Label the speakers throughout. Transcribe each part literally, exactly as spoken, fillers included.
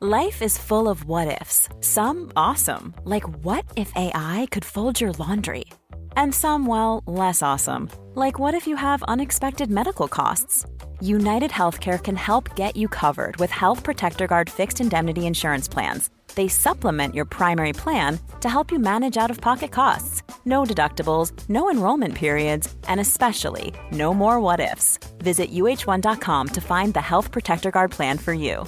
Speaker 1: Life is full of what-ifs. Some awesome, like what if A I could fold your laundry? And some, well, less awesome, like what if you have unexpected medical costs? United Healthcare can help get you covered with Health Protector Guard fixed indemnity insurance plans. They supplement your primary plan to help you manage out-of-pocket costs. No deductibles, no enrollment periods, and especially no more what-ifs. Visit U H one dot com to find the Health Protector Guard plan for you.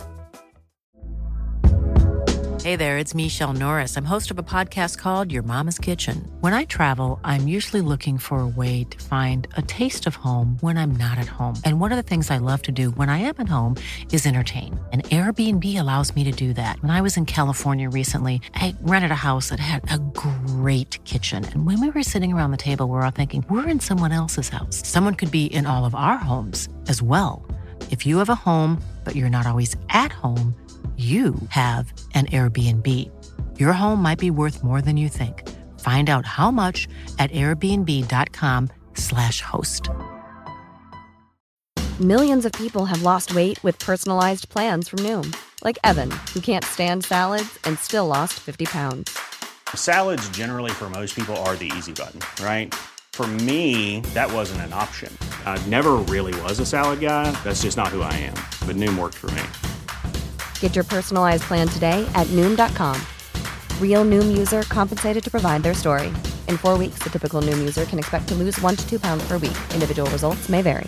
Speaker 2: Hey there, it's Michelle Norris. I'm host of a podcast called Your Mama's Kitchen. When I travel, I'm usually looking for a way to find a taste of home when I'm not at home. And one of the things I love to do when I am at home is entertain. And Airbnb allows me to do that. When I was in California recently, I rented a house that had a great kitchen. And when we were sitting around the table, we were all thinking, we're in someone else's house. Someone could be in all of our homes as well. If you have a home, but you're not always at home, you have an Airbnb. Your home might be worth more than you think. Find out how much at airbnb.com slash host.
Speaker 3: Millions of people have lost weight with personalized plans from Noom. Like Evan, who can't stand salads and still lost fifty pounds.
Speaker 4: Salads generally for most people are the easy button, right? For me, that wasn't an option. I never really was a salad guy. That's just not who I am. But Noom worked for me.
Speaker 3: Get your personalized plan today at Noom dot com. Real Noom user compensated to provide their story. In four weeks, the typical Noom user can expect to lose one to two pounds per week. Individual results may vary.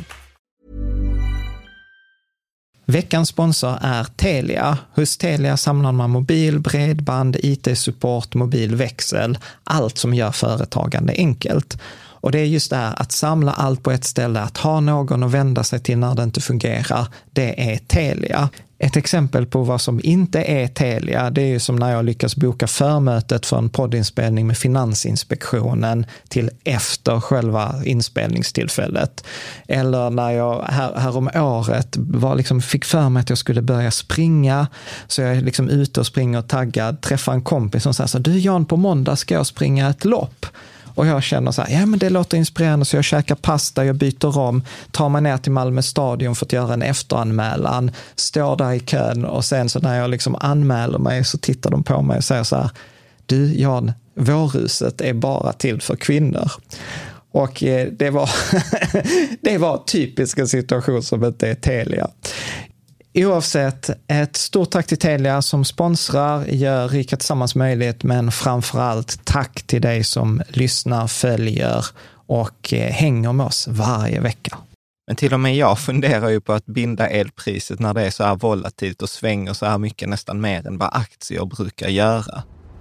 Speaker 5: Veckans sponsor är Telia. Hos Telia samlar man mobil, bredband, I T-support, mobilväxel. Allt som gör företagande enkelt. Och det är just det här att samla allt på ett ställe, att ha någon att vända sig till när det inte fungerar, det är Telia. Ett exempel på vad som inte är Telia, det är ju som när jag lyckas boka förmötet för en poddinspelning med Finansinspektionen till efter själva inspelningstillfället. Eller när jag här, här om året var liksom, fick för mig att jag skulle börja springa, så jag är liksom ute och springer och taggad, träffar en kompis som säger så, du Jan, på måndag ska jag springa ett lopp. Och jag känner så här, ja men det låter inspirerande, så jag käkar pasta, jag byter om, tar mig ner till Malmö stadion för att göra en efteranmälan, står där i kön, och sen så när jag liksom anmäler mig så tittar de på mig och säger så här, du Jan, vårhuset är bara till för kvinnor. Och det var, det var typisk en situation som inte är Telia. Oavsett, ett stort tack till Telia som sponsrar, gör Rika Tillsammans möjligt, men framförallt tack till dig som lyssnar, följer och hänger med oss varje vecka.
Speaker 6: Men till och med jag funderar ju på att binda elpriset när det är så här volatilt och svänger så här mycket, nästan mer än vad aktier brukar göra.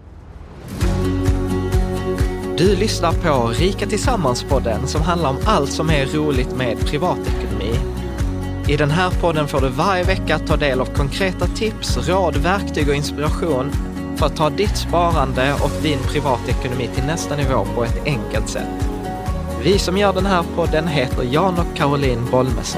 Speaker 7: Du lyssnar på Rika Tillsammans-podden som handlar om allt som är roligt med privatekonomi. I den här podden får du varje vecka ta del av konkreta tips, råd, verktyg och inspiration för att ta ditt sparande och din privatekonomi till nästa nivå på ett enkelt sätt. Vi som gör den här podden heter Jan och Caroline Bolmesson.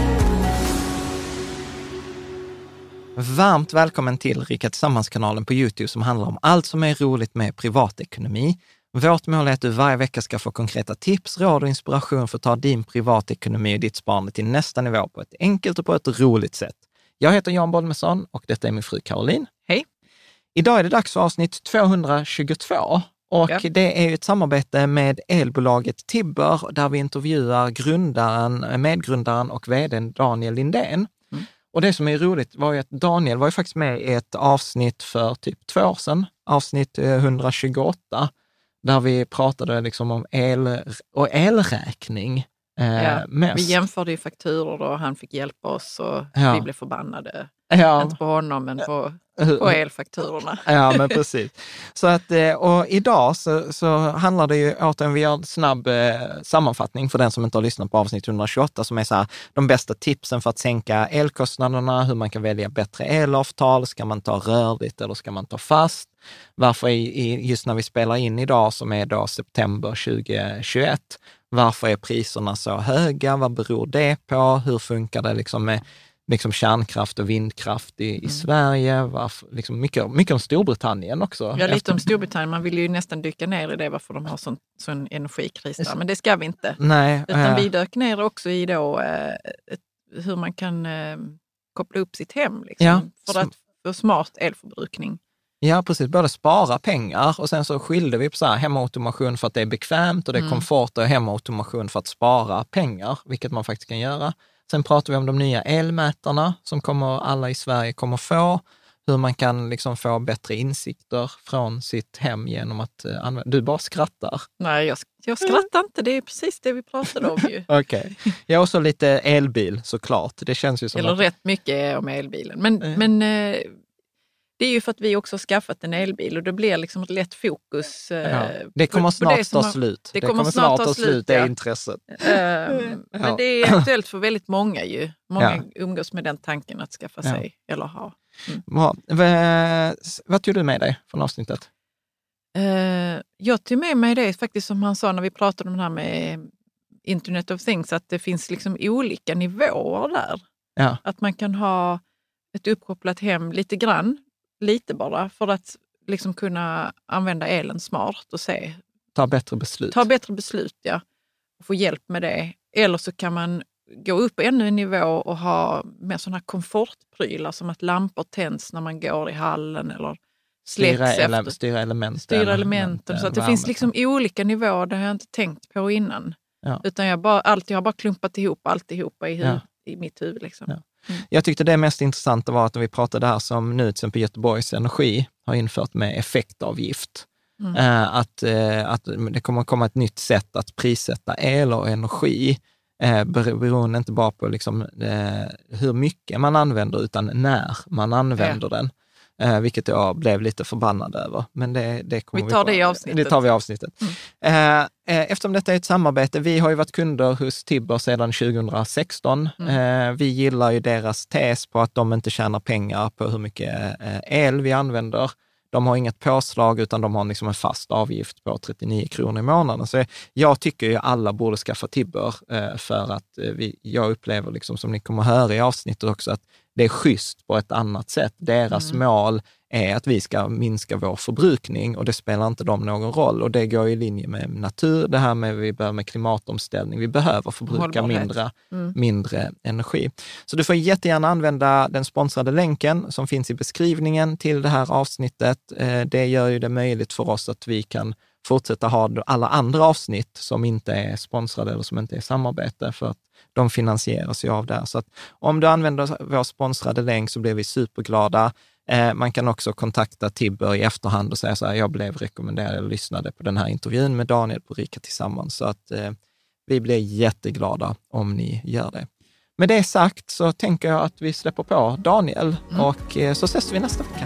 Speaker 6: Varmt välkommen till Rika Tillsammans-kanalen på YouTube som handlar om allt som är roligt med privatekonomi. Vårt mål är att du varje vecka ska få konkreta tips, råd och inspiration för att ta din privatekonomi och ditt sparande till nästa nivå på ett enkelt och på ett roligt sätt. Jag heter Jan Bolmesson och detta är min fru Caroline.
Speaker 8: Hej!
Speaker 6: Idag är det dags för avsnitt tvåhundratjugotvå och ja. Det är ju ett samarbete med elbolaget Tibber där vi intervjuar grundaren, medgrundaren och vdn Daniel Lindén. Mm. Och det som är roligt var ju att Daniel var ju faktiskt med i ett avsnitt för typ två år sedan, avsnitt etthundratjugoåtta, där vi pratade liksom om el och elräkning. Eh,
Speaker 8: ja, vi jämförde ju fakturor och han fick hjälpa oss och
Speaker 6: ja.
Speaker 8: vi blev förbannade.
Speaker 6: Ja.
Speaker 8: Inte på honom men på, på elfakturorna.
Speaker 6: Ja, men precis. Så att, och idag så, så handlar det ju återigen, vi gör en snabb eh, sammanfattning för den som inte har lyssnat på avsnitt etthundratjugoåtta som är så här, de bästa tipsen för att sänka elkostnaderna, hur man kan välja bättre elavtal, ska man ta rörligt eller ska man ta fast? Varför i, i, just när vi spelar in idag som är då september tjugohundratjugoett, varför är priserna så höga? Vad beror det på? Hur funkar det liksom med liksom kärnkraft och vindkraft i, mm. i Sverige? Varför, liksom mycket, mycket om Storbritannien också.
Speaker 8: Ja, lite Efter... om Storbritannien. Man vill ju nästan dyka ner i det varför de har sån, sån energikris där. Men det ska vi inte.
Speaker 6: Nej,
Speaker 8: Utan
Speaker 6: äh...
Speaker 8: vi dök ner också i då, eh, ett, hur man kan eh, koppla upp sitt hem. Liksom.
Speaker 6: Ja.
Speaker 8: För att för smart elförbrukning.
Speaker 6: Ja, precis. Både spara pengar och sen så skilde vi på så här hemautomation för att det är bekvämt och det är mm. komfort och hemautomation för att spara pengar, vilket man faktiskt kan göra. Sen pratar vi om de nya elmätarna som kommer, alla i Sverige kommer få. Hur man kan liksom få bättre insikter från sitt hem genom att uh, använda... Du bara skrattar.
Speaker 8: Nej, jag, jag skrattar inte. Det är precis det vi pratade om ju.
Speaker 6: Okej. Okay. Jag har också lite elbil såklart. Det känns ju som
Speaker 8: Eller
Speaker 6: att...
Speaker 8: rätt mycket om elbilen. Men, mm. men uh, det är ju för att vi också har skaffat en elbil och det blir liksom ett lätt fokus. Uh,
Speaker 6: ja. Det kommer
Speaker 8: på,
Speaker 6: snart
Speaker 8: på det
Speaker 6: ta
Speaker 8: har,
Speaker 6: slut.
Speaker 8: Det, det kommer, kommer snart ta slut,
Speaker 6: det
Speaker 8: ja.
Speaker 6: intresset. Uh,
Speaker 8: mm. ja. Men det är aktuellt för väldigt många ju. Många ja. umgås med den tanken att skaffa ja. sig eller ha.
Speaker 6: Mm. Vad, vad, vad tog du med dig från avsnittet?
Speaker 8: Uh, jag tog med mig det faktiskt som han sa när vi pratade om det här med Internet of Things, att det finns liksom olika nivåer där.
Speaker 6: Ja.
Speaker 8: Att man kan ha ett uppkopplat hem lite grann, lite bara, för att liksom kunna använda elen smart och se.
Speaker 6: Ta bättre beslut.
Speaker 8: Ta bättre beslut, ja. Och få hjälp med det. Eller så kan man gå upp ännu en nivå och ha med sådana här komfortprylar som att lampor tänds när man går i hallen eller släcks
Speaker 6: styra,
Speaker 8: efter.
Speaker 6: Ele- styra elementen.
Speaker 8: Styra elementen. Så att det värme. Finns liksom olika nivåer, det har jag inte tänkt på innan. Ja. Utan jag, bara, alltid, jag har bara klumpat ihop alltihopa i, huvud, ja. i mitt huvud. Liksom.
Speaker 6: Ja. Mm. Jag tyckte det mest intressanta var att när vi pratade här som nu till exempel Göteborgs Energi har infört med effektavgift. Mm. Äh, att, äh, att det kommer att komma ett nytt sätt att prissätta el och energi. Eh, beroende inte bara på liksom, eh, hur mycket man använder utan när man använder ja. den. Eh, vilket jag blev lite förbannad över. Men det, det kommer
Speaker 8: vi tar
Speaker 6: vi
Speaker 8: det i avsnittet.
Speaker 6: Det tar vi i avsnittet. Mm. Eh, eftersom detta är ett samarbete, vi har ju varit kunder hos Tibber sedan tjugohundrasexton. Mm. Eh, vi gillar ju deras tes på att de inte tjänar pengar på hur mycket eh, el vi använder. De har inget påslag utan de har liksom en fast avgift på trettionio kronor i månaden. Så jag tycker ju alla borde skaffa Tibber för att vi, jag upplever liksom som ni kommer höra i avsnittet också att det är schysst på ett annat sätt. Deras mm. mål är att vi ska minska vår förbrukning och det spelar inte dem någon roll. Och det går i linje med natur, det här med vi behöver med klimatomställning. Vi behöver förbruka mindre, mm. mindre energi. Så du får jättegärna använda den sponsrade länken som finns i beskrivningen till det här avsnittet. Det gör ju det möjligt för oss att vi kan fortsätta ha alla andra avsnitt som inte är sponsrade eller som inte är samarbete för att de finansieras ju av det. Så att om du använder vår sponsrade länk så blir vi superglada. Eh, man kan också kontakta Tibber i efterhand och säga så här, jag blev rekommenderad och lyssnade på den här intervjun med Daniel på Rika Tillsammans. Så att eh, vi blir jätteglada om ni gör det. Med det sagt så tänker jag att vi släpper på Daniel mm. och eh, så ses vi nästa vecka.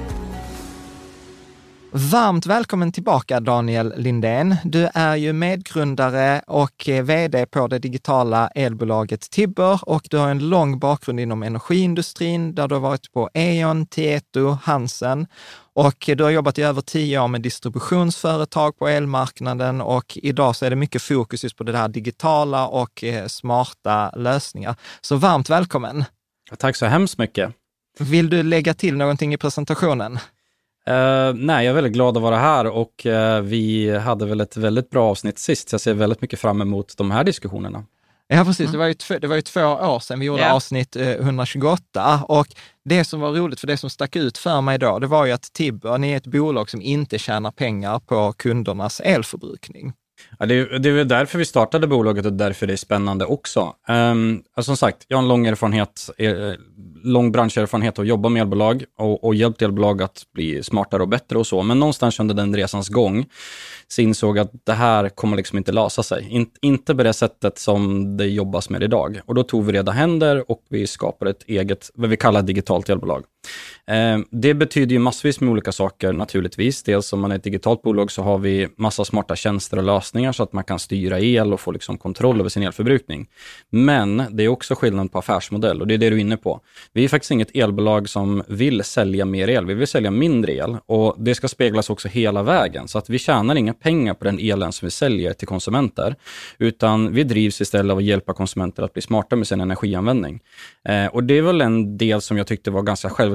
Speaker 6: Varmt välkommen tillbaka Daniel Lindén. Du är ju medgrundare och vd på det digitala elbolaget Tibber och du har en lång bakgrund inom energiindustrin där du har varit på E.ON, Tieto, Hansen och du har jobbat i över tio år med distributionsföretag på elmarknaden och idag så är det mycket fokus just på det här digitala och smarta lösningar. Så varmt välkommen.
Speaker 9: Tack så hemskt mycket.
Speaker 6: Vill du lägga till någonting i presentationen?
Speaker 9: Uh, nej, jag är väldigt glad att vara här och uh, vi hade väl ett väldigt bra avsnitt sist. Jag ser väldigt mycket fram emot de här diskussionerna.
Speaker 6: Ja, precis. Mm. Det var ju två, det var ju två år sedan vi gjorde yeah. avsnitt eh, etthundratjugoåtta och det som var roligt för det som stack ut för mig då, det var ju att Tibber, ni är ett bolag som inte tjänar pengar på kundernas elförbrukning.
Speaker 9: Ja, det, är, det är därför vi startade bolaget och därför det är spännande också. Um, alltså som sagt, jag har en lång erfarenhet, eh, lång branscherfarenhet att jobba med elbolag och, och hjälpt elbolag att bli smartare och bättre och så. Men någonstans under den resans gång så insåg att det här kommer liksom inte lösa sig. In, inte på det sättet som det jobbas med idag. Och då tog vi reda händer och vi skapade ett eget, vad vi kallar digitalt elbolag. Eh, det betyder ju massvis med olika saker naturligtvis. Dels om man är ett digitalt bolag så har vi massa smarta tjänster och lösningar så att man kan styra el och få liksom kontroll över sin elförbrukning. Men det är också skillnad på affärsmodell och det är det du är inne på. Vi är faktiskt inget elbolag som vill sälja mer el. Vi vill sälja mindre el och det ska speglas också hela vägen. Så att vi tjänar inga pengar på den elen som vi säljer till konsumenter utan vi drivs istället av att hjälpa konsumenter att bli smarta med sin energianvändning. Eh, och det är väl en del som jag tyckte var ganska självklar när man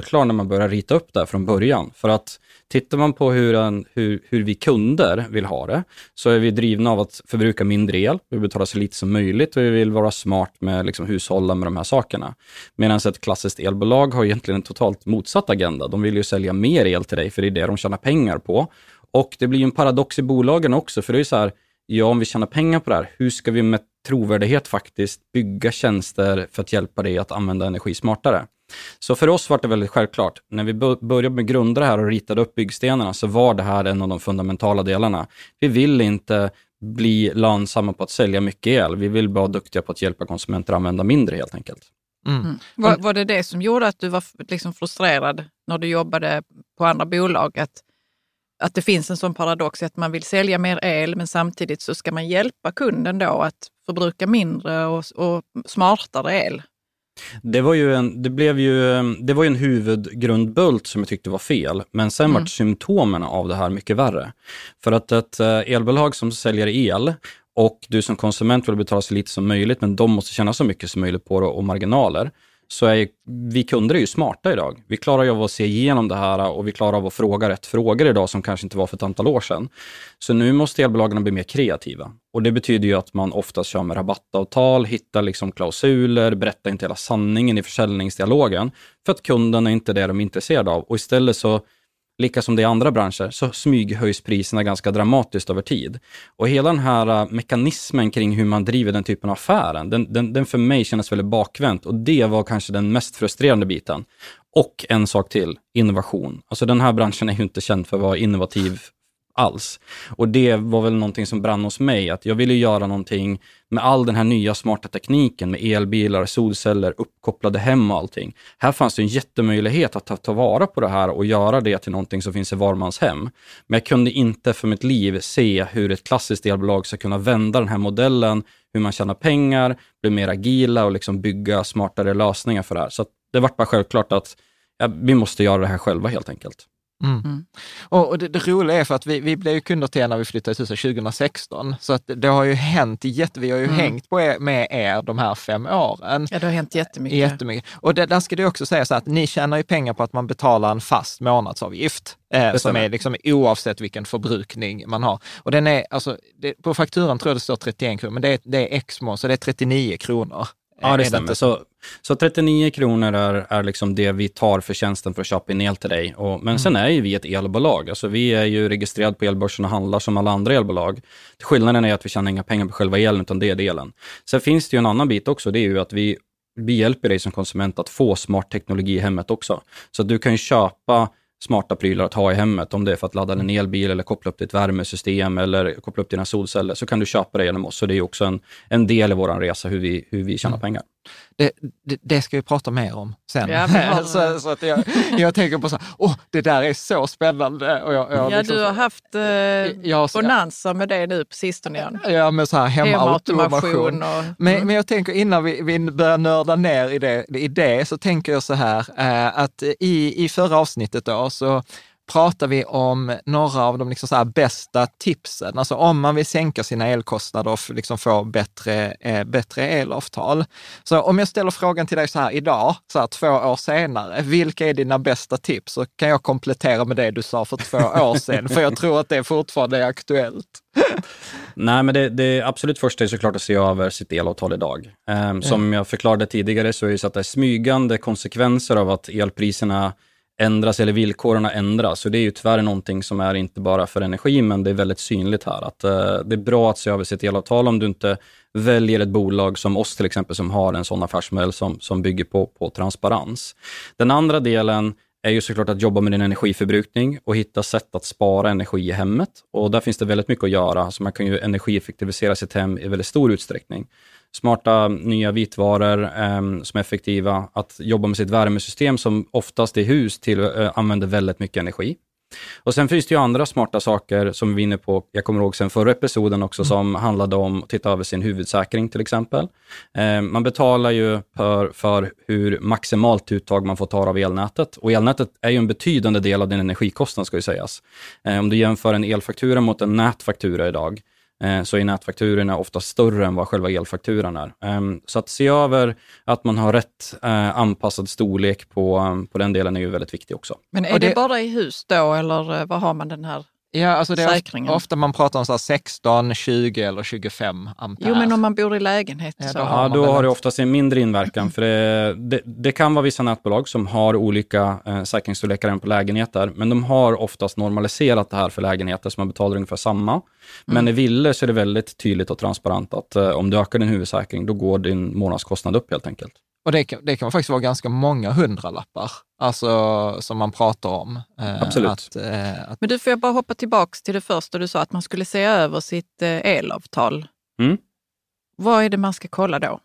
Speaker 9: man börjar rita upp det från början. För att tittar man på hur, en, hur, hur vi kunder vill ha det, så är vi drivna av att förbruka mindre el. Vi vill betala så lite som möjligt och vi vill vara smart med liksom, hushålla med de här sakerna. Medan ett klassiskt elbolag har egentligen en totalt motsatt agenda. De vill ju sälja mer el till dig, för det är det de tjänar pengar på. Och det blir ju en paradox i bolagen också, för det är ju så här, ja, om vi tjänar pengar på det här, hur ska vi med trovärdighet faktiskt bygga tjänster för att hjälpa dig att använda energi smartare? Så för oss var det väldigt självklart. När vi började med grunda det här och ritade upp byggstenarna, så var det här en av de fundamentala delarna. Vi vill inte bli lönsamma på att sälja mycket el. Vi vill vara duktiga på att hjälpa konsumenter att använda mindre helt enkelt.
Speaker 8: Mm. Mm. Var, var det det som gjorde att du var liksom frustrerad när du jobbade på andra bolag? Att, att det finns en sån paradox att man vill sälja mer el, men samtidigt så ska man hjälpa kunden då att förbruka mindre och, och smartare el?
Speaker 9: Det var ju en, det blev ju, det var ju en huvudgrundbult som jag tyckte var fel. Men sen mm. var symptomen av det här mycket värre. För att ett elbolag som säljer el och du som konsument vill betala så lite som möjligt, men de måste tjäna så mycket som möjligt på det och marginaler, så är vi kunder är ju smarta idag. Vi klarar ju av att se igenom det här och vi klarar av att fråga rätt frågor idag som kanske inte var för ett antal år sedan. Så nu måste elbolagen bli mer kreativa. Och det betyder ju att man oftast kör med rabattavtal, hittar liksom klausuler, berättar inte hela sanningen i försäljningsdialogen. För att kunden är inte det de är intresserade av. Och istället så, lika som det är andra branscher, så smyghöjs priserna ganska dramatiskt över tid. Och hela den här mekanismen kring hur man driver den typen av affären, den, den, den för mig känns väldigt bakvänt. Och det var kanske den mest frustrerande biten. Och en sak till, innovation. Alltså den här branschen är ju inte känd för att vara innovativ alls. Och det var väl någonting som brann hos mig, att jag ville göra någonting med all den här nya smarta tekniken med elbilar, solceller, uppkopplade hem och allting. Här fanns det en jättemöjlighet att ta, ta vara på det här och göra det till någonting som finns i var mans hem. Men jag kunde inte för mitt liv se hur ett klassiskt elbolag ska kunna vända den här modellen, hur man tjänar pengar, bli mer agila och liksom bygga smartare lösningar för det här. Så att det var bara självklart att ja, vi måste göra det här själva helt enkelt.
Speaker 6: Mm. Mm. Och, och det, det roliga är för att vi, vi blev ju kunder till er när vi flyttade till huset tjugohundrasexton. Så att det har ju hänt jätte, vi har ju mm. hängt på er, med er de här fem åren.
Speaker 8: Ja, det har hänt jättemycket.
Speaker 6: Jättemycket. Och det, där ska det också säga så att ni tjänar ju pengar på att man betalar en fast månadsavgift. Eh, som är liksom oavsett vilken förbrukning man har. Och den är, alltså, det, på fakturan tror jag det står trettioen kronor, men det är, det är Exmo, så det är trettionio kronor.
Speaker 9: Ja, det stämmer. Så, så trettionio kronor är, är liksom det vi tar för tjänsten för att köpa in el till dig. Och, men mm. sen är ju vi ett elbolag. Alltså vi är ju registrerade på elbörsen och handlar som alla andra elbolag. Skillnaden är att vi tjänar inga pengar på själva elen, utan det är delen. Sen finns det ju en annan bit också. Det är ju att vi, vi hjälper dig som konsument att få smart teknologi i hemmet också. Så att du kan ju köpa smarta prylar att ha i hemmet, om det är för att ladda en elbil eller koppla upp ditt värmesystem eller koppla upp dina solceller, så kan du köpa det genom oss. Så det är också en, en del i vår resa hur vi, hur vi tjänar mm. pengar.
Speaker 6: Det, det, det ska vi prata mer om sen. Ja, så, så att jag, jag tänker på så här, åh, det där är så spännande. Och jag, jag
Speaker 8: ja,
Speaker 6: liksom,
Speaker 8: du har haft eh, jag, bonanza med det nu på sistone igen.
Speaker 6: Ja, med så här hemautomation.
Speaker 8: Och,
Speaker 6: men,
Speaker 8: mm.
Speaker 6: men jag tänker innan vi, vi börjar nörda ner i det, i det så tänker jag så här, eh, att i, i förra avsnittet då så pratar vi om några av de liksom så här bästa tipsen. Alltså om man vill sänka sina elkostnader och liksom få bättre, eh, bättre elavtal. Så om jag ställer frågan till dig så här idag, så här två år senare, vilka är dina bästa tips? Så kan jag komplettera med det du sa för två år sedan, för jag tror att det fortfarande är aktuellt.
Speaker 9: Nej, men det, det absolut första är såklart att se över sitt elavtal idag. Um, som jag förklarade tidigare så är det så att det är smygande konsekvenser av att elpriserna ändras eller villkoren ändras. Så det är ju tyvärr någonting som är inte bara för energi, men det är väldigt synligt här. Att, uh, det är bra att se över sitt elavtal om du inte väljer ett bolag som oss till exempel, som har en sån affärsmodell som, som bygger på, på transparens. Den andra delen är ju såklart att jobba med din energiförbrukning och hitta sätt att spara energi i hemmet. Och där finns det väldigt mycket att göra. Så man kan ju energieffektivisera sitt hem i väldigt stor utsträckning. Smarta nya vitvaror eh, som är effektiva. Att jobba med sitt värmesystem som oftast i hus till, eh, använder väldigt mycket energi. Och sen finns det ju andra smarta saker som vi är inne på. Jag kommer ihåg sen förra episoden också mm. som handlade om att titta över sin huvudsäkring till exempel. Eh, man betalar ju för, för hur maximalt uttag man får ta av elnätet. Och elnätet är ju en betydande del av din energikostnad, ska ju sägas. Eh, om du jämför en elfaktura mot en nätfaktura idag, så är nätfakturorna ofta större än vad själva elfakturan är. Så att se över att man har rätt anpassad storlek på, på den delen är ju väldigt viktig också.
Speaker 8: Men är det, det bara i hus då, eller vad har man den här
Speaker 7: ja, alltså det är
Speaker 8: säkringen?
Speaker 7: Ofta, ofta man pratar om så här sexton, tjugo eller tjugofem ampere.
Speaker 8: Jo, men om man bor i lägenhet
Speaker 7: ja,
Speaker 8: så.
Speaker 7: då har,
Speaker 9: ja, då har det oftast en mindre inverkan. För det, det, det kan vara vissa nätbolag som har olika eh, säkringsstorlekar än på lägenheter. Men de har oftast normaliserat det här för lägenheter som man betalar ungefär samma. Men mm. i villor så är det väldigt tydligt och transparent att eh, om du ökar din huvudsäkring, då går din månadskostnad upp helt enkelt.
Speaker 7: Och det kan, det kan faktiskt vara ganska många hundralappar, alltså som man pratar om.
Speaker 9: Eh, Absolut.
Speaker 7: Att, eh, att...
Speaker 8: Men du, får jag bara hoppa tillbaka till det första du sa, att man skulle se över sitt eh, elavtal.
Speaker 9: Mm.
Speaker 8: Vad är det man ska kolla då?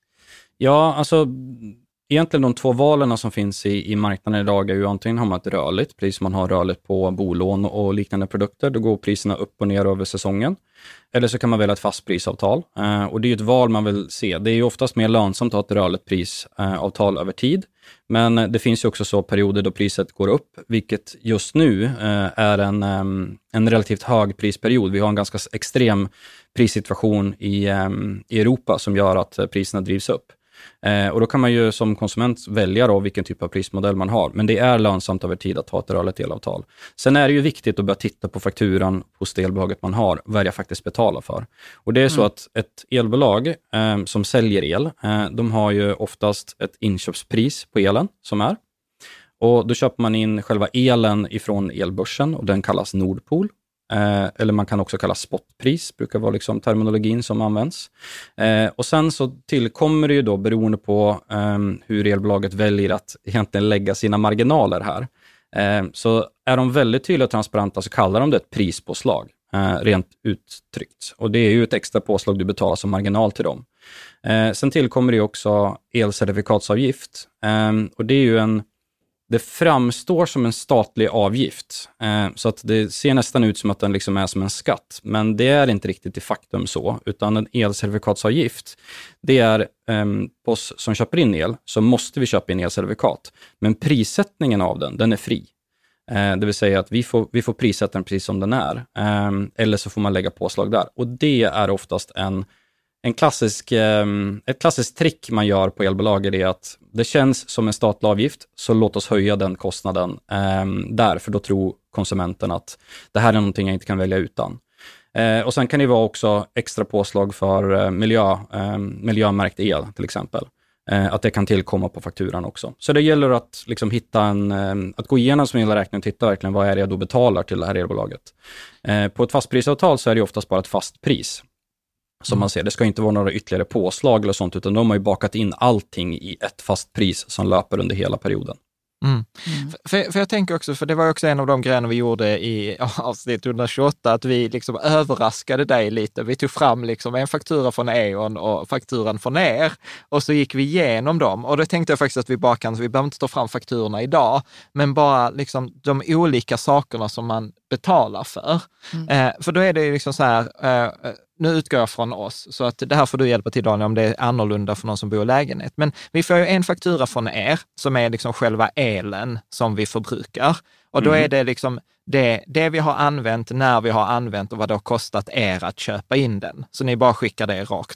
Speaker 9: Ja, alltså egentligen de två valen som finns i, i marknaden idag är ju antingen har man ett rörligt pris, man har rörligt på bolån och liknande produkter, då går priserna upp och ner över säsongen. Eller så kan man välja ett fast prisavtal. Eh, och det är ju ett val man vill se. Det är ju oftast mer lönsamt att ha ett rörligt prisavtal eh, över tid. Men det finns ju också så perioder då priset går upp, vilket just nu eh, är en, um, en relativt hög prisperiod. Vi har en ganska extrem prissituation i, um, i Europa som gör att uh, priserna drivs upp. Eh, och då kan man ju som konsument välja då vilken typ av prismodell man har. Men det är lönsamt över tid att ha ett rörligt elavtal. Sen är det ju viktigt att börja titta på fakturan hos det elbolaget man har. Vad jag faktiskt betalar för. Och det är så mm. att ett elbolag eh, som säljer el, eh, de har ju oftast ett inköpspris på elen som är. Och då köper man in själva elen ifrån elbörsen och den kallas Nordpool. Eh, eller man kan också kalla spotpris, brukar vara liksom terminologin som används. Eh, och sen så tillkommer det ju då, beroende på eh, hur elbolaget väljer att egentligen lägga sina marginaler här. Eh, så är de väldigt tydliga och transparenta så kallar de det ett prispåslag, eh, rent uttryckt. Och det är ju ett extra påslag du betalar som marginal till dem. Eh, sen tillkommer det ju också elcertifikatsavgift. Eh, och det är ju en Det framstår som en statlig avgift, eh, så att det ser nästan ut som att den liksom är som en skatt. Men det är inte riktigt i faktum så, utan en elcertifikatsavgift, det är eh, på oss som köper in el så måste vi köpa in elcertifikat. Men prissättningen av den, den är fri. Eh, det vill säga att vi får, vi får prissätta den precis som den är. Eh, eller så får man lägga påslag där. Och det är oftast en En klassisk, ett klassiskt trick man gör på elbolag är det att det känns som en statlig avgift, så låt oss höja den kostnaden eh, där, för då tror konsumenten att det här är någonting jag inte kan välja utan. Eh, och sen kan det vara också extra påslag för eh, miljö, eh, miljömärkt el till exempel. Eh, att det kan tillkomma på fakturan också. Så det gäller att liksom hitta en, eh, att gå igenom som elräkning och titta verkligen vad är det jag då betalar till det här elbolaget. Eh, på ett fastprisavtal så är det oftast bara ett fast pris. Som man ser, det ska inte vara några ytterligare påslag eller sånt, utan de har ju bakat in allting i ett fast pris som löper under hela perioden.
Speaker 7: Mm. Mm. För, för jag tänker också, för det var också en av de grejerna vi gjorde i avsnitt etthundratjugoåtta, att vi liksom överraskade dig lite. Vi tog fram liksom en faktura från E.ON och fakturan från er, och så gick vi igenom dem. Och då tänkte jag faktiskt att vi bara kan, vi behöver inte ta fram fakturorna idag, men bara liksom de olika sakerna som man betalar för. Mm. Eh, för då är det liksom så här, eh, nu utgår jag från oss, så att det här får du hjälpa till, Daniel, om det är annorlunda för någon som bor i lägenhet. Men vi får ju en faktura från er som är liksom själva elen som vi förbrukar. Och då mm. är det liksom det, det vi har använt, när vi har använt och vad det har kostat er att köpa in den. Så ni bara skickar det rakt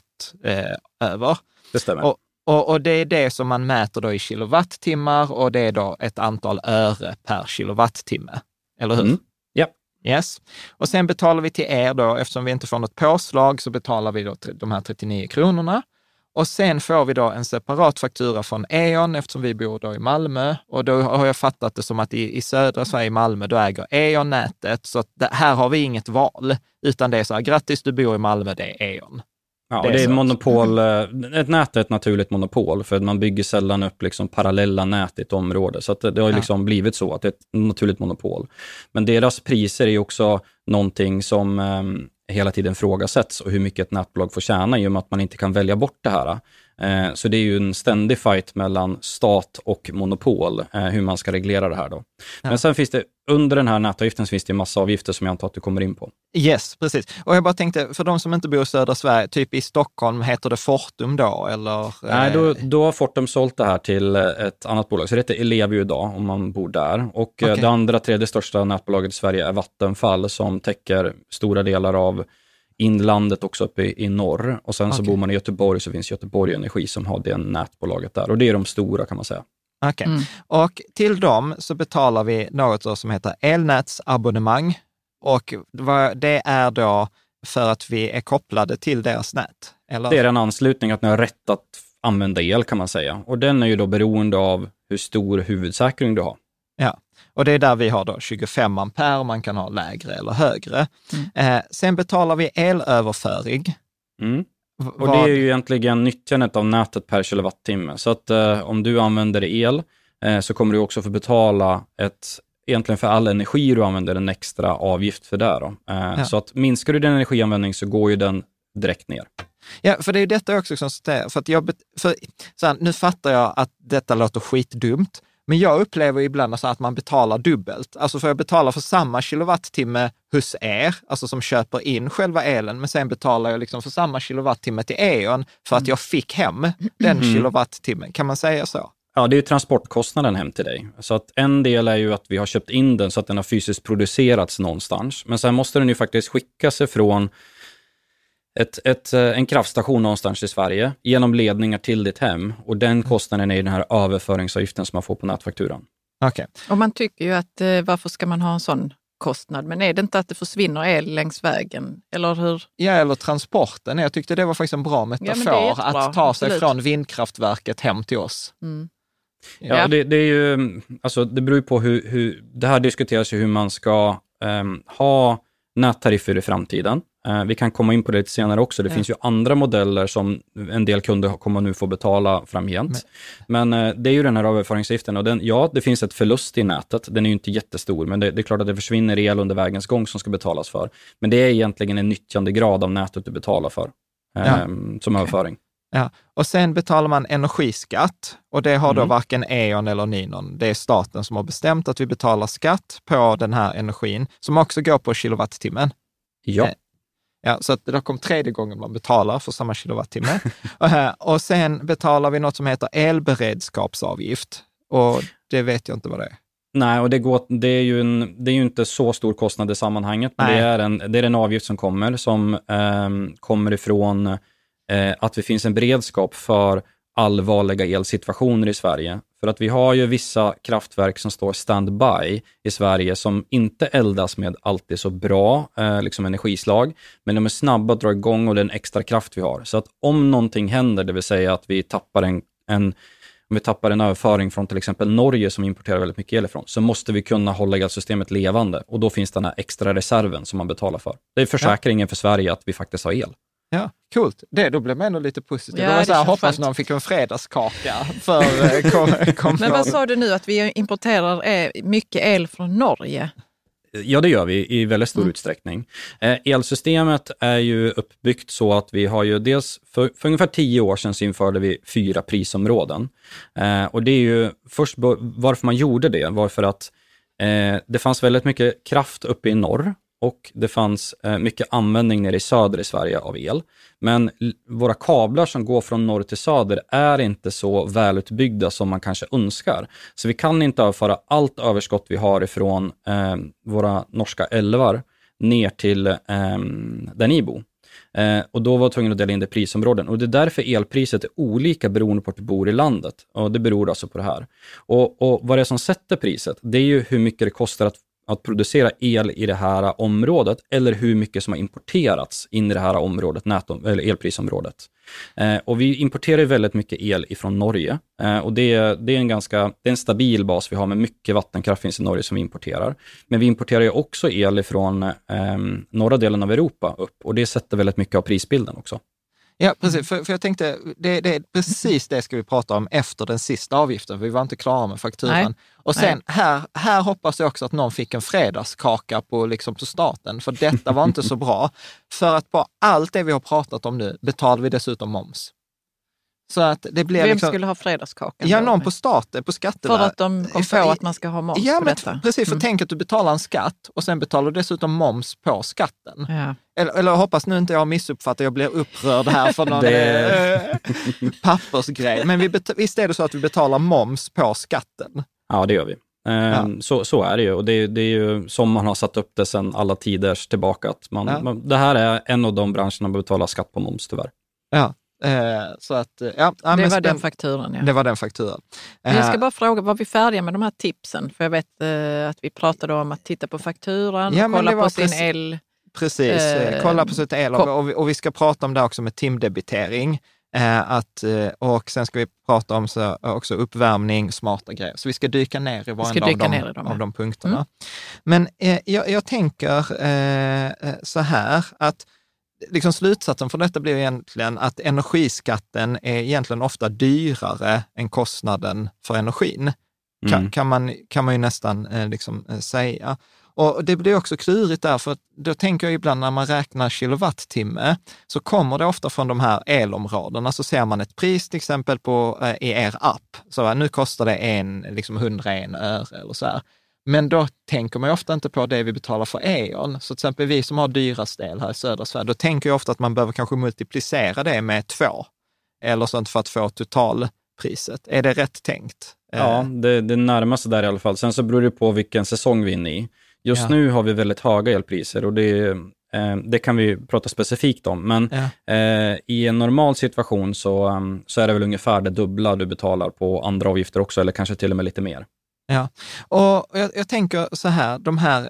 Speaker 7: eh, över.
Speaker 9: Det stämmer.
Speaker 7: Och, och, och det är det som man mäter då i kilowattimmar, och det är då ett antal öre per kilowattimme. Eller hur?
Speaker 9: Mm. Ja.
Speaker 7: Yes. Och sen betalar vi till er då, eftersom vi inte får något påslag så betalar vi då de här trettionio kronorna. Och sen får vi då en separat faktura från E.ON eftersom vi bor då i Malmö. Och då har jag fattat det som att i, i södra Sverige, i Malmö, då äger E.ON nätet. Så att det, här har vi inget val, utan det är så här, grattis du bor i Malmö, det är E.ON.
Speaker 9: Ja, och det är monopol, ett nät är ett naturligt monopol, för att man bygger sällan upp liksom parallella nät i ett område. Så att det, det har ju liksom ja. blivit så att det är ett naturligt monopol. Men deras priser är också någonting som um, hela tiden frågasätts, och hur mycket ett nätbolag får tjäna i och med att man inte kan välja bort det här. Eh, så det är ju en ständig fight mellan stat och monopol, eh, hur man ska reglera det här då. Ja. Men sen finns det, under den här nätavgiften så finns det en massa avgifter som jag antar att du kommer in på.
Speaker 7: Yes, precis. Och jag bara tänkte, för de som inte bor i södra Sverige, typ i Stockholm, heter det Fortum då? Eller?
Speaker 9: Nej, då, då har Fortum sålt det här till ett annat bolag. Så det heter Ellevio idag om man bor där. Och okay. det andra, tredje största nätbolaget i Sverige är Vattenfall, som täcker stora delar av inlandet också uppe i, i norr. Och sen okay. så bor man i Göteborg, så finns Göteborg Energi som har det nätbolaget där. Och det är de stora kan man säga.
Speaker 6: Okej, okay. mm. och till dem så betalar vi något som heter elnätsabonnemang. Och det är då för att vi är kopplade till deras nät. Eller?
Speaker 9: Det är en anslutning att ni har rätt att använda el kan man säga. Och den är ju då beroende av hur stor huvudsäkring du har.
Speaker 6: Ja, och det är där vi har då tjugofem ampere, man kan ha lägre eller högre. Mm. Eh, sen betalar vi elöverföring.
Speaker 9: Mm. Och det är ju egentligen nyttjandet av nätet per kilowattimme. Så att eh, om du använder el eh, så kommer du också få betala ett, egentligen för all energi du använder, en extra avgift för det då. Eh, ja. Så att minskar du din energianvändning så går ju den direkt ner.
Speaker 6: Ja, för det är ju detta också som för att jag, för, så här, nu fattar jag att detta låter skitdumt, men jag upplever ibland så att man betalar dubbelt. Alltså för jag betalar för samma kilowattimme hos er, alltså som köper in själva elen, men sen betalar jag liksom för samma kilowattimme till E.ON för att jag fick hem den mm. kilowattimmen. Kan man säga så?
Speaker 9: Ja, det är ju transportkostnaden hem till dig. Så att en del är ju att vi har köpt in den så att den har fysiskt producerats någonstans. Men sen måste den ju faktiskt skickas ifrån Ett, ett, en kraftstation någonstans i Sverige genom ledningar till ditt hem, och den kostnaden är den här överföringsavgiften som man får på nätfakturan.
Speaker 6: Okay.
Speaker 8: Och man tycker ju att eh, varför ska man ha en sån kostnad? Men är det inte att det försvinner el längs vägen? Eller hur?
Speaker 6: Ja, eller transporten. Jag tyckte det var faktiskt en bra metafor, ja, att ta sig Absolut. från vindkraftverket hem till oss. Mm.
Speaker 9: Ja, ja. Det, det är ju, alltså det beror på hur, hur det här diskuteras ju hur man ska um, ha nättariffer i framtiden. Uh, vi kan komma in på det lite senare också. Det ja. finns ju andra modeller som en del kunder kommer nu få betala framgent. Men, men uh, det är ju den här överföringsavgiften. Och den, ja, det finns ett förlust i nätet. Den är ju inte jättestor. Men det, det är klart att det försvinner el under vägens gång som ska betalas för. Men det är egentligen en nyttjandegrad av nätet du betalar för. Ja. Um, som okay. överföring.
Speaker 6: Ja, och sen betalar man energiskatt, och det har då mm. varken E.ON eller Ninon. Det är staten som har bestämt att vi betalar skatt på den här energin som också går på kilowattimmen.
Speaker 9: Ja.
Speaker 6: Ja, så att det kom tredje gången man betalar för samma kilowattimme. Och sen betalar vi något som heter elberedskapsavgift, och det vet jag inte vad det är.
Speaker 9: Nej, och det, går, det, är ju en, det är ju inte så stor kostnad i sammanhanget. Men det är, en, det är en avgift som kommer, som eh, kommer ifrån eh, att det finns en beredskap för allvarliga elsituationer i Sverige. För att vi har ju vissa kraftverk som står standby i Sverige som inte eldas med alltid så bra eh, liksom energislag. Men de är snabba att dra igång, och det är en extra kraft vi har. Så att om någonting händer, det vill säga att vi tappar en, en om vi tappar en överföring från till exempel Norge som importerar väldigt mycket el ifrån, så måste vi kunna hålla elsystemet levande. Och då finns den här extra reserven som man betalar för. Det är försäkringen ja. för Sverige att vi faktiskt har el.
Speaker 6: Ja, coolt. Det, då blev man ändå lite positiv. Ja, det var så här, hoppas någon fick en fredagskaka. För, kom, kom
Speaker 8: Men vad sa du nu, att vi importerar mycket el från Norge?
Speaker 9: Ja, det gör vi i väldigt stor mm. utsträckning. Eh, elsystemet är ju uppbyggt så att vi har ju dels, för, för ungefär tio år sedan så införde vi fyra prisområden. Eh, och det är ju först varför man gjorde det var för att eh, det fanns väldigt mycket kraft uppe i norr. Och det fanns eh, mycket användning nere i söder i Sverige av el. Men l- våra kablar som går från norr till söder är inte så välutbyggda som man kanske önskar. Så vi kan inte överföra allt överskott vi har ifrån eh, våra norska älvar ner till eh, där ni bor. Eh, och då var vi tvungna att dela in det i prisområden. Och det är därför elpriset är olika beroende på att du bor i landet. Och det beror alltså på det här. Och, och vad det är som sätter priset, det är ju hur mycket det kostar att att producera el i det här området, eller hur mycket som har importerats in i det här området, nätom, eller elprisområdet. Eh, och vi importerar väldigt mycket el ifrån Norge, eh, och det, det är en ganska det är en stabil bas vi har, med mycket vattenkraft finns i Norge som vi importerar. Men vi importerar ju också el ifrån eh, norra delen av Europa upp, och det sätter väldigt mycket av prisbilden också.
Speaker 6: Ja, precis. För, för jag tänkte, det, det är precis det ska vi prata om efter den sista avgiften. För vi var inte klara med fakturan. Nej. Och sen, här, här hoppas jag också att någon fick en fredagskaka på, liksom på starten. För detta var inte så bra. För att på allt det vi har pratat om nu betalar vi dessutom moms. Så att det blir
Speaker 8: Vem
Speaker 6: liksom,
Speaker 8: skulle ha fredagskakan?
Speaker 6: Ja, någon på staten, på skatterna.
Speaker 8: För att de kom på att man ska ha moms
Speaker 6: ja,
Speaker 8: på
Speaker 6: men,
Speaker 8: detta.
Speaker 6: Precis, för
Speaker 8: mm.
Speaker 6: tänk att du betalar en skatt och sen betalar du dessutom moms på skatten.
Speaker 8: Ja.
Speaker 6: Eller, eller jag hoppas nu inte jag har missuppfattat, jag blir upprörd här för någon det... pappersgrej. Men vi bet- visst är det så att vi betalar moms på skatten?
Speaker 9: Ja, det gör vi. Ja. Så, så är det ju. Och det, det är ju som man har satt upp det sedan alla tiders tillbaka. Att man, ja. man, det här är en av de branscherna man betalar skatt på moms tyvärr.
Speaker 6: Ja, eh, så att... Ja, ja,
Speaker 8: det var
Speaker 6: spänn...
Speaker 8: den fakturan, ja.
Speaker 6: Det var den fakturan.
Speaker 8: Men jag ska bara fråga, var vi färdiga med de här tipsen? För jag vet eh, att vi pratade om att titta på fakturan
Speaker 6: ja,
Speaker 8: och kolla på
Speaker 6: precis,
Speaker 8: sin el...
Speaker 6: Precis, eh, kolla på sitt el. Och, och, vi, och vi ska prata om det också med timdebitering. Eh, att, och sen ska vi prata om så, också uppvärmning, smarta grejer. Så vi ska dyka ner i varenda av, de,
Speaker 8: dem,
Speaker 6: av de punkterna.
Speaker 8: Mm.
Speaker 6: Men eh, jag, jag tänker eh, så här, att liksom slutsatsen för detta blir egentligen att energiskatten är egentligen ofta dyrare än kostnaden för energin. Mm. Kan, kan, man, kan man ju nästan eh, liksom, eh, säga. Och det blir också klurigt där, för då tänker jag ibland när man räknar kilowattimme så kommer det ofta från de här elområdena. Så ser man ett pris till exempel på, eh, i er app. Så nu kostar det en, liksom hundraen öre eller så här. Men då tänker man ju ofta inte på det vi betalar för E.ON. Så till exempel vi som har dyrast el här i södra Sverige, då tänker jag ofta att man behöver kanske multiplicera det med två. Eller sånt för att få totalpriset. Är det rätt tänkt?
Speaker 9: Ja, det, det närmaste där i alla fall. Sen så beror det på vilken säsong vi är inne i. Just ja. nu har vi väldigt höga elpriser och det, eh, det kan vi prata specifikt om. Men ja. eh, i en normal situation så, um, så är det väl ungefär det dubbla du betalar på andra avgifter också, eller kanske till och med lite mer.
Speaker 6: Ja, och jag, jag tänker så här, de här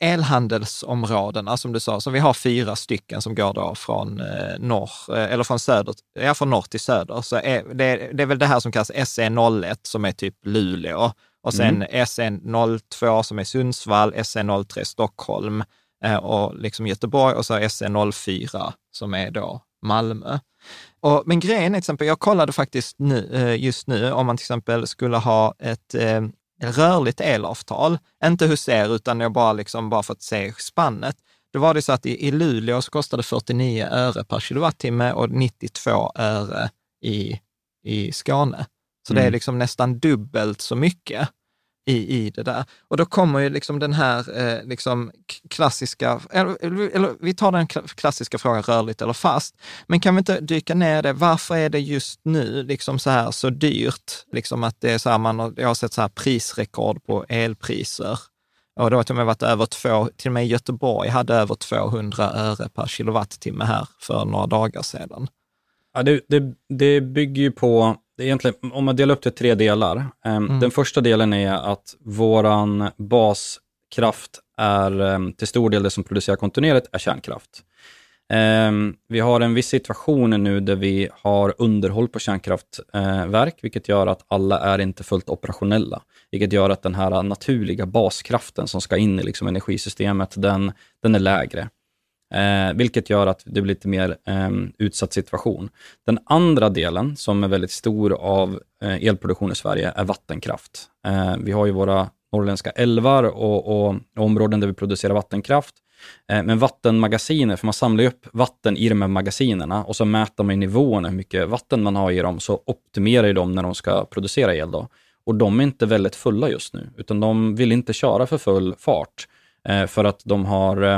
Speaker 6: elhandelsområdena som du sa, som vi har fyra stycken som går då från eh, norr, eller från söder, ja, från norr till söder, så är det, det är väl det här som kallas S E noll ett som är typ Luleå, och sen mm. S E noll två som är Sundsvall, S E noll tre Stockholm eh, och liksom Göteborg, och så S E noll fyra som är då Malmö. Och, men grejen är till exempel, jag kollade faktiskt nu, just nu om man till exempel skulle ha ett eh, rörligt elavtal, inte hos er utan jag bara liksom bara för att se spannet. Då var det så att i, i Luleå så kostade fyrtionio öre per kilowattimme och nittiotvå öre i, i Skåne. Så mm. det är liksom nästan dubbelt så mycket i, i det där. Och då kommer ju liksom den här eh, liksom klassiska, eller, eller vi tar den klassiska frågan rörligt eller fast, men kan vi inte dyka ner det, varför är det just nu liksom så här så dyrt, liksom att det är så här, man, jag har sett så här prisrekord på elpriser, och då har till och med varit över två, till och med Göteborg hade över tvåhundra öre per kilowattimme här för några dagar sedan.
Speaker 9: Ja, det, det, det bygger ju på, det är egentligen, om man delar upp det i tre delar. Mm. Den första delen är att våran baskraft är till stor del det som producerar kontinuerligt är kärnkraft. Vi har en viss situation nu där vi har underhåll på kärnkraftverk, vilket gör att alla är inte fullt operationella. Vilket gör att den här naturliga baskraften som ska in i liksom energisystemet, den, den är lägre. Eh, vilket gör att det blir lite mer eh, utsatt situation. Den andra delen som är väldigt stor av eh, elproduktion i Sverige är vattenkraft. Eh, vi har ju våra norrländska älvar och, och, och områden där vi producerar vattenkraft. Eh, men vattenmagasiner, för man samlar upp vatten i de här magasinerna och så mäter man nivåerna hur mycket vatten man har i dem, så optimerar ju de när de ska producera el då. Och de är inte väldigt fulla just nu, utan de vill inte köra för full fart eh, för att de har... Eh,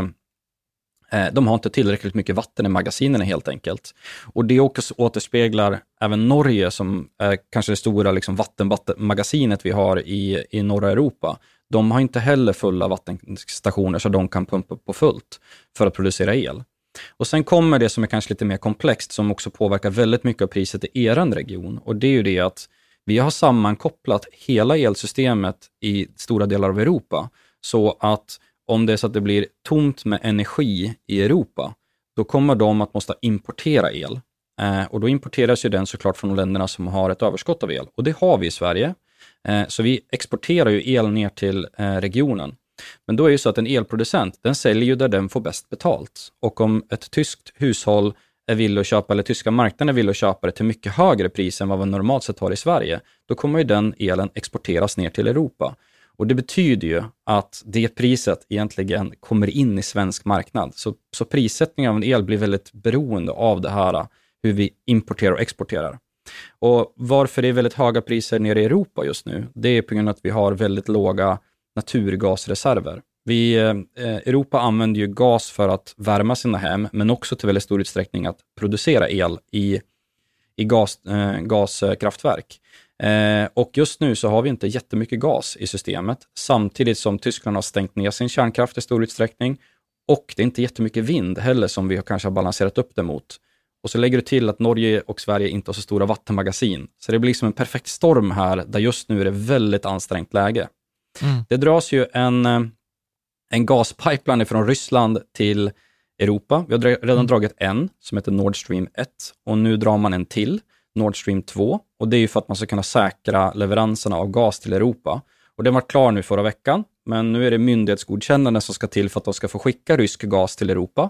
Speaker 9: De har inte tillräckligt mycket vatten i magasinerna helt enkelt. Och det också återspeglar även Norge som är kanske det stora liksom vattenmagasinet vi har i, i norra Europa. De har inte heller fulla vattenstationer så de kan pumpa på fullt för att producera el. Och sen kommer det som är kanske lite mer komplext som också påverkar väldigt mycket av priset i er region. Och det är ju det att vi har sammankopplat hela elsystemet i stora delar av Europa så att om det är så att det blir tomt med energi i Europa, då kommer de att måste importera el. Eh, och då importeras ju den såklart från länderna som har ett överskott av el. Och det har vi i Sverige. Eh, så vi exporterar ju el ner till eh, regionen. Men då är det ju så att en elproducent, den säljer ju där den får bäst betalt. Och om ett tyskt hushåll är villig att köpa, eller tyska marknaden är villig att köpa det till mycket högre pris än vad vi normalt sett har i Sverige, då kommer ju den elen exporteras ner till Europa. Och det betyder ju att det priset egentligen kommer in i svensk marknad. Så, så prissättningen av en el blir väldigt beroende av det här, hur vi importerar och exporterar. Och varför det är väldigt höga priser nere i Europa just nu, det är på grund av att vi har väldigt låga naturgasreserver. Vi, eh, Europa använder ju gas för att värma sina hem, men också till väldigt stor utsträckning att producera el i, i gas, eh, gaskraftverk. Eh, och just nu så har vi inte jättemycket gas i systemet, samtidigt som Tyskland har stängt ner sin kärnkraft i stor utsträckning. Och det är inte jättemycket vind heller som vi har kanske har balanserat upp det mot. Och så lägger du till att Norge och Sverige inte har så stora vattenmagasin. Så det blir liksom en perfekt storm här, där just nu är det väldigt ansträngt läge. Mm. Det dras ju en, en gaspipeline från Ryssland till Europa. Vi har redan mm. dragit en som heter Nord Stream ett. Och nu drar man en till, Nord Stream två. Och det är ju för att man ska kunna säkra leveranserna av gas till Europa. Och den var klar nu förra veckan. Men nu är det myndighetsgodkännande som ska till för att de ska få skicka rysk gas till Europa.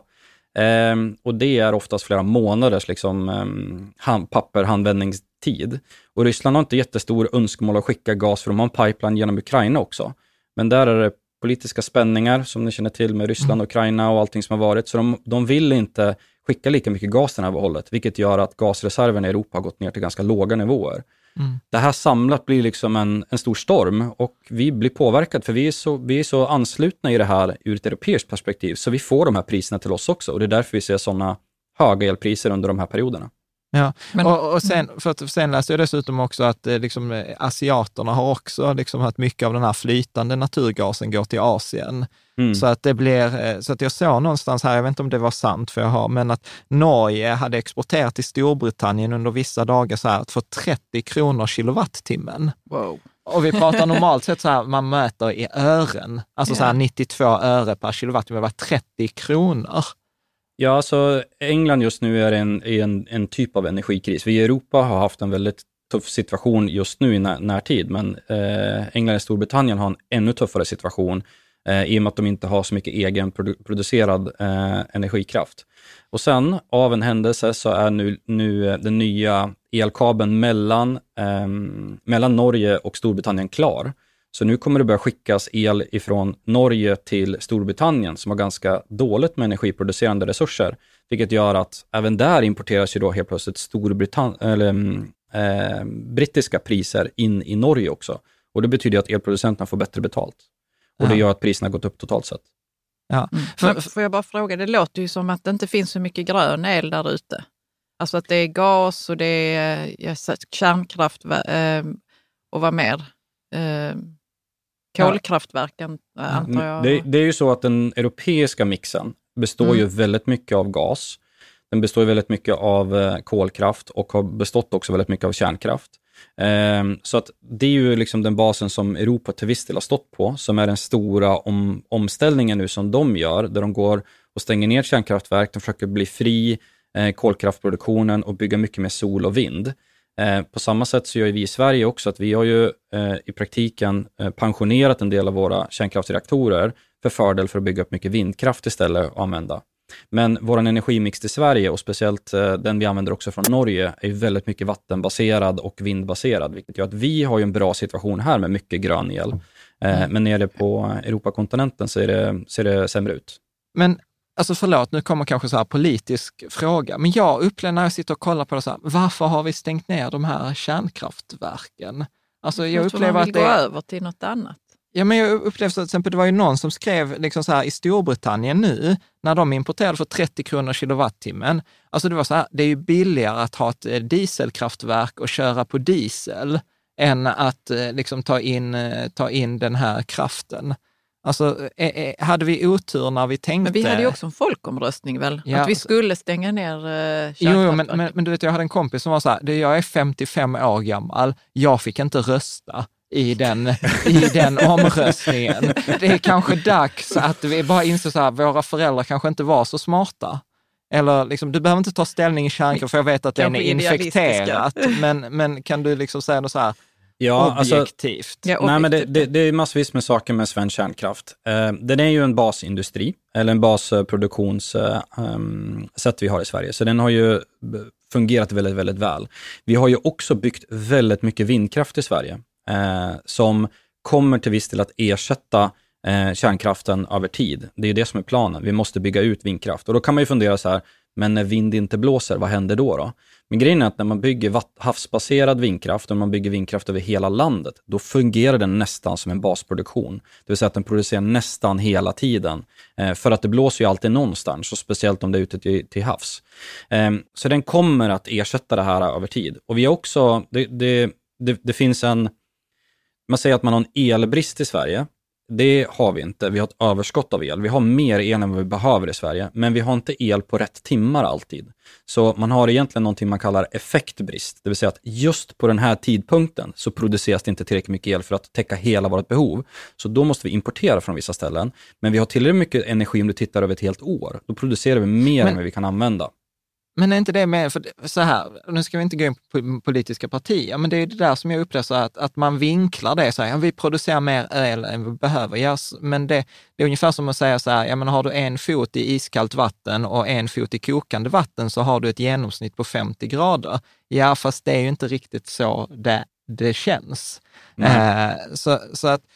Speaker 9: Ehm, och det är oftast flera månaders liksom, um, hand, papper, handvändningstid. Och Ryssland har inte jättestor önskemål att skicka gas, för de har en pipeline genom Ukraina också. Men där är det politiska spänningar som ni känner till med Ryssland, Ukraina och allting som har varit. Så de, de vill inte skicka lika mycket gas den här hållet, vilket gör att gasreserven i Europa har gått ner till ganska låga nivåer. Mm. Det här samlat blir liksom en, en stor storm, och vi blir påverkade för vi är, så, vi är så anslutna i det här ur ett europeiskt perspektiv, så vi får de här priserna till oss också, och det är därför vi ser sådana höga elpriser under de här perioderna.
Speaker 6: Ja, men, och, och sen, för att, sen läste jag dessutom också att eh, liksom, asiaterna har också liksom, att mycket av den här flytande naturgasen går till Asien. Mm. Så att det blir, så att jag såg någonstans här, jag vet inte om det var sant för jag har, men att Norge hade exporterat till Storbritannien under vissa dagar så här för trettio kronor kilowattimmen.
Speaker 8: Wow.
Speaker 6: Och vi pratar normalt sett så här, man mäter i ören, alltså yeah. så här nittiotvå öre per kilowattimme, var trettio kronor.
Speaker 9: Ja, så England just nu är en, en, en typ av energikris. Vi i Europa har haft en väldigt tuff situation just nu i när, närtid, men eh, England och Storbritannien har en ännu tuffare situation eh, i och med att de inte har så mycket egen produ- producerad eh, energikraft. Och sen av en händelse så är nu, nu den nya elkabeln mellan, eh, mellan Norge och Storbritannien klar. Så nu kommer det börja skickas el ifrån Norge till Storbritannien som har ganska dåligt med energiproducerande resurser. Vilket gör att även där importeras ju då helt plötsligt Storbritann- eller, eh, brittiska priser in i Norge också. Och det betyder att elproducenterna får bättre betalt. Och ja. Det gör att priserna har gått upp totalt sett.
Speaker 6: Ja.
Speaker 8: Mm. För, får jag bara fråga, det låter ju som att det inte finns så mycket grön el där ute. Alltså att det är gas och det är jag sett, kärnkraft eh, och vad mer? Eh, kolkraftverken, ja. antar jag.
Speaker 9: Det, det är ju så att den europeiska mixen består mm. ju väldigt mycket av gas. Den består ju väldigt mycket av eh, kolkraft och har bestått också väldigt mycket av kärnkraft. Eh, så att det är ju liksom den basen som Europa till viss del har stått på, som är den stora om, omställningen nu som de gör, där de går och stänger ner kärnkraftverk, de försöker bli fri eh, kolkraftproduktionen och bygga mycket mer sol och vind. Eh, på samma sätt så gör vi i Sverige också att vi har ju eh, i praktiken eh, pensionerat en del av våra kärnkraftsreaktorer för fördel för att bygga upp mycket vindkraft istället att använda. Men vår energimix i Sverige och speciellt eh, den vi använder också från Norge är ju väldigt mycket vattenbaserad och vindbaserad, vilket gör att vi har ju en bra situation här med mycket grön el. Eh, mm. Men nere på Europakontinenten så är det, ser det sämre ut.
Speaker 6: Men alltså förlåt, nu kommer kanske så här politisk fråga, men jag upplever när jag sitter och kollar på det så här, varför har vi stängt ner de här kärnkraftverken? Alltså jag, jag upplever
Speaker 8: man vill
Speaker 6: att det
Speaker 8: gå över till något annat.
Speaker 6: Ja, men jag upplevde så till exempel, det var ju någon som skrev liksom så här i Storbritannien nu, när de importerade för trettio kronor kilowattimmen. Alltså det var så här, det är ju billigare att ha ett dieselkraftverk och köra på diesel än att liksom ta in, ta in den här kraften. Alltså, hade vi otur när vi tänkte...
Speaker 8: Men vi hade ju också en folkomröstning väl? Ja. Att vi skulle stänga ner uh,
Speaker 6: Jo, jo men, men, men du vet, jag hade en kompis som var så här, jag är femtiofem år gammal, jag fick inte rösta i den, i den omröstningen. Det är kanske dags att vi bara inser så här, våra föräldrar kanske inte var så smarta. Eller liksom, du behöver inte ta ställning i kärnkraft, för jag vet att den är infekterat. Men, men kan du liksom säga något så här...
Speaker 9: Ja,
Speaker 6: objektivt.
Speaker 9: Alltså, ja, nej, men det, det, det är massvis med saker med svensk kärnkraft. Eh, den är ju en basindustri, eller en basproduktionssätt eh, vi har i Sverige. Så den har ju fungerat väldigt, väldigt väl. Vi har ju också byggt väldigt mycket vindkraft i Sverige, eh, som kommer till viss till att ersätta eh, kärnkraften över tid. Det är det som är planen. Vi måste bygga ut vindkraft. Och då kan man ju fundera så här, men när vind inte blåser, vad händer då då? Men grejen är att när man bygger havsbaserad vindkraft och man bygger vindkraft över hela landet, då fungerar den nästan som en basproduktion. Det vill säga att den producerar nästan hela tiden. Eh, för att det blåser ju alltid någonstans, och speciellt om det är ute till, till havs. Eh, så den kommer att ersätta det här över tid. Och vi har också, det, det, det, det finns en, man säger att man har en elbrist i Sverige. Det har vi inte. Vi har ett överskott av el. Vi har mer el än vad vi behöver i Sverige. Men vi har inte el på rätt timmar alltid. Så man har egentligen någonting man kallar effektbrist. Det vill säga att just på den här tidpunkten så produceras det inte tillräckligt mycket el för att täcka hela vårt behov. Så då måste vi importera från vissa ställen. Men vi har tillräckligt mycket energi om du tittar över ett helt år. Då producerar vi mer men, än vad vi kan använda.
Speaker 6: Men är inte det med, för så här, nu ska vi inte gå in på politiska partier, men det är det där som jag upplever så att, att man vinklar det så här, ja, vi producerar mer el än vi behöver. Yes, men det, det är ungefär som att säga så här, ja men har du en fot i iskallt vatten och en fot i kokande vatten så har du ett genomsnitt på femtio grader. Ja, fast det är ju inte riktigt så det, det känns. Eh, så, så att,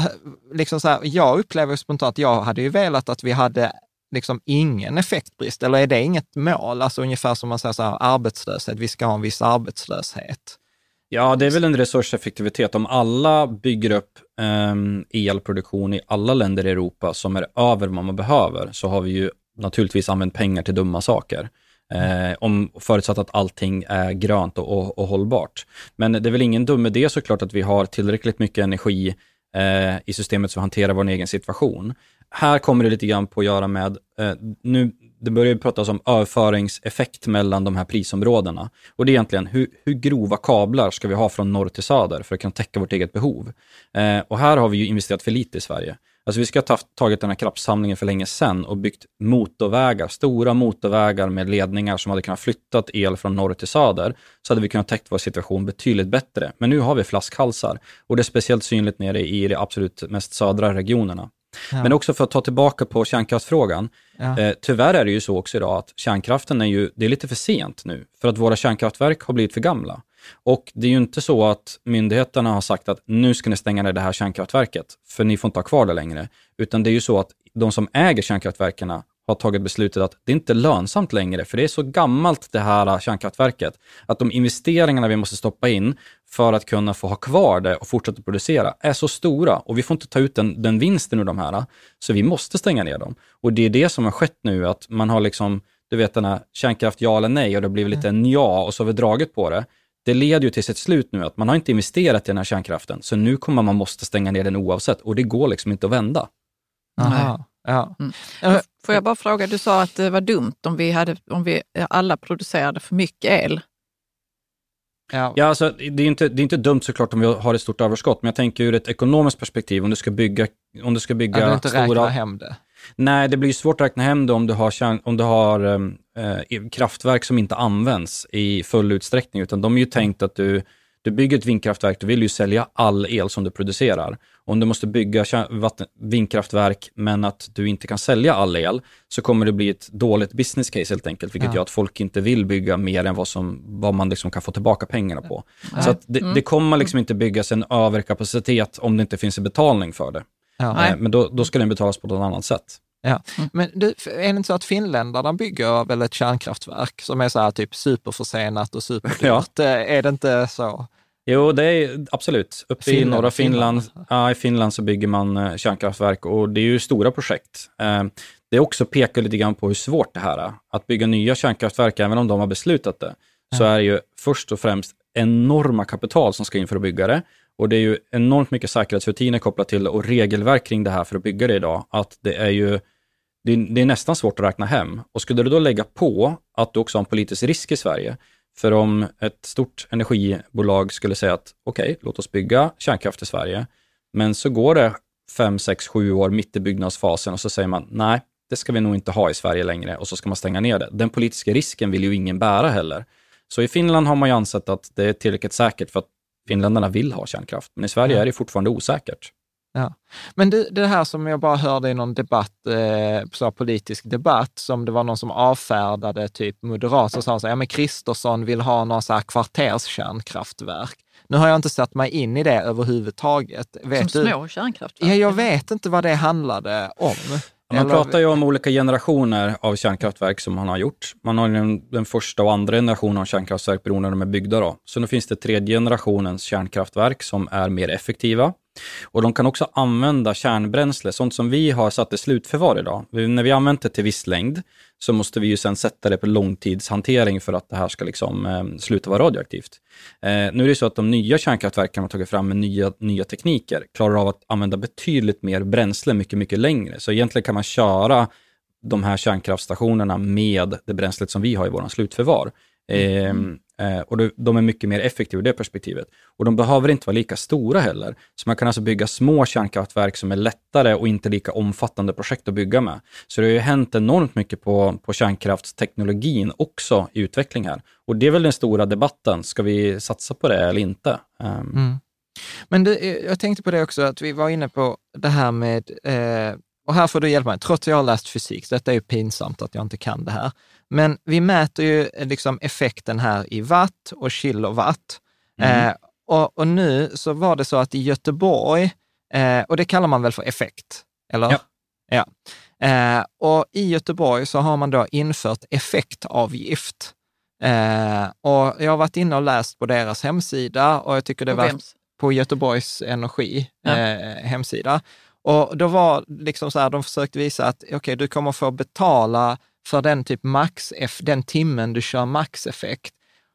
Speaker 6: liksom så här, jag upplever spontant, jag hade ju velat att vi hade liksom ingen effektbrist, eller är det inget mål? Alltså ungefär som man säger så här, arbetslöshet, vi ska ha en viss arbetslöshet.
Speaker 9: Ja, det är väl en resurseffektivitet. Om alla bygger upp eh, elproduktion i alla länder i Europa som är över vad man behöver, så har vi ju naturligtvis använt pengar till dumma saker. Eh, om förutsatt att allting är grönt och, och, och hållbart. Men det är väl ingen dum idé såklart att vi har tillräckligt mycket energi eh, i systemet som hanterar vår egen situation. Här kommer det lite grann på att göra med, eh, nu det börjar ju pratas om överföringseffekt mellan de här prisområdena. Och det är egentligen hur, hur grova kablar ska vi ha från norr till söder för att kunna täcka vårt eget behov. Eh, och här har vi ju investerat för lite i Sverige. Alltså vi ska ha tagit den här kraftsamlingen för länge sedan och byggt motorvägar, stora motorvägar med ledningar som hade kunnat flyttat el från norr till söder, så hade vi kunnat täcka vår situation betydligt bättre. Men nu har vi flaskhalsar och det är speciellt synligt nere i de absolut mest södra regionerna. Ja. Men också för att ta tillbaka på kärnkraftsfrågan. Ja. Eh, tyvärr är det ju så också idag att kärnkraften är ju, det är lite för sent nu. För att våra kärnkraftverk har blivit för gamla. Och det är ju inte så att myndigheterna har sagt att nu ska ni stänga ner det här kärnkraftverket. För ni får inte ha kvar det längre. Utan det är ju så att de som äger kärnkraftverkerna har tagit beslutet att det inte är lönsamt längre. För det är så gammalt det här kärnkraftverket. Att de investeringarna vi måste stoppa in för att kunna få ha kvar det och fortsätta producera är så stora. Och vi får inte ta ut den, den vinsten ur de här. Så vi måste stänga ner dem. Och det är det som har skett nu. Att man har liksom, du vet den här kärnkraft ja eller nej. Och det blir lite en ja och så har vi dragit på det. Det leder ju till sitt slut nu att man har inte investerat i den här kärnkraften. Så nu kommer man måste stänga ner den oavsett. Och det går liksom inte att vända.
Speaker 6: Aha. Ja.
Speaker 8: Mm. Får jag bara fråga, du sa att det var dumt om vi, hade, om vi alla producerade för mycket el.
Speaker 9: Ja, ja alltså, det, är inte, det är inte dumt såklart om vi har ett stort överskott, men jag tänker ur ett ekonomiskt perspektiv, om du ska bygga, om du ska bygga
Speaker 6: ja, du inte
Speaker 9: stora...
Speaker 6: räkna hem det.
Speaker 9: Nej, det blir svårt att räkna hem det om du har, kärn, om du har eh, kraftverk som inte används i full utsträckning, utan de är ju tänkt att du, du bygger ett vindkraftverk, du vill ju sälja all el som du producerar. Om du måste bygga vatten, vindkraftverk men att du inte kan sälja all el, så kommer det bli ett dåligt business case helt enkelt, vilket ja. gör att folk inte vill bygga mer än vad, som, vad man liksom kan få tillbaka pengarna på. Ja. Så att det, mm. det kommer liksom inte byggas en överkapacitet om det inte finns en betalning för det. Ja. Men då, då ska den betalas på något annat sätt.
Speaker 6: Ja, men du, är det inte så att finländarna bygger väl ett kärnkraftverk som är så här typ superförsenat och superdyrt? Ja. Är det inte så?
Speaker 9: Jo, det är absolut. Uppe Finland, i norra Finland, Finland. Ja, i Finland så bygger man kärnkraftverk och det är ju stora projekt. Det också pekar lite grann på hur svårt det här är. Att bygga nya kärnkraftverk, även om de har beslutat det, så är det ju först och främst enorma kapital som ska in för att bygga det. Och det är ju enormt mycket säkerhetsrutiner kopplat till och regelverk kring det här för att bygga det idag. Att det är ju det är, det är nästan svårt att räkna hem. Och skulle du då lägga på att du också har en politisk risk i Sverige. För om ett stort energibolag skulle säga att okej, okay, låt oss bygga kärnkraft i Sverige. Men så går det fem, sex, sju år mitt i byggnadsfasen och så säger man nej, det ska vi nog inte ha i Sverige längre och så ska man stänga ner det. Den politiska risken vill ju ingen bära heller. Så i Finland har man ju ansett att det är tillräckligt säkert för att finländarna vill ha kärnkraft. Men i Sverige ja. är det fortfarande osäkert.
Speaker 6: Ja. Men det, det här som jag bara hörde i någon debatt, eh, så politisk debatt, som det var någon som avfärdade typ moderat och sa så här, ja men Kristersson vill ha några så här kvarterskärnkraftverk. Nu har jag inte satt mig in i det överhuvudtaget. Vet
Speaker 8: som
Speaker 6: du?
Speaker 8: Små kärnkraftverk?
Speaker 6: Ja, jag vet inte vad det handlade om.
Speaker 9: Man Eller... pratar ju om olika generationer av kärnkraftverk som man har gjort. Man har den, den första och andra generationen av kärnkraftverk beroende på när de är byggda då. Så nu finns det tredje generationens kärnkraftverk som är mer effektiva. Och de kan också använda kärnbränsle, sånt som vi har satt i slutförvar idag. När vi använt det till viss längd så måste vi ju sen sätta det på långtidshantering för att det här ska liksom eh, sluta vara radioaktivt. Eh, nu är det så att de nya kärnkraftverken har tagit fram med nya, nya tekniker klarar av att använda betydligt mer bränsle mycket, mycket längre. Så egentligen kan man köra de här kärnkraftstationerna med det bränslet som vi har i våran slutförvar. Mm. Eh, och de är mycket mer effektiva i det perspektivet. Och de behöver inte vara lika stora heller. Så man kan alltså bygga små kärnkraftverk som är lättare och inte lika omfattande projekt att bygga med. Så det har ju hänt enormt mycket på, på kärnkraftsteknologin också i utveckling här. Och det är väl den stora debatten. Ska vi satsa på det eller inte? Um.
Speaker 6: Mm. Men det, jag tänkte på det också, att vi var inne på det här med... Eh, och här får du hjälpa mig, trots att jag har läst fysik. Detta är ju pinsamt att jag inte kan det här. Men vi mäter ju liksom effekten här i watt och kilowatt. Mm. Eh, och, och nu så var det så att i Göteborg, eh, och det kallar man väl för effekt, eller?
Speaker 9: Ja.
Speaker 6: ja. Eh, och i Göteborg så har man då infört effektavgift. Eh, och jag har varit inne och läst på deras hemsida och jag tycker det var på Göteborgs Energi ja. eh, hemsida. Och då var liksom så här, de försökte visa att okej, okay, du kommer få betala för den typ max, den timmen du kör maxeffekt.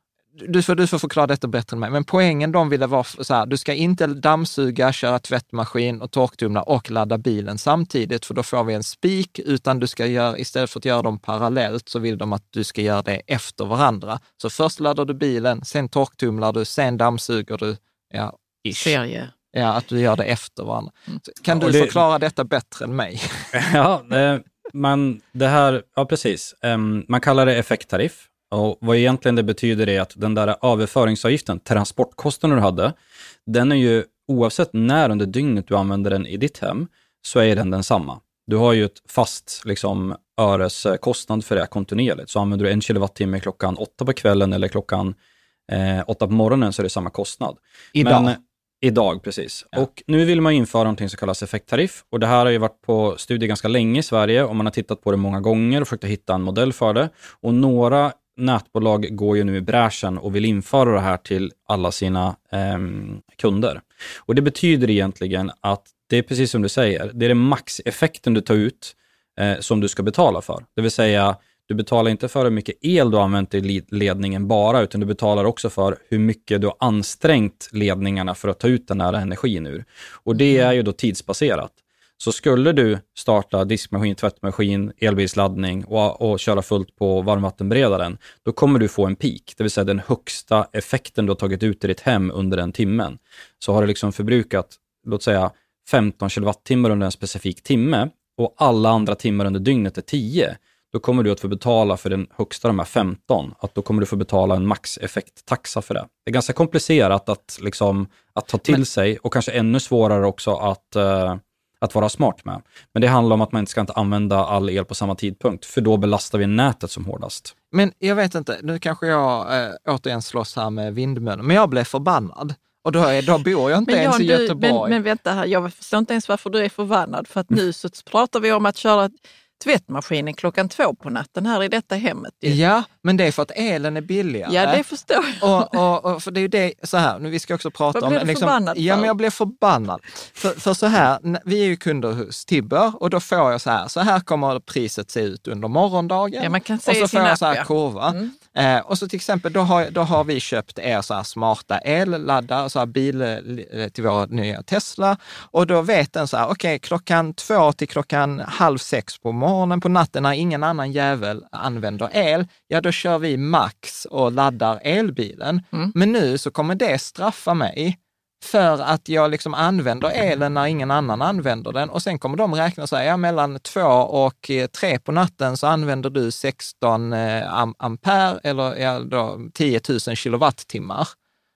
Speaker 6: Du får, du får förklara detta bättre än mig. Men poängen de ville vara så här, du ska inte dammsuga, köra tvättmaskin och torktumla och ladda bilen samtidigt, för då får vi en spik, utan du ska göra, istället för att göra dem parallellt så vill de att du ska göra det efter varandra. Så först laddar du bilen, sen torktumlar du, sen dammsuger du. Ja, ish.
Speaker 8: Serie.
Speaker 6: Ja, att du gör det efter varandra. Kan
Speaker 9: ja,
Speaker 6: du
Speaker 9: det,
Speaker 6: förklara detta bättre än mig?
Speaker 9: Ja, det, man, det här, ja precis. Um, man kallar det effekttariff. Och vad egentligen det betyder är att den där överföringsavgiften, transportkostnaden du hade, den är ju oavsett när under dygnet du använder den i ditt hem, så är den densamma. Du har ju ett fast liksom, öreskostnad för det kontinuerligt. Så använder du en kilowattimme klockan åtta på kvällen eller klockan eh, åtta på morgonen, så är det samma kostnad.
Speaker 6: Idag?
Speaker 9: Men, Idag, precis. Ja. Och nu vill man införa någonting som kallas effekttariff. Och det här har ju varit på studie ganska länge i Sverige och man har tittat på det många gånger och försökt hitta en modell för det. Och några nätbolag går ju nu i bräschen och vill införa det här till alla sina eh, kunder. Och det betyder egentligen att det är precis som du säger, det är den maxeffekten du tar ut eh, som du ska betala för. Det vill säga, du betalar inte för hur mycket el du har använt i ledningen bara, utan du betalar också för hur mycket du har ansträngt ledningarna för att ta ut den här energin ur. Och det är ju då tidsbaserat. Så skulle du starta diskmaskin, tvättmaskin, elbilsladdning och, och köra fullt på varmvattenberedaren, då kommer du få en peak, det vill säga den högsta effekten du har tagit ut i ditt hem under den timmen. Så har du liksom förbrukat, låt säga femton kilowattimmar under en specifik timme och alla andra timmar under dygnet är tio. Då kommer du att få betala för den högsta de här femton. Att då kommer du få betala en maxeffekttaxa för det. Det är ganska komplicerat att, liksom, att ta till Men... sig och kanske ännu svårare också att, uh, att vara smart med. Men det handlar om att man inte ska inte använda all el på samma tidpunkt. För då belastar vi nätet som hårdast.
Speaker 6: Men jag vet inte, nu kanske jag äh, återigen slåss här med vindmöllor. Men jag blev förbannad. Och då, är, då bor jag inte
Speaker 8: men
Speaker 6: ens
Speaker 8: Jan,
Speaker 6: i Göteborg.
Speaker 8: Du, men, men vänta här, jag förstår inte ens varför du är förbannad. För att nu så pratar vi om att köra tvättmaskinen klockan två på natten här i detta hemmet. Ju.
Speaker 6: Ja, men det är för att elen är billigare.
Speaker 8: Ja, det förstår
Speaker 6: jag. Och, och, och för det är ju det, så här, nu vi ska också prata
Speaker 8: Vad
Speaker 6: om...
Speaker 8: blev du
Speaker 6: liksom,
Speaker 8: förbannad för?
Speaker 6: Ja, men jag blev förbannad. För, för så här, vi är ju kunder hos Tibber och då får jag så här, så här kommer priset se ut under morgondagen.
Speaker 8: Ja, man kan se
Speaker 6: och så får jag så här
Speaker 8: app,
Speaker 6: kurva.
Speaker 8: Mm.
Speaker 6: Eh, och så till exempel, då har, då har vi köpt er så här smarta elladdare, så här bil till våra nya Tesla. Och då vet den så här, okej, okay, klockan två till klockan halv sex på morgonen, på natten när ingen annan jävel använder el, ja då kör vi max och laddar elbilen. Mm. Men nu så kommer det straffa mig för att jag liksom använder elen när ingen annan använder den. Och sen kommer de räkna så här, ja, mellan två och tre på natten så använder du sexton eh, ampere eller ja, då, tio tusen kilowattimmar.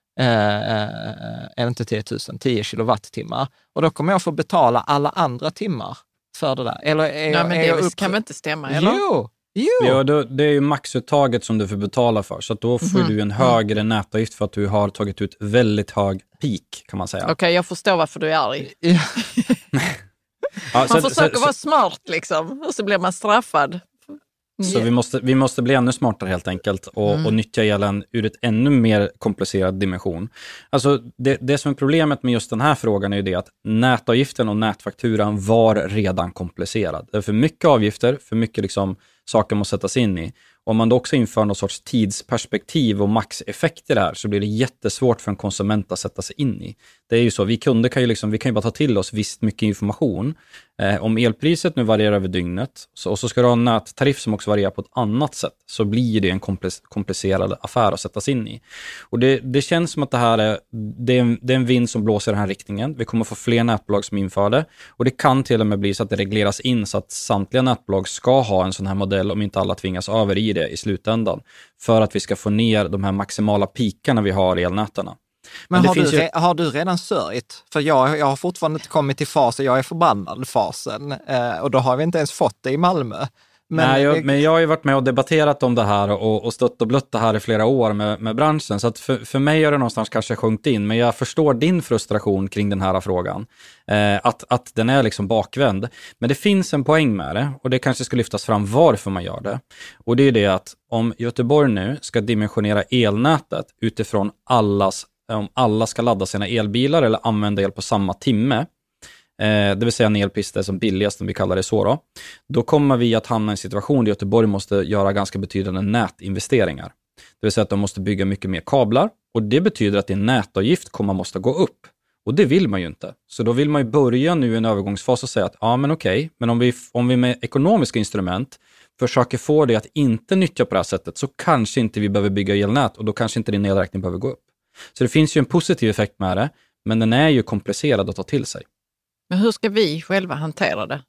Speaker 6: Eh, eh, eller inte tio tusen, tio kilowattimmar. Och då kommer jag få betala alla andra timmar för det där. Eller är,
Speaker 8: ja, men det
Speaker 6: är upp...
Speaker 8: kan väl inte stämma, eller?
Speaker 6: Jo! Jo.
Speaker 9: Ja, då, det är ju maxuttaget som du får betala för. Så att då får mm. du en högre nätavgift för att du har tagit ut väldigt hög peak, kan man säga.
Speaker 8: Okej, okay, jag förstår varför du är arg.
Speaker 6: Ja.
Speaker 8: Man så, försöker så, vara smart liksom, och så blir man straffad.
Speaker 9: Så
Speaker 8: Yeah.
Speaker 9: vi, måste, vi måste bli ännu smartare helt enkelt och,
Speaker 8: Mm.
Speaker 9: och nyttja elen ur ett ännu mer komplicerad dimension. Alltså det, det som är problemet med just den här frågan är ju det att nätavgiften och nätfakturan var redan komplicerad. Det är för mycket avgifter, för mycket liksom saker måste sättas in i. Om man då också inför någon sorts tidsperspektiv och maxeffekt i det här så blir det jättesvårt för en konsument att sätta sig in i. Det är ju så, vi kunder kan ju, liksom, vi kan ju bara ta till oss visst mycket information. Eh, om elpriset nu varierar över dygnet så, och så ska du ha en nättariff som också varierar på ett annat sätt så blir det en komplic- komplicerad affär att sätta sig in i. Och det, det känns som att det här är, det är, en, det är en vind som blåser i den här riktningen. Vi kommer få fler nätbolag som inför det och det kan till och med bli så att det regleras in så att samtliga nätbolag ska ha en sån här modell om inte alla tvingas över i det i slutändan för att vi ska få ner de här maximala pikarna vi har i elnätarna.
Speaker 6: Men,
Speaker 9: Men
Speaker 6: har,
Speaker 9: det
Speaker 6: du,
Speaker 9: finns ju...
Speaker 6: har du redan sörjt? För jag, jag har fortfarande inte kommit till fasen, jag är förbannad fasen. Eh, och då har vi inte ens fått det i Malmö. Men,
Speaker 9: Nej, jag,
Speaker 6: det...
Speaker 9: men jag har ju varit med och debatterat om det här och, och stött och blött det här i flera år med, med branschen. Så att för, för mig har det någonstans kanske sjunkit in. Men jag förstår din frustration kring den här frågan. Eh, att, att den är liksom bakvänd. Men det finns en poäng med det. Och det kanske ska lyftas fram varför man gör det. Och det är det att om Göteborg nu ska dimensionera elnätet utifrån allas, om alla ska ladda sina elbilar eller använda el på samma timme. Eh, det vill säga en elpris är som billigast om vi kallar det så då. Då kommer vi att hamna i en situation där Göteborg måste göra ganska betydande nätinvesteringar. Det vill säga att de måste bygga mycket mer kablar och det betyder att din nätavgift kommer måste gå upp. Och det vill man ju inte. Så då vill man ju börja nu i en övergångsfas och säga att ja men okej, men om vi, om vi med ekonomiska instrument försöker få det att inte nyttja på det här sättet så kanske inte vi behöver bygga elnät och då kanske inte din elräkning behöver gå upp. Så det finns ju en positiv effekt med det, men den är ju komplicerad att ta till sig.
Speaker 8: Men hur ska vi själva hantera det?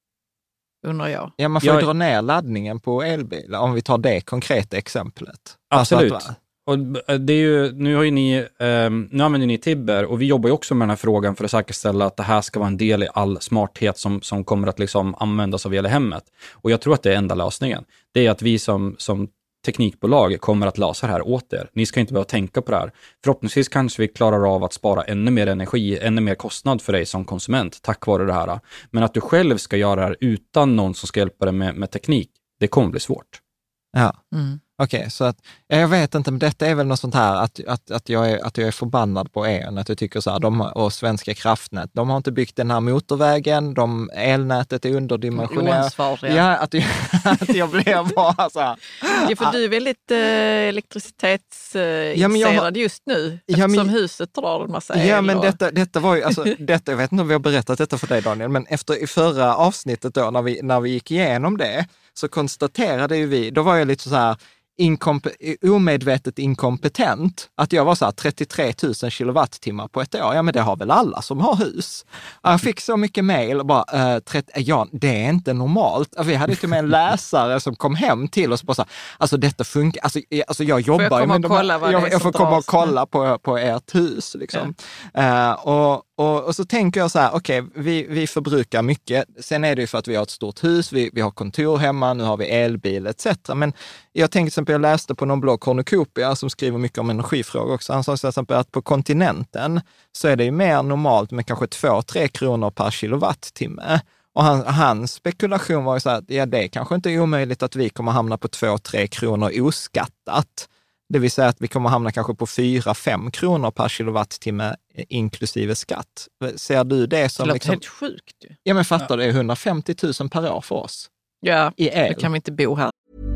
Speaker 8: Undrar jag.
Speaker 6: Ja, man får
Speaker 9: jag...
Speaker 6: dra ner laddningen på elbilar om vi tar det konkreta exemplet.
Speaker 9: Absolut.
Speaker 6: Alltså att,
Speaker 9: och det är ju, nu har ju ni, eh, nu använder ni Tibber och vi jobbar ju också med den här frågan för att säkerställa att det här ska vara en del i all smarthet som, som kommer att liksom användas av el i hemmet. Och jag tror att det är enda lösningen. Det är att vi som, som teknikbolag kommer att lösa det här åt er. Ni ska inte behöva tänka på det här. Förhoppningsvis kanske vi klarar av att spara ännu mer energi, ännu mer kostnad för dig som konsument tack vare det här. Men att du själv ska göra det här utan någon som ska hjälpa dig med, med teknik, det kommer bli svårt.
Speaker 6: ja.
Speaker 8: Mm.
Speaker 6: Okej, okay, så att, ja, jag vet inte, men detta är väl något sånt här att, att, att, jag, är, att jag är förbannad på er, att jag tycker så här, de, och Svenska kraftnät, de har inte byggt den här motorvägen, de, elnätet är underdimensionerat.
Speaker 8: Oansvariga.
Speaker 6: Ja, att jag, att jag blir bara så här.
Speaker 8: Ja, för du är väldigt eh, elektricitetsintresserad
Speaker 6: Ja, men jag-
Speaker 8: just nu,
Speaker 6: Ja, men-
Speaker 8: eftersom huset drar en massa el.
Speaker 6: Ja, men
Speaker 8: och-
Speaker 6: detta, detta var ju, alltså, detta, jag vet inte om vi har berättat detta för dig Daniel, men efter i förra avsnittet då, när vi, när vi gick igenom det, så konstaterade ju vi, då var jag lite så här, Inkompe- omedvetet inkompetent, att jag var så här trettiotre tusen kilowattimmar på ett år. Ja, men det har väl alla som har hus. Jag fick så mycket mejl och bara, äh, trettio, ja, det är inte normalt. Vi hade till och med en läsare som kom hem till oss och bara så här, alltså detta funkar, alltså, alltså jag jobbar
Speaker 8: jag komma
Speaker 6: med
Speaker 8: och
Speaker 6: de här-
Speaker 8: kolla vad det är
Speaker 6: jag, jag får
Speaker 8: som
Speaker 6: komma och
Speaker 8: dras?
Speaker 6: kolla på, på ert hus liksom. Uh, och, och, och så tänker jag så här, okej, okay, vi, vi förbrukar mycket. Sen är det ju för att vi har ett stort hus, vi, vi har kontor hemma, nu har vi elbil et cetera. Men jag tänkte till exempel, jag läste på någon blogg, Cornucopia, som skriver mycket om energifrågor också. Han sa till exempel att på kontinenten så är det ju mer normalt med kanske två, tre kronor per kilowattimme. Och han, hans spekulation var ju så här, att ja, det kanske inte är omöjligt att vi kommer hamna på två, tre kronor oskattat. Det vill säga att vi kommer hamna kanske på fyra, fem kronor per kilowattimme inklusive skatt. Ser du det som...
Speaker 8: Det låter
Speaker 6: liksom,
Speaker 8: helt sjukt ju.
Speaker 6: ja, men fattar du, det är hundrafemtio tusen per år för oss.
Speaker 8: Ja,
Speaker 6: I el.
Speaker 8: då kan vi inte bo här.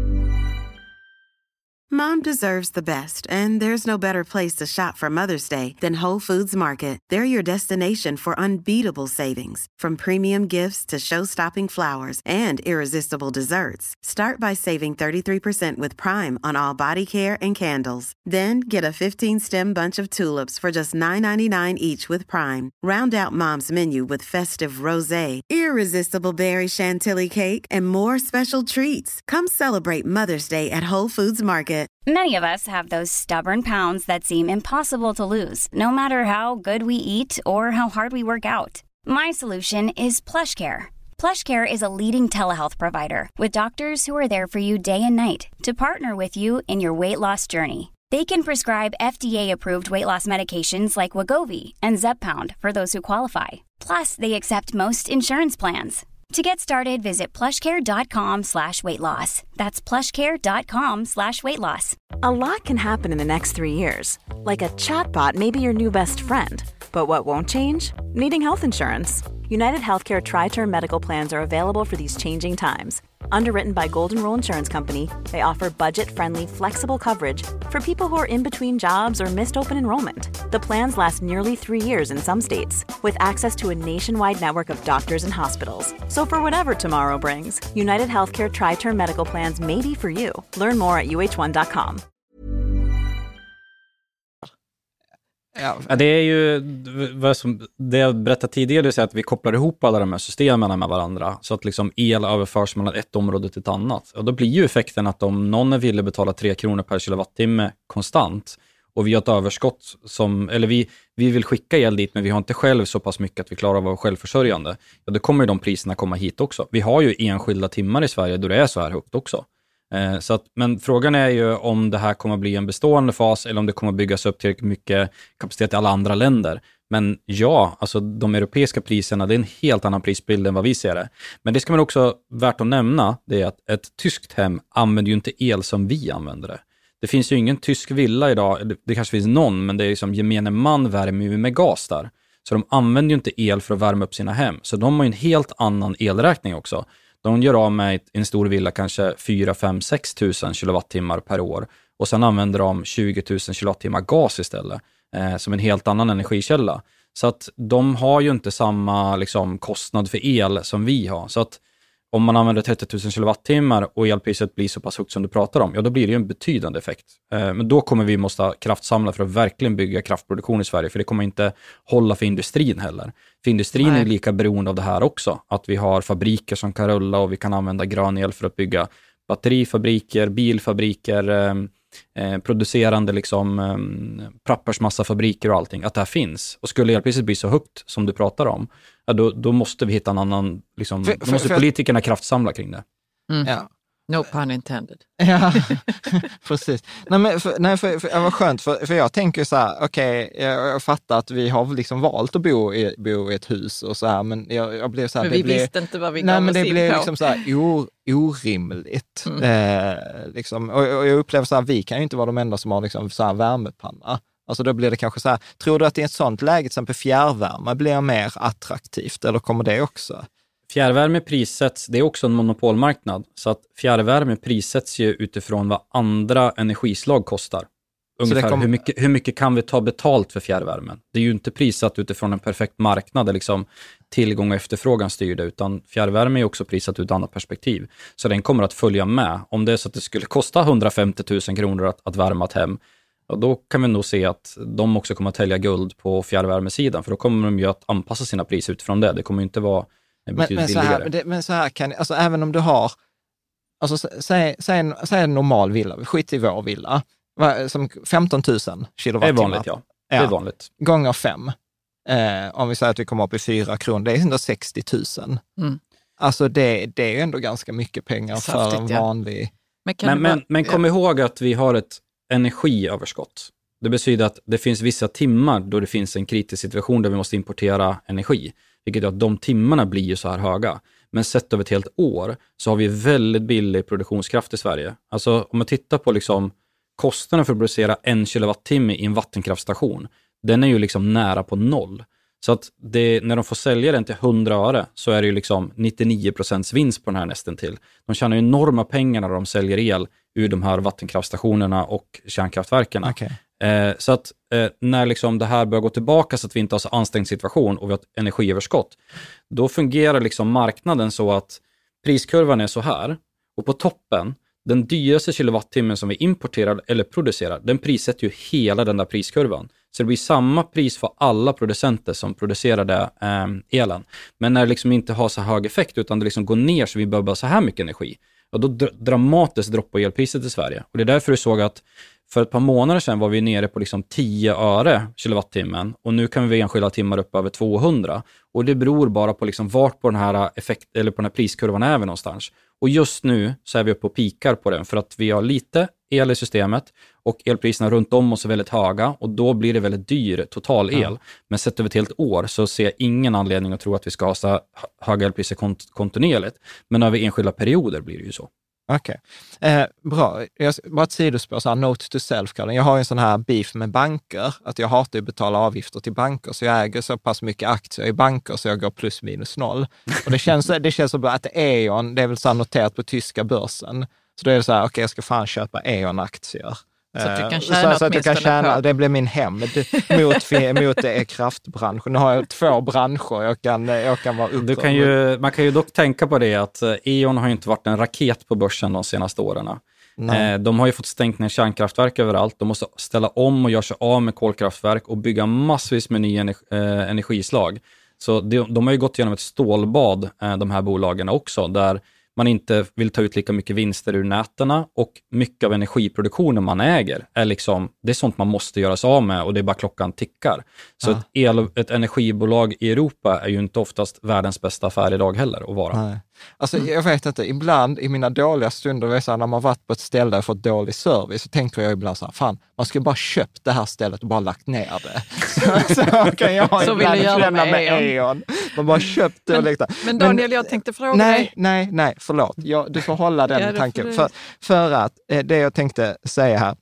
Speaker 10: Mom deserves the best, and there's no better place to shop for Mother's Day than Whole Foods Market. They're your destination for unbeatable savings, from premium gifts to show-stopping flowers and irresistible desserts. Start by saving thirty-three percent with Prime on all body care and candles. Then get a fifteen-stem bunch of tulips for just nine ninety-nine each with Prime. Round out Mom's menu with festive rosé, irresistible berry chantilly cake, and more special treats. Come celebrate Mother's Day at Whole Foods Market.
Speaker 11: Many of us have those stubborn pounds that seem impossible to lose, no matter how good we eat or how hard we work out. My solution is PlushCare. PlushCare is a leading telehealth provider with doctors who are there for you day and night to partner with you in your weight loss journey. They can prescribe F D A-approved weight loss medications like Wegovy and Zepbound for those who qualify. Plus, they accept most insurance plans. To get started, visit plushcare.com slash weight loss. That's plushcare.com slash weight loss.
Speaker 1: A lot can happen in the next three years. Like a chatbot may be your new best friend. But what won't change? Needing health insurance. United Healthcare Tri-Term Medical Plans are available for these changing times. Underwritten by Golden Rule Insurance Company, they offer budget-friendly, flexible coverage for people who are in between jobs or missed open enrollment. The plans last nearly three years in some states, with access to a nationwide network of doctors and hospitals. So for whatever tomorrow brings, United Healthcare Tri-Term Medical Plans may be for you. Learn more at u h one dot com.
Speaker 9: Ja. Ja, det är ju vad som, det jag berättade tidigare, det är att vi kopplar ihop alla de här systemen med varandra så att liksom el överförs mellan ett område till ett annat. Och då blir ju effekten att om någon vill betala tre kronor per kilowattimme konstant och vi har ett överskott som, eller vi, vi vill skicka el dit men vi har inte själv så pass mycket att vi klarar att vara självförsörjande, ja, då kommer ju de priserna komma hit också. Vi har ju enskilda timmar i Sverige då det är så här högt också. Eh, så att, men frågan är ju om det här kommer bli en bestående fas eller om det kommer byggas upp till mycket kapacitet i alla andra länder. Men ja, alltså de europeiska priserna, det är en helt annan prisbild än vad vi ser det. Men det ska man också värt att nämna, det är att ett tyskt hem använder ju inte el som vi använder det. Det finns ju ingen tysk villa idag, det, det kanske finns någon, men det är som gemene man värmer ju med gas där. Så de använder ju inte el för att värma upp sina hem. Så de har ju en helt annan elräkning också. De gör av med en stor villa kanske fyra, fem, sex tusen kilowattimmar per år. Och sen använder de tjugo tusen kilowattimmar gas istället. Eh, som en helt annan energikälla. Så att de har ju inte samma liksom, kostnad för el som vi har. Så att om man använder trettio tusen kilowattimmar och elpriset blir så pass högt som du pratar om, ja då blir det ju en betydande effekt. Eh, men då kommer vi måste kraftsamla för att verkligen bygga kraftproduktion i Sverige, för det kommer inte hålla för industrin heller. För industrin Nej. är lika beroende av det här också, att vi har fabriker som kan rulla och vi kan använda grön el för att bygga batterifabriker, bilfabriker, eh, eh, producerande liksom eh, pappersmassafabriker och allting, att det här finns. Och skulle elpriset bli så högt som du pratar om, ja, då, då måste vi hitta en annan, liksom, för, då måste för, politikerna kraftsamla kring det.
Speaker 8: Mm. Ja. No pun intended.
Speaker 6: Ja, precis. Nej, men för, nej, för, för, det var skönt, för, för jag tänker så här, okej, okay, jag, jag fattar att vi har liksom valt att bo i, bo i ett hus och så här, men jag, jag blev så här...
Speaker 8: Men
Speaker 6: det
Speaker 8: vi
Speaker 6: blev,
Speaker 8: visste inte vad vi
Speaker 6: nej,
Speaker 8: gav
Speaker 6: men det
Speaker 8: oss in
Speaker 6: blev
Speaker 8: på.
Speaker 6: liksom så här or, orimligt.
Speaker 8: Mm.
Speaker 6: Eh, liksom, och, och jag upplever så här, vi kan ju inte vara de enda som har liksom så här värmepanna. Alltså då blir det kanske så här, tror du att i ett sånt läge, till exempel fjärrvärme, blir mer attraktivt, eller kommer det också?
Speaker 9: Fjärrvärme prissätts, det är också en monopolmarknad, så att fjärrvärme prissätts ju utifrån vad andra energislag kostar. Ungefär kom... hur, mycket, hur mycket kan vi ta betalt för fjärrvärmen? Det är ju inte prissatt utifrån en perfekt marknad där liksom tillgång och efterfrågan styr det, utan fjärrvärme är också prissatt ur ett annat perspektiv. Så den kommer att följa med. Om det är så att det skulle kosta hundrafemtio tusen kronor att, att värma ett hem, och då kan vi nog se att de också kommer att tälja guld på fjärrvärmesidan, för då kommer de ju att anpassa sina priser utifrån det. Det kommer ju inte vara
Speaker 6: men, men, så här, det, men så här kan, alltså även om du har, alltså säg, säg, en, säg en normal villa, skit i vår villa, som femton tusen kilowattimmar.
Speaker 9: Det är vanligt, ja. Det är vanligt.
Speaker 6: Gånger fem. Eh, om vi säger att vi kommer upp i fyra kronor, det är ändå sextio tusen. Mm. Alltså det, det är ju ändå ganska mycket pengar Saftigt, för en vanlig...
Speaker 9: Ja. Men, men, men, men kom ja. ihåg att vi har ett energiöverskott. Det betyder att det finns vissa timmar då det finns en kritisk situation där vi måste importera energi. Vilket gör att de timmarna blir ju så här höga. Men sett över ett helt år så har vi väldigt billig produktionskraft i Sverige. Alltså om man tittar på liksom kostnaden för att producera en kilowattimme i en vattenkraftstation, den är ju liksom nära på noll. Så att det, när de får sälja den till hundra öre så är det ju liksom nittionio procent vinst på den här nästan till. De tjänar ju enorma pengar när de säljer el ur de här vattenkraftstationerna och kärnkraftverken.
Speaker 6: Okay.
Speaker 9: Eh, så att eh, när liksom det här börjar gå tillbaka så att vi inte har så ansträngd situation och vi har ett energiöverskott, då fungerar liksom marknaden så att priskurvan är så här, och på toppen, den dyraste kilowattimmen som vi importerar eller producerar, den prissätter ju hela den där priskurvan. Så det blir samma pris för alla producenter som producerade eh, elen. Men när det liksom inte har så hög effekt utan det liksom går ner så vi behöver så här mycket energi, och då dr- dramatiskt droppar elpriset i Sverige. Och det är därför du såg att För ett par månader sedan var vi nere på liksom tio öre kilowattimmen och nu kan vi enskilda timmar upp över tvåhundra. Och det beror bara på liksom vart på den här effekt, eller på den här priskurvan är vi någonstans. Och just nu så är vi uppe och pikar på den för att vi har lite el i systemet och elpriserna runt om oss är väldigt höga och då blir det väldigt dyr total el. Ja. Men sett över ett helt år så ser jag ingen anledning att tro att vi ska ha så höga elpriser kont- kontinuerligt. Men över enskilda perioder blir det ju så.
Speaker 6: Okej, okay. eh, bra. Jag, bara ett sidospår, så här, note to self. Jag har en sån här beef med banker, att jag hatar att betala avgifter till banker, så jag äger så pass mycket aktier i banker så jag går plus minus noll. Och det känns, det känns så bra att E.ON, det är väl så noterat på tyska börsen, så då är det så här, okej okay, jag ska fan köpa E.ON-aktier.
Speaker 8: Så att du kan tjäna,
Speaker 6: så, så att jag kan tjäna det blir min hem mot, mot det är kraftbranschen. Nu har jag två branscher jag kan, jag kan vara upp.
Speaker 9: Du kan ju, man kan ju dock tänka på det att E.ON har ju inte varit en raket på börsen de senaste åren. Nej. De har ju fått stängt ner kärnkraftverk överallt. De måste ställa om och göra sig av med kolkraftverk och bygga massvis med nya energislag. Så de, de har ju gått igenom ett stålbad, de här bolagen också, där man inte vill ta ut lika mycket vinster ur näterna och mycket av energiproduktionen man äger är liksom, det är sånt man måste göra sig av med och det är bara klockan tickar. Så ja. ett, el, ett energibolag i Europa är ju inte oftast världens bästa affär idag heller att vara.
Speaker 6: Nej. Alltså jag vet inte, ibland i mina dåliga stunder, så här, när man varit på ett ställe och fått dålig service, så tänker jag ibland så här, fan, man skulle bara köpt det här stället och bara lagt ner det. Så, så kan jag
Speaker 8: så
Speaker 6: ibland känna med, med
Speaker 8: E.ON.
Speaker 6: Man bara köpt det och
Speaker 8: men,
Speaker 6: lagt
Speaker 8: men Daniel, jag tänkte fråga
Speaker 6: nej,
Speaker 8: dig.
Speaker 6: Nej, nej, förlåt. Jag, du får hålla den
Speaker 8: ja,
Speaker 6: tanken. För, för att eh, det jag tänkte säga här,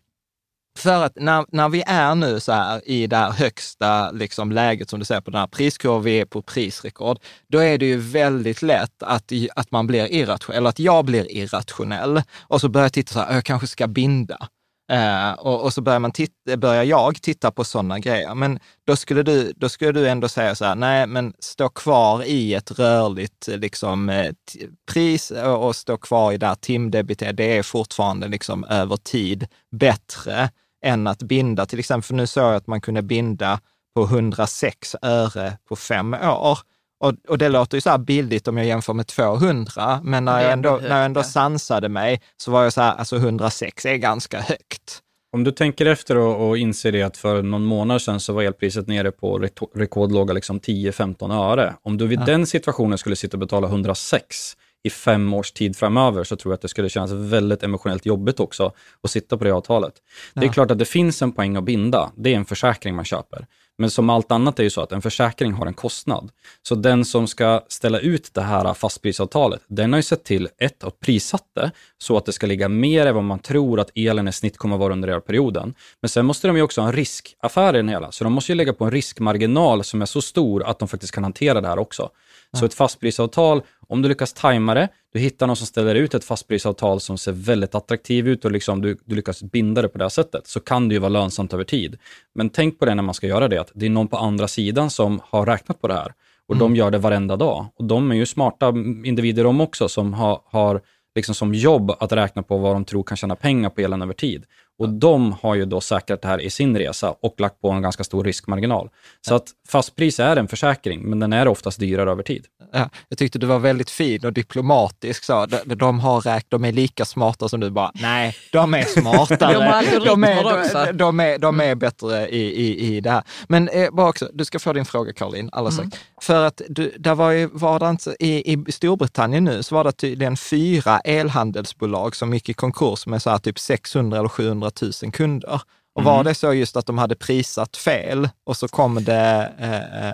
Speaker 6: för att när, när vi är nu så här i det här högsta liksom, läget som du säger på den här priskurvan, vi är på prisrekord, då är det ju väldigt lätt att, att man blir irrationell, eller att jag blir irrationell och så börjar jag titta så här, jag kanske ska binda. Uh, och, och så börjar, man titta, börjar jag titta på sådana grejer. Men då skulle, du, då skulle du ändå säga så här, nej men stå kvar i ett rörligt liksom, t- pris och, och stå kvar i där timdebiter, det är fortfarande liksom, över tid bättre än att binda. Till exempel, för nu såg jag att man kunde binda på hundrasex öre på fem år. Och, och det låter ju så här billigt om jag jämför med tvåhundra, men när jag ändå, när jag ändå sansade mig så var jag så här, alltså hundrasex är ganska högt.
Speaker 9: Om du tänker efter och, och inser det att för någon månad sedan så var elpriset nere på re- rekordlåga liksom tio femton öre. Om du vid ja. den situationen skulle sitta och betala hundrasex i fem års tid framöver så tror jag att det skulle kännas väldigt emotionellt jobbigt också att sitta på det avtalet. Ja. Det är klart att det finns en poäng att binda. Det är en försäkring man köper. Men som allt annat är ju så att en försäkring har en kostnad. Så den som ska ställa ut det här fastprisavtalet, den har ju sett till ett att prissatte så att det ska ligga mer än vad man tror att elen i snitt kommer att vara under hela perioden. Men sen måste de ju också ha en riskaffär i den hela. Så de måste ju lägga på en riskmarginal som är så stor att de faktiskt kan hantera det här också. Så ett fastprisavtal, om du lyckas tajma det, du hittar någon som ställer ut ett fastprisavtal som ser väldigt attraktiv ut och liksom du, du lyckas binda det på det här sättet, så kan det ju vara lönsamt över tid. Men tänk på det när man ska göra det, att det är någon på andra sidan som har räknat på det här och mm. de gör det varenda dag. Och de är ju smarta individer de också som har, har liksom som jobb att räkna på vad de tror kan tjäna pengar på elen över tid. Och de har ju då säkrat det här i sin resa och lagt på en ganska stor riskmarginal. Så att fastpris är en försäkring, men den är oftast dyrare över tid.
Speaker 6: Ja, jag tyckte du var väldigt fin och diplomatisk. Så de, de har räknat, de är lika smarta som du bara, nej, de är smartare.
Speaker 8: de, har
Speaker 6: de, är, de, de, är, de är bättre i, i, i det här. Men eh, bara också, du ska få din fråga, Caroline, alldeles mm. För att du, där var ju, var det inte, i, i Storbritannien nu så var det tydligen fyra elhandelsbolag som gick i konkurs med så här typ sexhundra eller sjuhundra tusen kunder. Och var mm. det så just att de hade prisat fel och så kom det eh,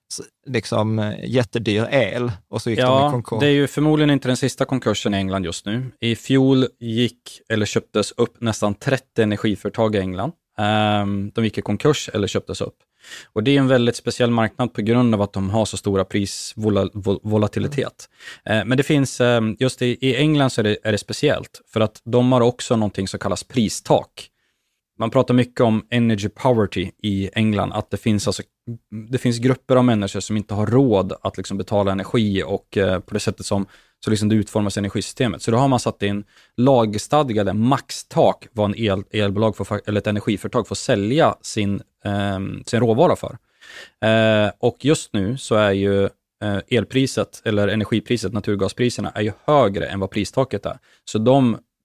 Speaker 6: liksom jättedyr el och så gick
Speaker 9: ja,
Speaker 6: de i konkurs?
Speaker 9: Det är ju förmodligen inte den sista konkursen i England just nu. I fjol gick eller köptes upp nästan trettio energiföretag i England. Um, de gick i konkurs eller köptes upp. Och det är en väldigt speciell marknad på grund av att de har så stora prisvolatilitet. Mm. Uh, men det finns, um, just i, i England så är det, är det speciellt för att de har också någonting som kallas pristak. Man pratar mycket om energy poverty i England, att det finns, alltså, det finns grupper av människor som inte har råd att liksom betala energi och eh, på det sättet som så liksom det utformas energisystemet. Så då har man satt in lagstadgade maxtak vad en el, elbolag får, eller ett energiföretag får sälja sin, eh, sin råvara för. Eh, och just nu så är ju eh, elpriset eller energipriset, naturgaspriserna är ju högre än vad pristaket är. Så de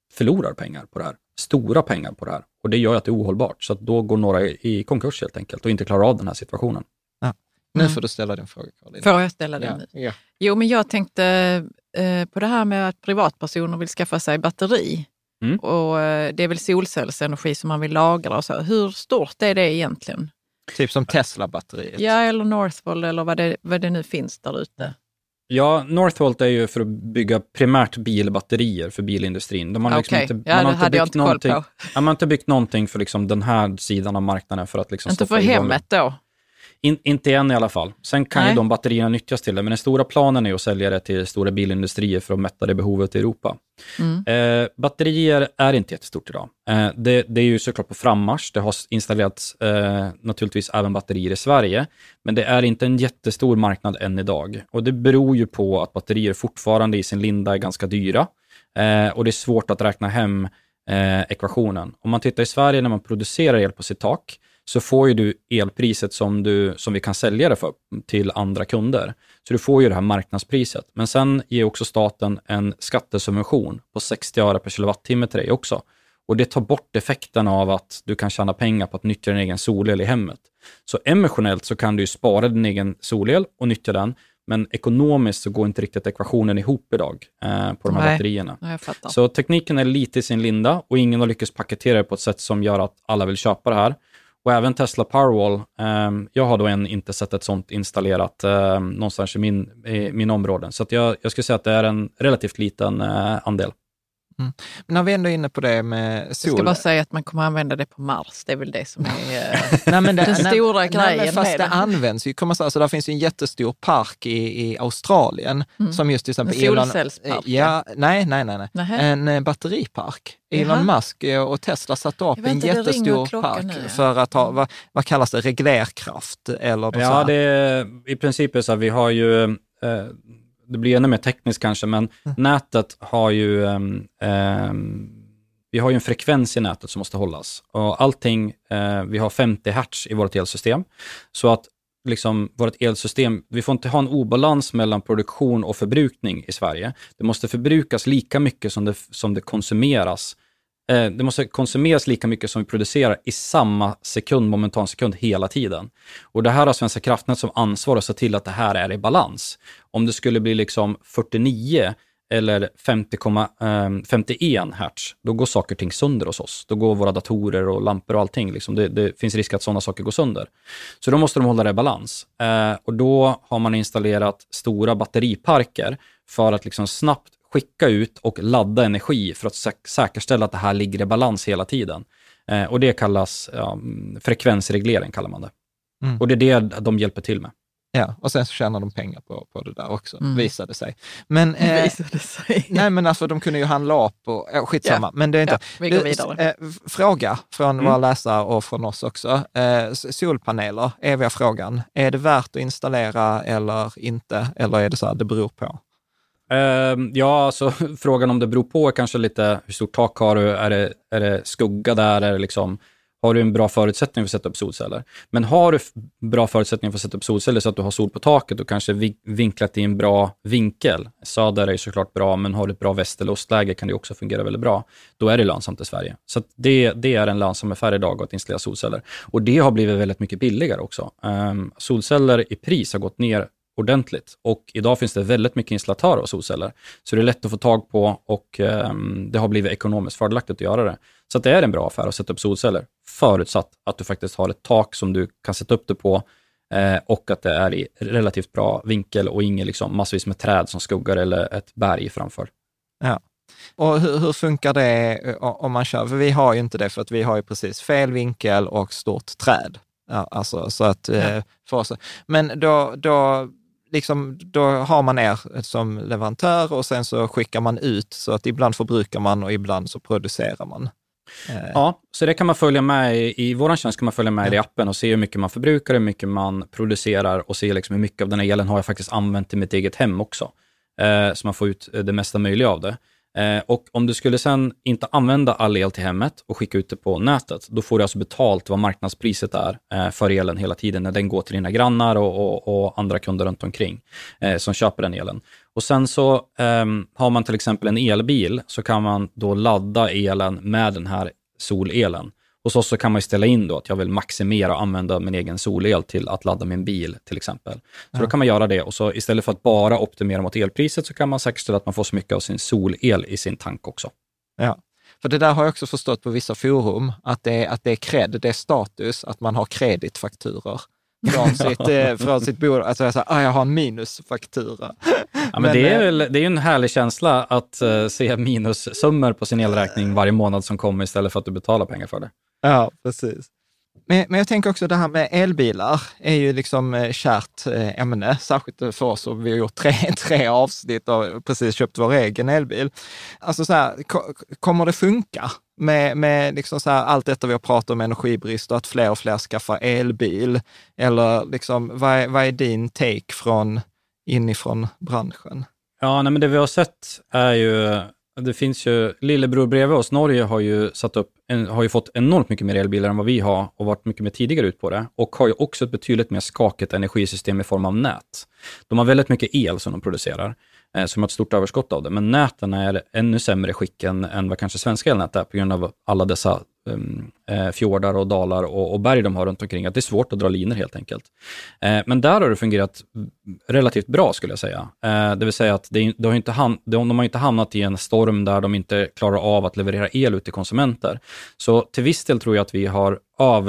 Speaker 9: förlorar pengar på det här. Stora pengar på det här. Och det gör att det är ohållbart. Så att då går några i konkurs helt enkelt och inte klarar av den här situationen.
Speaker 6: Ja. Nu mm. får du ställa din fråga, Caroline.
Speaker 8: Får jag ställa den
Speaker 6: ja.
Speaker 8: nu?
Speaker 6: Ja.
Speaker 8: Jo, men jag tänkte eh, på det här med att privatpersoner vill skaffa sig batteri. Mm. Och eh, det är väl solcellsenergi som man vill lagra och så. Hur stort är det egentligen?
Speaker 6: Typ som Tesla-batteriet.
Speaker 8: Ja, eller Northvolt eller vad det, vad det nu finns där ute.
Speaker 9: Ja, Northvolt är ju för att bygga primärt bilbatterier för bilindustrin. De har liksom
Speaker 8: okay.
Speaker 9: inte,
Speaker 8: ja,
Speaker 9: man har
Speaker 8: det hade jag inte koll på.
Speaker 9: Ja, man har inte byggt någonting för liksom den här sidan av marknaden för att liksom
Speaker 8: inte för hemmet då?
Speaker 9: In, inte än i alla fall. Sen kan
Speaker 8: Nej.
Speaker 9: ju de batterierna nyttjas till det. Men den stora planen är att sälja det till stora bilindustrier för att mätta det behovet i Europa. Mm. Eh, batterier är inte jättestort idag. Eh, det, det är ju såklart på frammarsch. Det har installerats eh, naturligtvis även batterier i Sverige. Men det är inte en jättestor marknad än idag. Och det beror ju på att batterier fortfarande i sin linda är ganska dyra. Eh, och det är svårt att räkna hem eh, ekvationen. Om man tittar i Sverige när man producerar el på sitt tak, så får ju du elpriset som, du, som vi kan sälja det för till andra kunder. Så du får ju det här marknadspriset. Men sen ger också staten en skattesubvention på sextio öre per kilowattimme till dig också. Och det tar bort effekten av att du kan tjäna pengar på att nyttja din egen solel i hemmet. Så emotionellt så kan du ju spara din egen solel och nyttja den. Men ekonomiskt så går inte riktigt ekvationen ihop idag eh, på de här
Speaker 8: Nej,
Speaker 9: batterierna.
Speaker 8: Jag fattar.
Speaker 9: Så tekniken är lite i sin linda och ingen har lyckats paketera det på ett sätt som gör att alla vill köpa det här. Och även Tesla Powerwall, eh, jag har då än inte sett ett sånt installerat eh, någonstans i min, i min områden. Så att jag, jag skulle säga att det är en relativt liten eh, andel.
Speaker 6: Mm. Men när vi ändå är inne på det med sol...
Speaker 8: Jag ska bara säga att man kommer använda det på Mars. Det är väl det som är eh,
Speaker 6: nej, men det,
Speaker 8: den stora
Speaker 6: nej,
Speaker 8: grejen.
Speaker 6: Nej, fast
Speaker 8: med
Speaker 6: det
Speaker 8: den.
Speaker 6: används ju. Alltså, där finns ju en jättestor park i, i Australien mm. som just till exempel...
Speaker 8: En solcellspark?
Speaker 6: Ja, nej, nej, nej. nej.
Speaker 8: Nähä.
Speaker 6: En eh, batteripark. Elon
Speaker 8: Jaha.
Speaker 6: Musk och Tesla satte upp en
Speaker 8: inte,
Speaker 6: jättestor park
Speaker 8: nu, ja.
Speaker 6: för att ha, vad, vad kallas det, reglerkraft? Eller
Speaker 9: ja, det är, i princip är så här, vi har ju... Eh, det blir ännu mer tekniskt kanske, men mm. nätet har ju... Eh, eh, Vi har ju en frekvens i nätet som måste hållas. Och allting, eh, vi har femtio hertz i vårt elsystem. Så att liksom vårt elsystem, vi får inte ha en obalans mellan produktion och förbrukning i Sverige. Det måste förbrukas lika mycket som det, som det konsumeras. Eh, det måste konsumeras lika mycket som vi producerar i samma sekund, momentan sekund hela tiden. Och det här har Svenska kraftnät som ansvar att se till att det här är i balans. Om det skulle bli liksom fyrtionio eller femtio komma femtioen hertz, då går saker och ting sönder hos oss. Då går våra datorer och lampor och allting. Liksom. Det, det finns risk att sådana saker går sönder. Så då måste de hålla det i balans. Eh, och då har man installerat stora batteriparker för att liksom snabbt skicka ut och ladda energi för att säk- säkerställa att det här ligger i balans hela tiden. Eh, och det kallas ja, frekvensreglering kallar man det. Mm. Och det är det de hjälper till med.
Speaker 6: Ja, och sen så tjänar de pengar på, på det där också,
Speaker 8: mm.
Speaker 6: visade sig. Men, eh,
Speaker 8: visade sig.
Speaker 6: nej men alltså de kunde ju handla upp och äh, skitsamma. Ja. Men det är inte...
Speaker 8: Ja, vi går
Speaker 6: du,
Speaker 8: vidare.
Speaker 6: Eh, fråga från mm. våra läsare och från oss också. Eh, solpaneler, eviga frågan. Är det värt att installera eller inte? Eller är det så här, det beror på?
Speaker 9: Uh, ja, alltså frågan om det beror på är kanske lite hur stort tak har du? Är det, är det skugga där? Är det liksom... Har du en bra förutsättning för att sätta upp solceller? Men har du bra förutsättning för att sätta upp solceller så att du har sol på taket och kanske vinklat i en bra vinkel. Söder är ju såklart bra, men har du ett bra väst- eller ostläge kan det också fungera väldigt bra. Då är det lönsamt i Sverige. Så att det, det är en lönsam affär idag att installera solceller. Och det har blivit väldigt mycket billigare också. Um, solceller i pris har gått ner ordentligt. Och idag finns det väldigt mycket installatörer av solceller. Så det är lätt att få tag på och um, det har blivit ekonomiskt fördelaktigt att göra det. Så att det är en bra affär att sätta upp solceller. Förutsatt att du faktiskt har ett tak som du kan sätta upp det på eh, och att det är i relativt bra vinkel och ingen liksom massvis med träd som skuggar eller ett berg framför.
Speaker 6: Ja. Och hur, hur funkar det om man kör? För vi har ju inte det för att vi har ju precis fel vinkel och stort träd. Ja, alltså, så att, eh, för oss. Men då... då Liksom, då har man er som leverantör och sen så skickar man ut så att ibland förbrukar man och ibland så producerar man.
Speaker 9: Ja, så det kan man följa med i, i våran tjänst kan man följa med ja. i appen och se hur mycket man förbrukar, hur mycket man producerar och se liksom hur mycket av den här elen har jag faktiskt använt i mitt eget hem också. Eh, så man får ut det mesta möjliga av det. Eh, och om du skulle sen inte använda all el till hemmet och skicka ut det på nätet, då får du alltså betalt vad marknadspriset är eh, för elen hela tiden när den går till dina grannar och, och, och andra kunder runt omkring eh, som köper den elen. Och sen så um, har man till exempel en elbil, så kan man då ladda elen med den här solelen. Och så, så kan man ställa in då att jag vill maximera och använda min egen solel till att ladda min bil till exempel. Så ja. Då kan man göra det, och så istället för att bara optimera mot elpriset så kan man säkerställa att man får så mycket av sin solel i sin tank också.
Speaker 6: Ja, för det där har jag också förstått på vissa forum, att det är, att det är cred, det är status, att man har kreditfakturor från sitt, från sitt bolag. Alltså jag säger, ah, jag har en minusfaktura.
Speaker 9: Ja, men, men det är väl det är en härlig känsla att uh, se minussummor på sin elräkning varje månad som kommer istället för att du betalar pengar för det.
Speaker 6: Ja, precis. Men, men jag tänker också det här med elbilar är ju liksom kärt ämne, särskilt för oss, och vi har gjort tre, tre avsnitt och precis köpt vår egen elbil. Alltså så här, kommer det funka med, med liksom så här, allt detta vi har pratat om, energibrist och att fler och fler skaffar elbil? Eller liksom, vad är, vad är din take från inifrån branschen?
Speaker 9: Ja, nej, men det vi har sett är ju, det finns ju, lillebror bredvid oss, Norge har ju satt upp, en, har ju fått enormt mycket mer elbilar än vad vi har och varit mycket mer tidigare ut på det. Och har ju också ett betydligt mer skakigt energisystem i form av nät. De har väldigt mycket el som de producerar, eh, som har ett stort överskott av det. Men näten är ännu sämre skick än, än vad kanske svenska elnät är på grund av alla dessa um, eh, fjordar och dalar och, och berg de har runt omkring. Att det är svårt att dra linjer helt enkelt. Eh, men där har det fungerat relativt bra skulle jag säga. Eh, det vill säga att det, det har inte ham- de, de har inte hamnat i en storm där de inte klarar av att leverera el ut till konsumenter. Så till viss del tror jag att vi har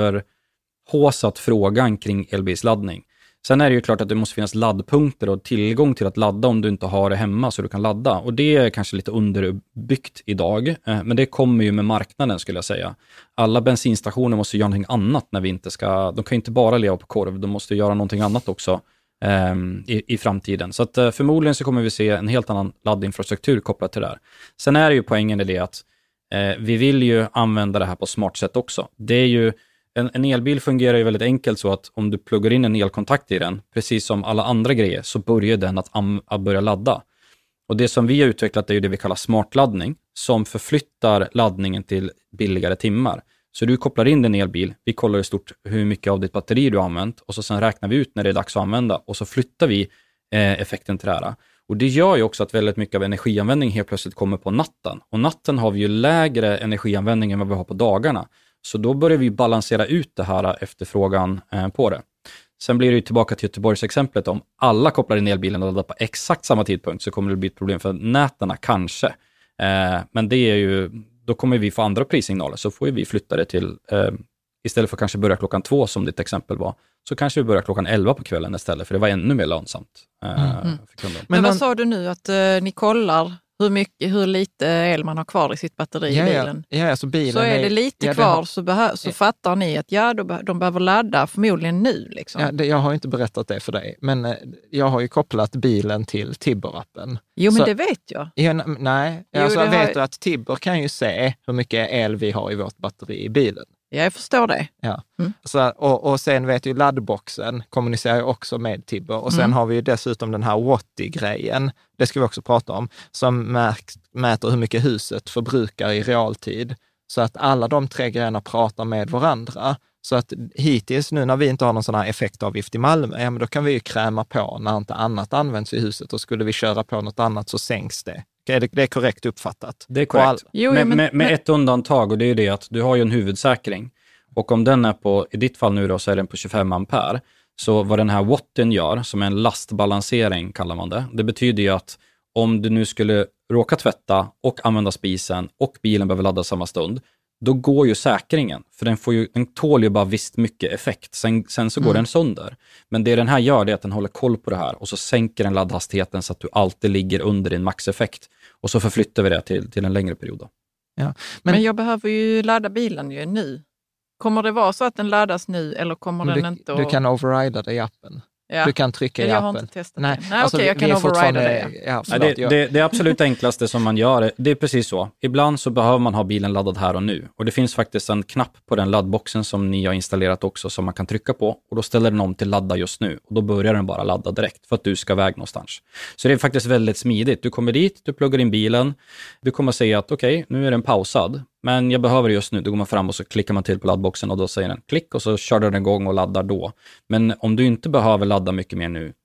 Speaker 9: överhåsat frågan kring elbilsladdning. Sen är det ju klart att det måste finnas laddpunkter och tillgång till att ladda om du inte har det hemma så du kan ladda. Och det är kanske lite underbyggt idag, men det kommer ju med marknaden skulle jag säga. Alla bensinstationer måste göra någonting annat när vi inte ska, de kan ju inte bara leva på korv, de måste göra någonting annat också eh, i, i framtiden. Så att eh, förmodligen så kommer vi se en helt annan laddinfrastruktur kopplat till det här. Sen är det ju poängen i det att eh, vi vill ju använda det här på smart sätt också. Det är ju En, en elbil fungerar ju väldigt enkelt så att om du pluggar in en elkontakt i den, precis som alla andra grejer, så börjar den att, am, att börja ladda. Och det som vi har utvecklat är ju det vi kallar smartladdning, som förflyttar laddningen till billigare timmar. Så du kopplar in din elbil, vi kollar i stort hur mycket av ditt batteri du har använt och så sen räknar vi ut när det är dags att använda och så flyttar vi eh, effekten till det här. Och det gör ju också att väldigt mycket av energianvändning helt plötsligt kommer på natten. Och natten har vi ju lägre energianvändning än vad vi har på dagarna. Så då börjar vi balansera ut det här efterfrågan eh, på det. Sen blir det ju tillbaka till Göteborgs exemplet. Om alla kopplar in elbilen och laddar på exakt samma tidpunkt så kommer det bli ett problem för nätarna kanske. Eh, men det är ju, då kommer vi få andra prissignaler. Så får vi flytta det till, eh, istället för kanske börja klockan två som ditt exempel var, så kanske vi börjar klockan elva på kvällen istället. För det var ännu mer lönsamt eh, mm. för kunden.
Speaker 8: Men, Men vad sa du nu att eh, ni kollar hur mycket, hur lite el man har kvar i sitt batteri
Speaker 6: ja,
Speaker 8: i bilen.
Speaker 6: Ja, ja, så bilen
Speaker 8: så är det lite
Speaker 6: ja,
Speaker 8: kvar
Speaker 6: har,
Speaker 8: så, behö, så ja. fattar ni att ja, de, de behöver ladda förmodligen nu. Liksom.
Speaker 6: Ja, det, jag har inte berättat det för dig, men eh, jag har ju kopplat bilen till Tibber-appen.
Speaker 8: Jo, men
Speaker 6: så,
Speaker 8: det vet jag.
Speaker 6: Ja, nej, jo, alltså, vet har... du att Tibber kan ju se hur mycket el vi har i vårt batteri i bilen.
Speaker 8: Ja, jag förstår det.
Speaker 6: Ja. Mm. Så, och, och sen vet ju laddboxen kommunicerar ju också med Tibber. Och sen mm. har vi ju dessutom den här Watty-grejen, det ska vi också prata om, som märkt, mäter hur mycket huset förbrukar i realtid. Så att alla de tre grejerna pratar med varandra. Så att hittills nu när vi inte har någon sån här effektavgift i Malmö, ja, men då kan vi ju kräma på när inte annat används i huset. Och skulle vi köra på något annat så sänks det. Är det, det är korrekt uppfattat?
Speaker 9: Det är korrekt. All... Jo, med, men, med, med ett undantag, och det är det att du har ju en huvudsäkring. Och om den är på, i ditt fall nu då, så är den på tjugofem ampere. Så vad den här watten gör, som är en lastbalansering kallar man det. Det betyder ju att om du nu skulle råka tvätta och använda spisen och bilen behöver ladda samma stund, då går ju säkringen. För den, får ju, den tål ju bara visst mycket effekt. Sen, sen så går mm. den sönder. Men det den här gör det är att den håller koll på det här. Och så sänker den laddhastigheten så att du alltid ligger under din maxeffekt. Och så förflyttar vi det till, till en längre period. Då.
Speaker 8: Ja. Men, men jag behöver ju ladda bilen ju nu. Kommer det vara så att den laddas nu eller kommer den
Speaker 6: du,
Speaker 8: inte att...
Speaker 6: Du kan overrida det i appen.
Speaker 8: Ja.
Speaker 6: Du kan trycka i
Speaker 8: jag
Speaker 6: appen.
Speaker 8: Jag har inte testat
Speaker 6: Nej,
Speaker 8: det. Nej, alltså, okej, jag kan overrida det.
Speaker 6: Ja,
Speaker 9: ja, det, det. Det absolut enklaste som man gör, det är precis så. Ibland så behöver man ha bilen laddad här och nu. Och det finns faktiskt en knapp på den laddboxen som ni har installerat också som man kan trycka på. Och då ställer den om till ladda just nu. Och då börjar den bara ladda direkt för att du ska iväg någonstans. Så det är faktiskt väldigt smidigt. Du kommer dit, du pluggar in bilen. Du kommer säga att okej, okay, nu är den pausad. Men jag behöver det just nu. Då går man fram och så klickar man till på laddboxen och då säger den klick och så kör den igång och laddar då. Men om du inte behöver ladda mycket mer nu,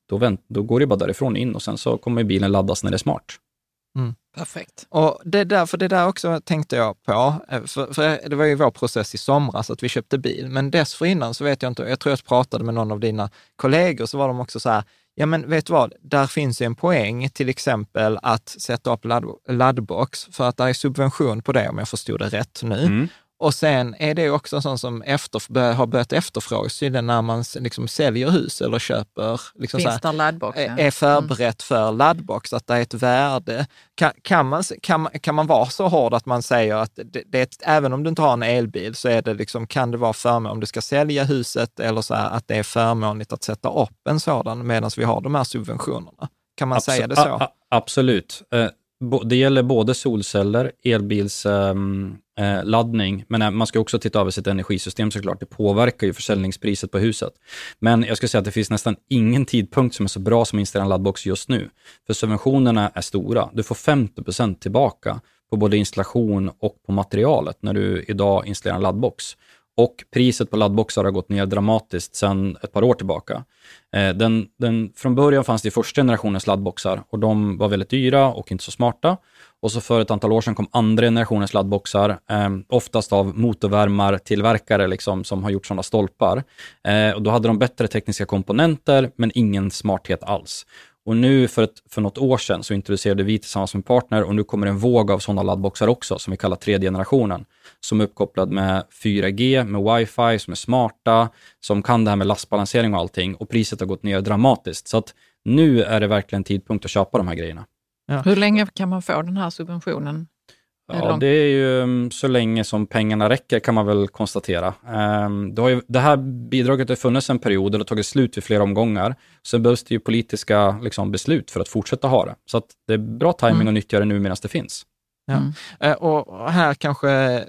Speaker 9: då, vänt, då går det bara därifrån in och sen så kommer bilen laddas när det är smart.
Speaker 6: Mm.
Speaker 8: Perfekt.
Speaker 6: Och det där, för det där också tänkte jag på, för, för det var ju vår process i somras att vi köpte bil, men dessförinnan så vet jag inte, jag tror jag pratade med någon av dina kollegor, så var de också så här, ja men vet du vad, där finns en poäng, till exempel att sätta upp ladd, laddbox, för att det är subvention på det om jag förstod det rätt nu. Mm. Och sen är det också sånt som efter, har börjat efterfrågas när man liksom säljer hus eller köper, liksom
Speaker 8: finns
Speaker 6: så här,
Speaker 8: laddbox, ja.
Speaker 6: är förberett för laddbox, att det är ett värde. Kan, kan, man, kan, kan man vara så hård att man säger att det, det är ett, även om du inte har en elbil så är det liksom, kan det vara förmån om du ska sälja huset eller så här, att det är förmånligt att sätta upp en sådan medan vi har de här subventionerna? Kan man Absol- säga det så?
Speaker 9: A- a- absolut. Eh, det gäller både solceller, elbils eh, laddning, men man ska också titta över sitt energisystem såklart. Det påverkar ju försäljningspriset på huset. Men jag ska säga att det finns nästan ingen tidpunkt som är så bra som att installera en laddbox just nu. För subventionerna är stora. Du får femtio procent tillbaka på både installation och på materialet när du idag installerar en laddbox. Och priset på laddboxar har gått ner dramatiskt sedan ett par år tillbaka. Den, den, från början fanns det första generationens laddboxar och de var väldigt dyra och inte så smarta. Och så för ett antal år sedan kom andra generationens laddboxar, eh, oftast av motorvärmartillverkare liksom, som har gjort sådana stolpar. Eh, och då hade de bättre tekniska komponenter men ingen smarthet alls. Och nu för, ett, för något år sedan så introducerade vi tillsammans med partner och nu kommer en våg av sådana laddboxar också som vi kallar tredje generationen. Som är uppkopplad med fyra G, med wifi, som är smarta, som kan det här med lastbalansering och allting. Och priset har gått ner dramatiskt. Så att nu är det verkligen tidpunkt att köpa de här grejerna.
Speaker 8: Ja. Hur länge kan man få den här subventionen?
Speaker 9: Ja, det är ju så länge som pengarna räcker kan man väl konstatera. Det, har ju, det här bidraget har funnits en period och det har tagit slut vid flera omgångar. Sen behövs det ju politiska liksom, beslut för att fortsätta ha det. Så att det är bra timing mm. att nyttja det nu medan det finns.
Speaker 6: Ja. Mm. Och här kanske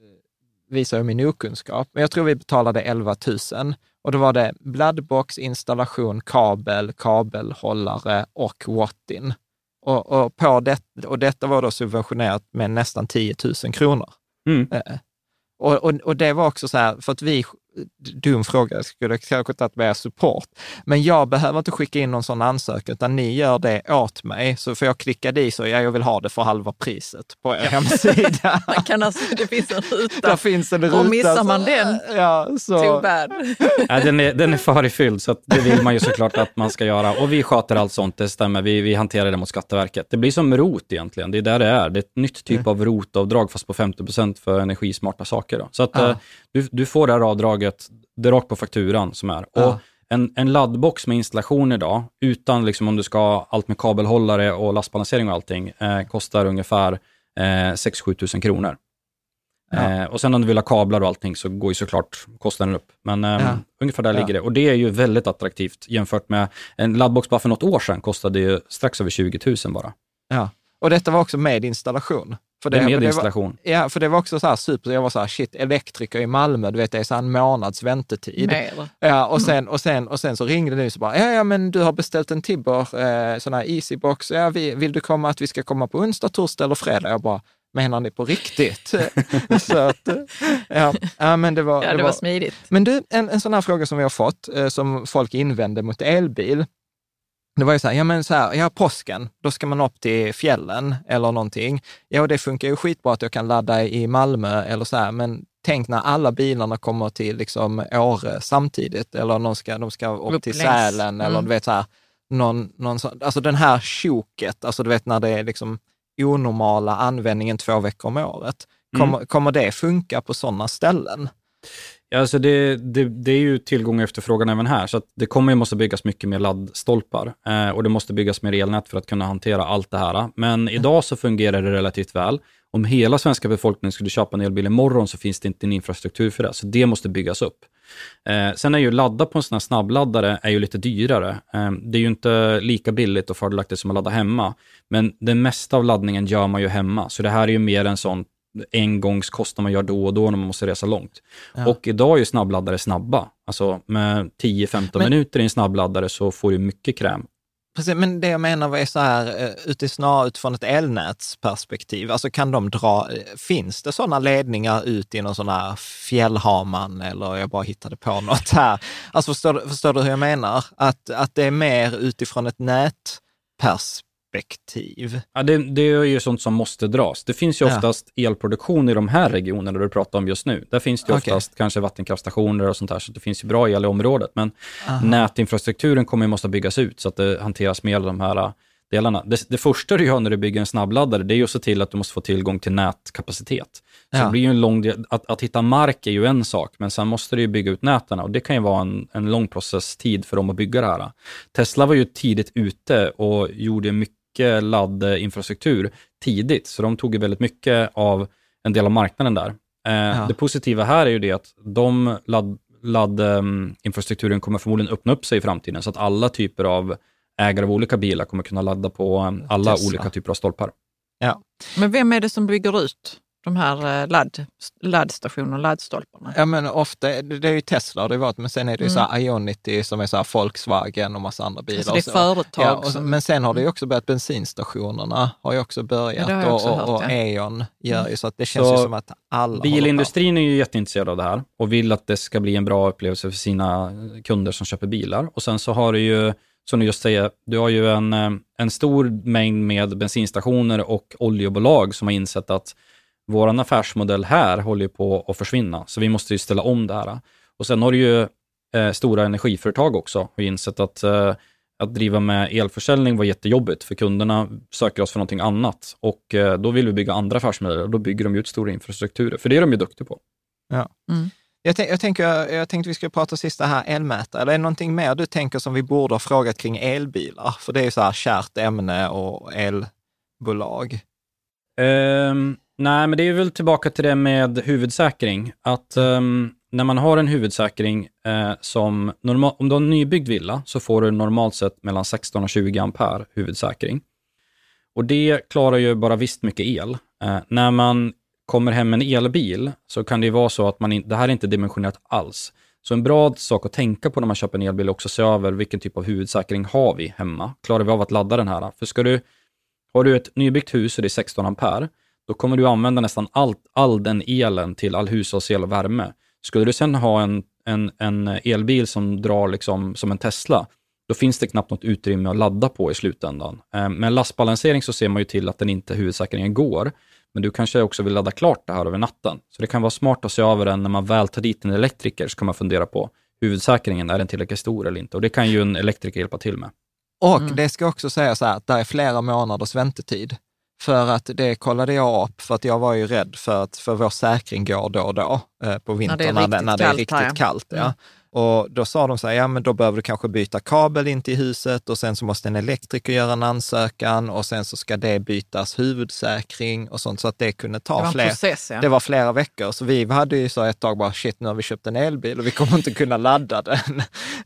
Speaker 6: visar jag min okunskap. Men jag tror vi betalade elva tusen. Och då var det laddbox, installation, kabel, kabelhållare och watt-in. Och, och, på det, och detta var då subventionerat med nästan tio tusen kronor. Mm. Eh, och, och, och det var också så här, för att vi, dum fråga, jag skulle kanske tagit med support, men jag behöver inte skicka in någon sån ansökan, utan ni gör det åt mig, så får jag klicka dit så jag vill ha det för halva priset på er hemsida.
Speaker 8: Man kan alltså, det finns en ruta.
Speaker 6: Där finns en ruta.
Speaker 8: Och missar man så, den,
Speaker 6: ja, så.
Speaker 8: too bad.
Speaker 9: Ja, den är, den är farifylld, så att det vill man ju såklart att man ska göra. Och vi sköter allt sånt, det stämmer. Vi, vi hanterar det mot Skatteverket. Det blir som rot egentligen, det är där det är. Det är ett nytt typ mm. av rotavdrag, fast på femtio procent för energismarta saker. Då. Så att ja. eh, du, du får det här avdraget det är rakt på fakturan som är. Ja. Och en, en laddbox med installation idag, utan liksom om du ska ha allt med kabelhållare och lastbalansering och allting, eh, kostar ungefär eh, sex till sju tusen kronor. Ja. Eh, och sen om du vill ha kablar och allting så går ju såklart kostnaden upp. Men eh, ja. ungefär där ja. ligger det. Och det är ju väldigt attraktivt jämfört med en laddbox bara för något år sedan kostade ju strax över tjugo tusen bara.
Speaker 6: Ja, och detta var också med installation. För det,
Speaker 9: det med
Speaker 6: det
Speaker 9: installation.
Speaker 6: Var, ja, för det var också så här super. Jag var så här, shit, elektriker i Malmö, du vet, det är så här en månads väntetid.
Speaker 8: Med.
Speaker 6: Ja, och sen, och, sen, och sen så ringde du så bara, ja, ja men du har beställt en Tibber, eh, sån här Easybox. Ja, vi, vill du komma att vi ska komma på onsdag, torsdag eller fredag? Jag bara, menar ni på riktigt? så att, ja, ja, men det var...
Speaker 8: Ja, det, det var, var smidigt.
Speaker 6: Men du, en, en sån här fråga som vi har fått, eh, som folk invände mot elbil. Det var ju så här, ja men så här, ja påsken, då ska man upp till fjällen eller någonting. Ja, och det funkar ju skitbra att jag kan ladda i Malmö eller så här, men tänk när alla bilarna kommer till liksom Åre samtidigt, eller någon ska, de ska upp, upp till Sälen, mm. eller du vet så här, någon, någon så, alltså den här tjoket, alltså du vet när det är liksom onormala användningen två veckor om året, kommer, mm. kommer det funka på sådana ställen?
Speaker 9: Ja, alltså det, det, det är ju tillgång och efterfrågan även här, så att det kommer ju måste byggas mycket mer laddstolpar eh, och det måste byggas mer elnät för att kunna hantera allt det här. Men idag så fungerar det relativt väl. Om hela svenska befolkningen skulle köpa en elbil imorgon så finns det inte en infrastruktur för det, så det måste byggas upp. Eh, sen är ju ladda på en sån här snabbladdare är ju lite dyrare. Eh, det är ju inte lika billigt och fördelaktigt som att ladda hemma, men det mesta av laddningen gör man ju hemma, så det här är ju mer en sån engångskostnad man gör då och då när man måste resa långt. Ja. Och idag är ju snabbladdare snabba. Alltså med tio till femton men, minuter i en snabbladdare så får du mycket kräm.
Speaker 6: Precis, men det jag menar är så här, utifrån, utifrån ett elnätsperspektiv, alltså kan de dra, finns det sådana ledningar ut i någon sån här Fjällhaman, eller jag bara hittade på något här. Alltså förstår, förstår du hur jag menar? Att, att det är mer utifrån ett nätperspektiv.
Speaker 9: Ja, det, det är ju sånt som måste dras. Det finns ju oftast ja. elproduktion i de här regionerna du pratar om just nu. Där finns det ju oftast okay. kanske vattenkraftstationer och sånt här, så det finns ju bra el i området. Men aha. nätinfrastrukturen kommer ju måste byggas ut så att det hanteras med de här delarna. Det, det första du gör när du bygger en snabbladdare, det är ju att se till att du måste få tillgång till nätkapacitet. Så ja. det blir ju en lång, att, att hitta mark är ju en sak, men sen måste du ju bygga ut näten, och det kan ju vara en, en lång processtid för dem att bygga det här. Tesla var ju tidigt ute och gjorde mycket laddinfrastruktur tidigt, så de tog ju väldigt mycket av en del av marknaden där. Eh, ja. Det positiva här är ju det att de ladd, laddinfrastrukturen kommer förmodligen öppna upp sig i framtiden, så att alla typer av ägare av olika bilar kommer kunna ladda på alla Tesla. Olika typer av stolpar.
Speaker 6: Ja.
Speaker 8: Men vem är det som bygger ut de här ladd, laddstationerna och laddstolparna?
Speaker 6: Ja, men ofta, det är ju Tesla det varit, men sen är det ju mm. så här Ionity som är så här Volkswagen och massa andra bilar.
Speaker 8: Alltså det är företag.
Speaker 6: Ja, och, som... Men sen har det ju också börjat, bensinstationerna har ju också börjat, ja, och, också hört, och, och ja. E.ON gör ju så att det känns så ju som att alla...
Speaker 9: Bilindustrin är ju jätteintresserad av det här och vill att det ska bli en bra upplevelse för sina kunder som köper bilar. Och sen så har du ju, som du just säger, du har ju en, en stor mängd med bensinstationer och oljebolag som har insett att våran affärsmodell här håller på att försvinna. Så vi måste ju ställa om det här. Och sen har du ju eh, stora energiföretag också och insett att, eh, att driva med elförsäljning var jättejobbigt. För kunderna söker oss för någonting annat. Och eh, då vill vi bygga andra affärsmodeller. Och då bygger de ut stora infrastrukturer. För det är de ju duktiga på.
Speaker 6: Ja. Mm. Jag, tänk, jag, tänker, jag tänkte vi ska prata sista här, elmätare. Eller är det någonting mer du tänker som vi borde ha frågat kring elbilar? För det är ju så här kärt ämne och elbolag.
Speaker 9: Um... Nej, men det är väl tillbaka till det med huvudsäkring. Att um, när man har en huvudsäkring eh, som, normal, om du har en nybyggd villa så får du normalt sett mellan sexton och tjugo ampere huvudsäkring. Och det klarar ju bara visst mycket el. Eh, när man kommer hem med en elbil så kan det ju vara så att man in, det här är inte dimensionerat alls. Så en bra sak att tänka på när man köper en elbil är också se över vilken typ av huvudsäkring har vi hemma. Klarar vi av att ladda den här? För ska du, har du ett nybyggt hus och det är sexton ampere, då kommer du använda nästan allt, all den elen till all hushållsel och värme. Skulle du sen ha en, en, en elbil som drar liksom som en Tesla, då finns det knappt något utrymme att ladda på i slutändan. Med lastbalansering så ser man ju till att den inte huvudsäkringen går. Men du kanske också vill ladda klart det här över natten. Så det kan vara smart att se över den när man väl tar dit en elektriker, så kan man fundera på huvudsäkringen, är den tillräckligt stor eller inte? Och det kan ju en elektriker hjälpa till med.
Speaker 6: Och mm. det ska också säga så här att det är flera månaders väntetid. För att det kollade jag upp, för att jag var ju rädd för att för vår säkring går då och då eh, på vintern när det är riktigt, när det är riktigt kallt. kallt ja. Mm. Och då sa de så här, ja men då behöver du kanske byta kabel in till huset och sen så måste en elektriker göra en ansökan och sen så ska det bytas huvudsäkring och sånt, så att det kunde ta det var fler, process, ja. Det var flera veckor. Så vi hade ju så ett tag bara, shit, nu har vi köpt en elbil och vi kommer inte kunna ladda den.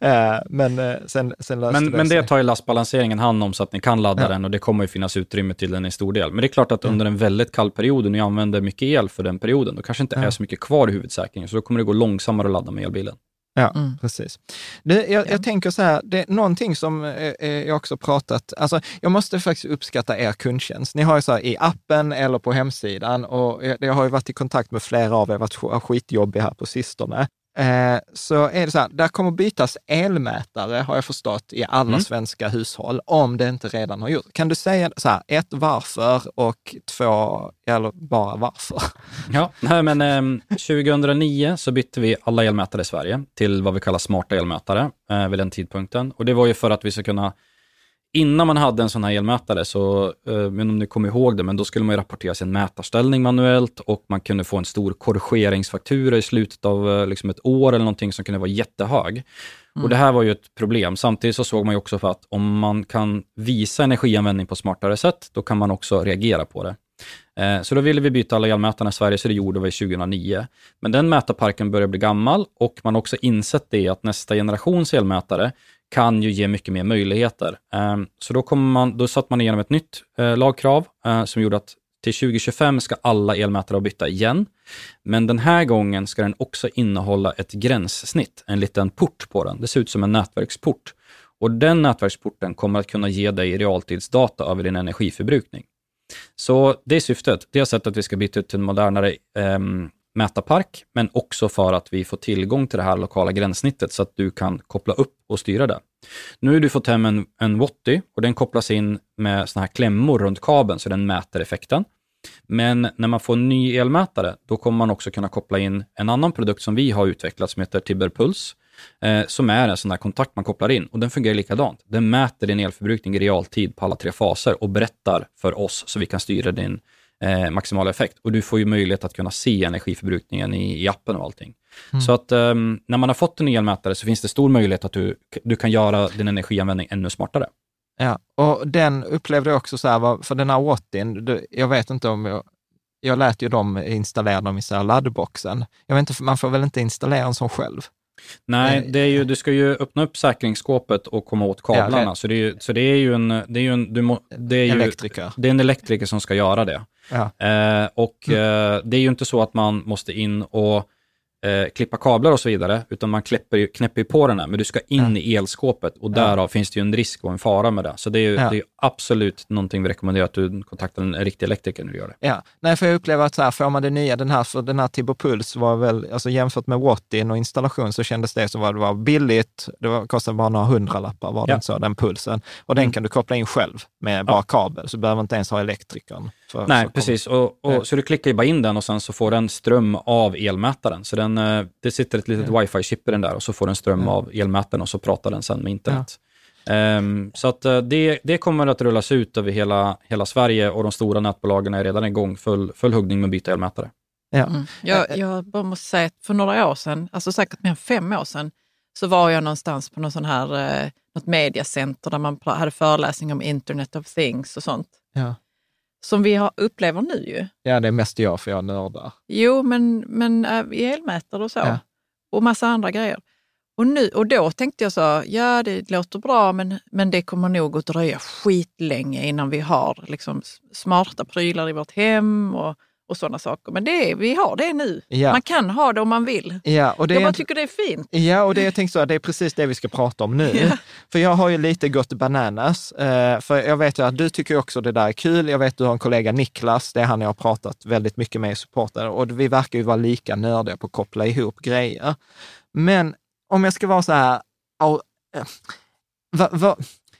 Speaker 6: men sen, sen löste
Speaker 9: men,
Speaker 6: det
Speaker 9: Men
Speaker 6: sig.
Speaker 9: det tar ju lastbalanseringen hand om så att ni kan ladda ja. den, och det kommer ju finnas utrymme till den i stor del. Men det är klart att under en väldigt kall period och ni använder mycket el för den perioden, då kanske inte ja. är så mycket kvar i huvudsäkringen, så då kommer det gå långsammare att ladda med elbilen.
Speaker 6: Ja, mm. precis. Det, jag, ja. jag tänker så här, det är någonting som eh, jag också pratat, alltså jag måste faktiskt uppskatta er kundtjänst. Ni har ju så här i appen eller på hemsidan, och jag, jag har ju varit i kontakt med flera av er, varit skitjobbig här på sistone. Eh, så är det så här, där kommer bytas elmätare, har jag förstått, i alla mm. svenska hushåll, om det inte redan har gjort. Kan du säga så här, ett, varför, och två, eller bara varför?
Speaker 9: Ja, nej, men eh, tjugohundranio så bytte vi alla elmätare i Sverige till vad vi kallar smarta elmätare eh, vid den tidpunkten. Och det var ju för att vi ska kunna, innan man hade en sån här elmätare så, eh, men om ni kommer ihåg det, men då skulle man ju rapportera sin mätarställning manuellt, och man kunde få en stor korrigeringsfaktura i slutet av eh, liksom ett år eller någonting som kunde vara jättehög. Mm. Och det här var ju ett problem. Samtidigt så såg man ju också för att om man kan visa energianvändning på smartare sätt, då kan man också reagera på det. Eh, så då ville vi byta alla elmätarna i Sverige, så det gjorde vi tjugohundranio. Men den mätarparken börjar bli gammal, och man har också insett det att nästa generations elmätare kan ju ge mycket mer möjligheter. Um, så då, kommer man, då satt man igenom ett nytt uh, lagkrav uh, som gjorde att till tjugo tjugofem ska alla elmätare byta igen. Men den här gången ska den också innehålla ett gränssnitt, en liten port på den. Det ser ut som en nätverksport. Och den nätverksporten kommer att kunna ge dig realtidsdata över din energiförbrukning. Så det är syftet. Det är sättet att vi ska byta ut till en modernare eh, mätarpark, men också för att vi får tillgång till det här lokala gränssnittet så att du kan koppla upp och styra det. Nu har du fått hem en, en Watty och den kopplas in med såna här klämmor runt kabeln så den mäter effekten. Men när man får en ny elmätare, då kommer man också kunna koppla in en annan produkt som vi har utvecklat som heter Tibber Puls, eh, som är en sån här kontakt man kopplar in och den fungerar likadant. Den mäter din elförbrukning i realtid på alla tre faser och berättar för oss så vi kan styra din eh, maximala effekt. Och du får ju möjlighet att kunna se energiförbrukningen i, i appen och allting. Mm. Så att eh, när man har fått en ny elmätare så finns det stor möjlighet att du, du kan göra din energianvändning ännu smartare.
Speaker 6: Ja, och den upplevde jag också så här, för den här Wattyn, jag vet inte om jag, jag lät ju dem installera dem i så här laddboxen. Jag vet inte, man får väl inte installera en sån själv?
Speaker 9: Nej, det är ju, du ska ju öppna upp säkringsskåpet och komma åt kablarna. Ja, så, det är ju, så det är ju en, det är ju en, du må, det är ju,
Speaker 6: elektriker.
Speaker 9: Det är en elektriker som ska göra det.
Speaker 6: Ja.
Speaker 9: Eh, och
Speaker 6: mm.
Speaker 9: eh, det är ju inte så att man måste in och eh, klippa kablar och så vidare, utan man knäpper ju, knäpper ju på den här, men du ska in ja. i elskåpet och därav ja. finns det ju en risk och en fara med det. Så det är ju, ja. det är ju absolut någonting vi rekommenderar att du kontaktar en riktig elektriker när du gör det.
Speaker 6: Ja, nej, för jag upplever att så här, får man det nya, den här, för den här Tibber Puls var väl, alltså jämfört med Wattyn och installation så kändes det som att det var billigt, det var, kostade bara några hundralappar var ja. den så, den pulsen. Och den mm. kan du koppla in själv med bara ja. kabel, så behöver inte ens ha elektrikern. För,
Speaker 9: nej,
Speaker 6: för
Speaker 9: precis. Och, och, ja. Så du klickar ju bara in den och sen så får den ström av elmätaren. Så den, det sitter ett litet ja. wifi-chip i den där och så får den ström ja. av elmätaren och så pratar den sen med internet. Ja. Um, så att uh, det, det kommer att rullas ut över hela, hela Sverige och de stora nätbolagen är redan igång full, full huggning med att byta elmätare.
Speaker 6: Ja.
Speaker 8: Mm. Jag, jag bara måste säga att för några år sedan, alltså säkert mer än fem år sedan, så var jag någonstans på någon sån här, eh, något mediacenter där man hade föreläsning om Internet of Things och sånt.
Speaker 6: Ja.
Speaker 8: Som vi har, upplever nu ju.
Speaker 6: Ja, det är mest jag för jag nördar.
Speaker 8: Jo, men, men äh, elmätare och så.
Speaker 6: Ja.
Speaker 8: Och massa andra grejer. Och, nu, och då tänkte jag så, ja det låter bra, men, men det kommer nog att dröja skitlänge innan vi har liksom, smarta prylar i vårt hem och, och sådana saker. Men det är, vi har det nu. Ja. Man kan ha det om man vill.
Speaker 6: Ja, och det
Speaker 8: jag bara
Speaker 6: är,
Speaker 8: tycker det är fint.
Speaker 6: Ja, och det jag tänkte så, det är precis det vi ska prata om nu. Ja. För jag har ju lite gått bananas. Eh, för jag vet ju att du tycker också det där är kul. Jag vet att du har en kollega Niklas, det är han jag har pratat väldigt mycket med i supporter. Och vi verkar ju vara lika nördiga på att koppla ihop grejer. Men om jag ska vara så här, oh, eh, va, va,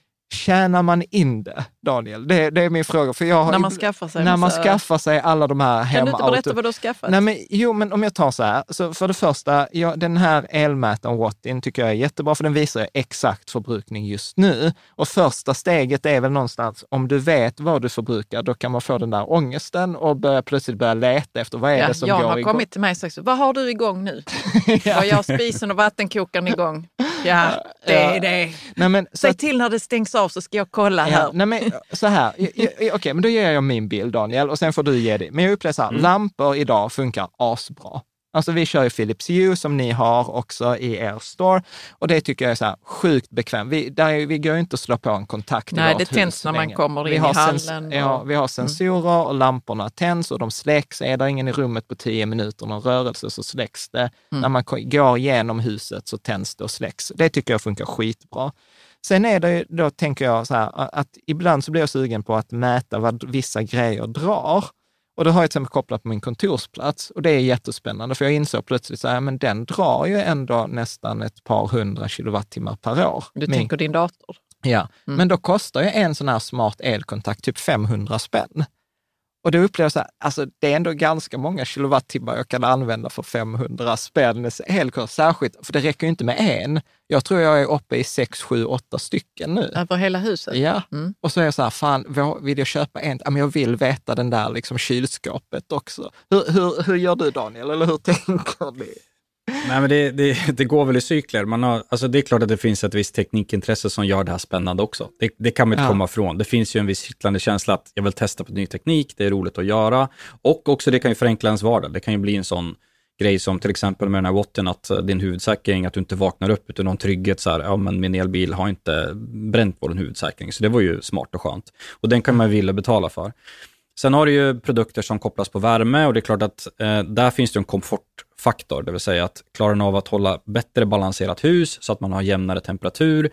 Speaker 6: tjänar man in det, Daniel? Det, det är min fråga. För jag har,
Speaker 8: när man skaffar sig.
Speaker 6: När man så, skaffar sig alla de här hemma.
Speaker 8: Kan du inte berätta vad du har skaffat?
Speaker 6: Nej, men, jo, men om jag tar så här. Så för det första, ja, den här elmätaren Wattyn tycker jag är jättebra för den visar exakt förbrukning just nu. Och första steget är väl någonstans, om du vet vad du förbrukar, då kan man få den där ångesten och börja, plötsligt börja leta efter vad är ja, det som går igång.
Speaker 8: Jag har kommit till mig och sagt, vad har du igång nu? ja. Vad gör spisen och vattenkokaren igång? Ja, det är ja. det.
Speaker 6: Nej, men,
Speaker 8: Säg
Speaker 6: att,
Speaker 8: till när det stängs av så ska jag kolla här.
Speaker 6: Ja, nej, men så här, okej, okay, men då ger jag min bild, Daniel, och sen får du ge det. Men jag upplever så här, mm. lampor idag funkar asbra. Alltså vi kör ju Philips Hue som ni har också i er store och det tycker jag är så här sjukt bekvämt. Vi, där, vi går ju inte att slå på en kontakt
Speaker 8: Nej,
Speaker 6: i vårt
Speaker 8: det tänds när man kommer in
Speaker 6: vi har
Speaker 8: i hallen.
Speaker 6: Sens- ja, vi har sensorer mm. och lamporna tänds och de släcks. Är det ingen i rummet på tio minuter, någon rörelse så släcks det. Mm. När man går igenom huset så tänds det och släcks. Det tycker jag funkar skitbra. Sen är det då, tänker jag så här, att ibland så blir jag sugen på att mäta vad vissa grejer drar. Och då har jag till exempel kopplat på min kontorsplats och det är jättespännande för jag insåg plötsligt så här, men den drar ju ändå nästan ett par hundra kilowattimmar per år.
Speaker 8: Du
Speaker 6: min...
Speaker 8: tänker din dator?
Speaker 6: Ja, mm. men då kostar ju en sån här smart elkontakt typ femhundra spänn. Och det upplever jag så här, alltså det är ändå ganska många kilowattimmar jag kan använda för femhundra spänn elkontakt, särskilt, för det räcker ju inte med en. Jag tror jag är uppe i sex, sju, åtta stycken nu.
Speaker 8: Över hela huset?
Speaker 6: Ja,
Speaker 8: mm.
Speaker 6: och så är jag så här, fan, vill jag köpa en? Ja, men jag vill veta den där liksom kylskåpet också. Hur, hur, hur gör du, Daniel, eller hur tänker du?
Speaker 9: Nej, men det, det, det går väl i cykler. Man har, alltså det är klart att det finns ett visst teknikintresse som gör det här spännande också. Det, det kan man inte ja. komma ifrån. Det finns ju en viss kittlande känsla att jag vill testa på ny teknik, det är roligt att göra. Och också det kan ju förenkla ens vardag. Det kan ju bli en sån grej som till exempel med den här Wattyn, att din huvudsäkring, att du inte vaknar upp utan någon trygghet så här, ja men min elbil har inte bränt på den huvudsäkring. Så det var ju smart och skönt. Och den kan man vilja betala för. Sen har du ju produkter som kopplas på värme och det är klart att eh, där finns det en komfortfaktor, det vill säga att klarar den av att hålla bättre balanserat hus så att man har jämnare temperatur.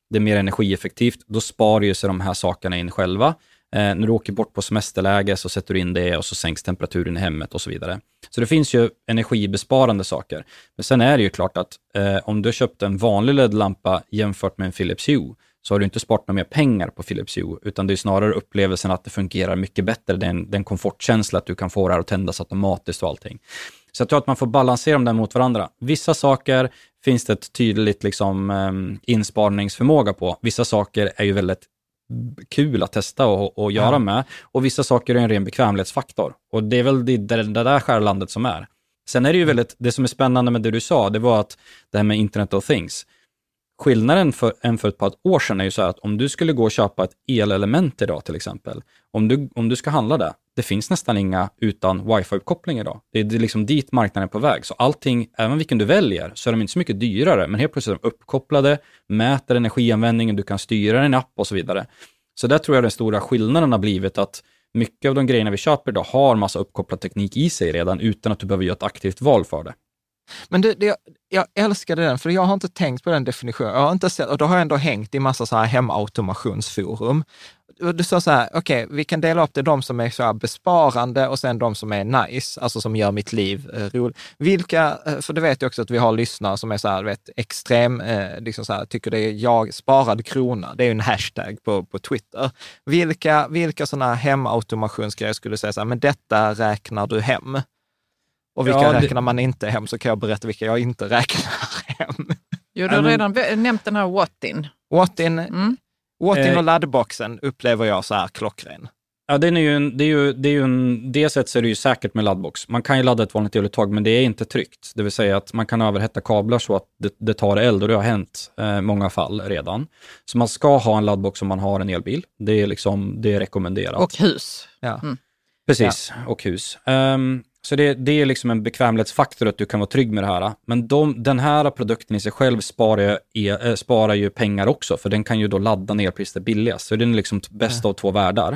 Speaker 9: det är mer energieffektivt, då sparar ju sig de här sakerna in själva. Eh, när du åker bort på semesterläge så sätter du in det och så sänks temperaturen i hemmet och så vidare. Så det finns ju energibesparande saker. Men sen är det ju klart att eh, om du har köpt en vanlig L E D-lampa jämfört med en Philips Hue, så har du inte sparat några mer pengar på Philips Hue, utan det är snarare upplevelsen att det fungerar mycket bättre. Det är en, det är en komfortkänsla att du kan få det här att tändas automatiskt och allting. Så jag tror att man får balansera dem där mot varandra. Vissa saker finns det ett tydligt liksom, um, insparningsförmåga på. Vissa saker är ju väldigt kul att testa och, och göra ja. med. Och vissa saker är en ren bekvämlighetsfaktor. Och det är väl det, det, det där skärlandet som är. Sen är det ju väldigt, det som är spännande med det du sa, det var att det här med Internet of Things. Skillnaden för, än för ett par år sedan är ju så här att om du skulle gå och köpa ett elelement idag till exempel, om du, om du ska handla det, det finns nästan inga utan wifi-uppkoppling idag. Det är, det är liksom dit marknaden är på väg. Så allting, även vilken du väljer, så är de inte så mycket dyrare, men helt plötsligt är de uppkopplade, mäter energianvändningen, du kan styra en app och så vidare. Så där tror jag den stora skillnaden har blivit att mycket av de grejerna vi köper idag har massa uppkopplad teknik i sig redan utan att du behöver göra ett aktivt val för det.
Speaker 6: Men det, det, jag älskade den, för jag har inte tänkt på den definitionen. Jag har inte sett, och då har jag ändå hängt i massa så här hemautomationsforum. Du sa så här, okej, okay, vi kan dela upp det, de som är så här besparande och sen de som är nice, alltså som gör mitt liv eh, roligt. Vilka, för det vet jag också att vi har lyssnare som är så här, vet, extrem, eh, liksom så här, tycker det är jag sparad krona, det är ju en hashtag på, på Twitter. Vilka, vilka sådana här hemautomationsgrejer skulle du säga så här, men detta räknar du hem? Och vilka ja, det... räknar man inte hem, så kan jag berätta vilka jag inte räknar hem.
Speaker 8: Jo, du har redan nämnt den här Wattin.
Speaker 6: Wattin, mm. Wattin eh. och laddboxen upplever jag så här klockren.
Speaker 9: Ja, det är ju en, det är ju, det är ju en, det sätt så är det ju säkert med laddbox. Man kan ju ladda ett vanligt eluttag, men det är inte tryggt. Det vill säga att man kan överhetta kablar så att det, det tar eld, och det har hänt eh, många fall redan. Så man ska ha en laddbox om man har en elbil. Det är liksom, det är rekommenderat.
Speaker 8: Och hus.
Speaker 6: Ja. Mm.
Speaker 9: Precis, ja. och hus. Um, Så det, det är liksom en bekvämlighetsfaktor att du kan vara trygg med det här. Men de, den här produkten i sig själv sparar ju, äh, sparar ju pengar också. För den kan ju då ladda ner priset billigast. Så den är liksom bästa av två världar.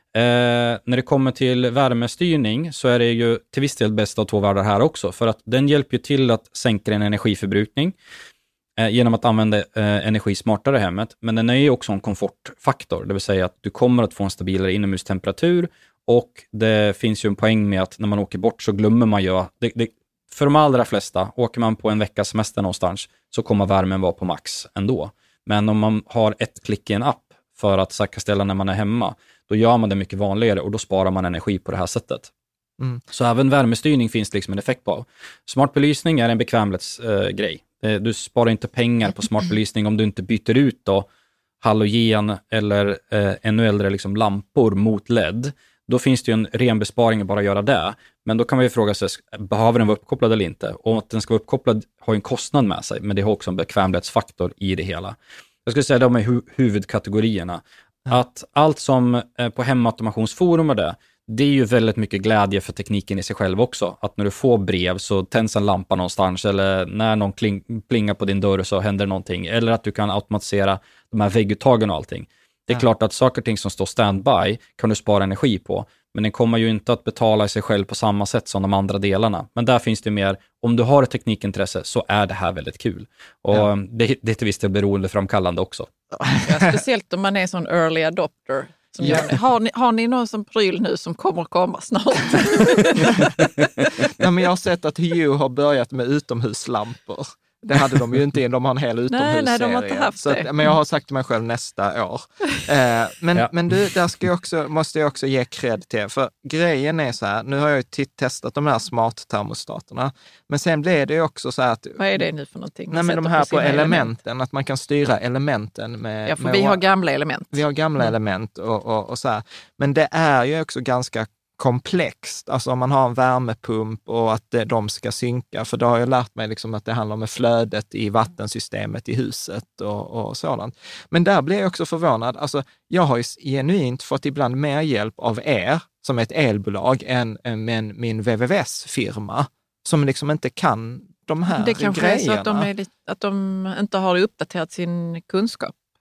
Speaker 9: Eh, när det kommer till värmestyrning så är det ju till viss del bästa av två världar här också. För att den hjälper ju till att sänka din energiförbrukning. Eh, genom att använda eh, energi smartare i hemmet. Men den är ju också en komfortfaktor. Det vill säga att du kommer att få en stabilare inomhustemperatur. Och det finns ju en poäng med att när man åker bort så glömmer man ju, det, det, för de allra flesta, åker man på en veckas semester någonstans så kommer värmen vara på max ändå. Men om man har ett klick i en app för att säkerställa när man är hemma, då gör man det mycket vanligare och då sparar man energi på det här sättet. Mm. Så även värmestyrning finns liksom en effekt på. Smart belysning är en bekvämlighetsgrej. Eh, du sparar inte pengar på smart belysning om du inte byter ut då halogen eller eh, ännu äldre liksom lampor mot L E D. Då finns det ju en ren besparing att bara göra det. Men då kan man ju fråga sig, behöver den vara uppkopplad eller inte? Och att den ska vara uppkopplad har en kostnad med sig, men det har också en bekvämlighetsfaktor i det hela. Jag skulle säga de är hu- huvudkategorierna. Ja. Att allt som eh, på hemautomationsforum och det, det är ju väldigt mycket glädje för tekniken i sig själv också. Att när du får brev så tänds en lampa någonstans, eller när någon kling- plingar på din dörr så händer någonting. Eller att du kan automatisera de här vägguttagen och allting. Det är ja. klart att saker och ting som står standby kan du spara energi på. Men den kommer ju inte att betala i sig själv på samma sätt som de andra delarna. Men där finns det mer, om du har ett teknikintresse så är det här väldigt kul. Och ja. det, det är till viss del beroendeframkallande också.
Speaker 8: Ja, speciellt om man är sån early adopter. Som ja. gör, har, ni, har ni någon som pryl nu som kommer att komma snart?
Speaker 6: Ja, men jag har sett att Hue har börjat med utomhuslampor. Det hade de ju inte, de har en hel utomhusserie.
Speaker 8: Nej, nej, de har inte haft
Speaker 6: så
Speaker 8: det.
Speaker 6: Att, men jag har sagt till mig själv nästa år. Eh, men ja. men du, där ska jag också, måste jag också ge cred till. För grejen är så här, nu har jag ju t- testat de här smart-termostaterna. Men sen blir det ju också så här att...
Speaker 8: Vad är det nu för någonting?
Speaker 6: Nej, men de här på, på elementen, element. Att man kan styra elementen med...
Speaker 8: Ja, för
Speaker 6: med,
Speaker 8: vi har gamla element.
Speaker 6: Vi har gamla mm. element och, och, och så här. Men det är ju också ganska komplext, alltså om man har en värmepump och att de ska synka, för då har jag lärt mig liksom att det handlar om flödet i vattensystemet i huset och, och sådant. Men där blir jag också förvånad, alltså jag har ju genuint fått ibland mer hjälp av er som ett elbolag än, än min V V V S-firma som liksom inte kan de här grejerna.
Speaker 8: Det kanske grejerna. Är så att de, är lite, att de inte har uppdaterat sin kunskap.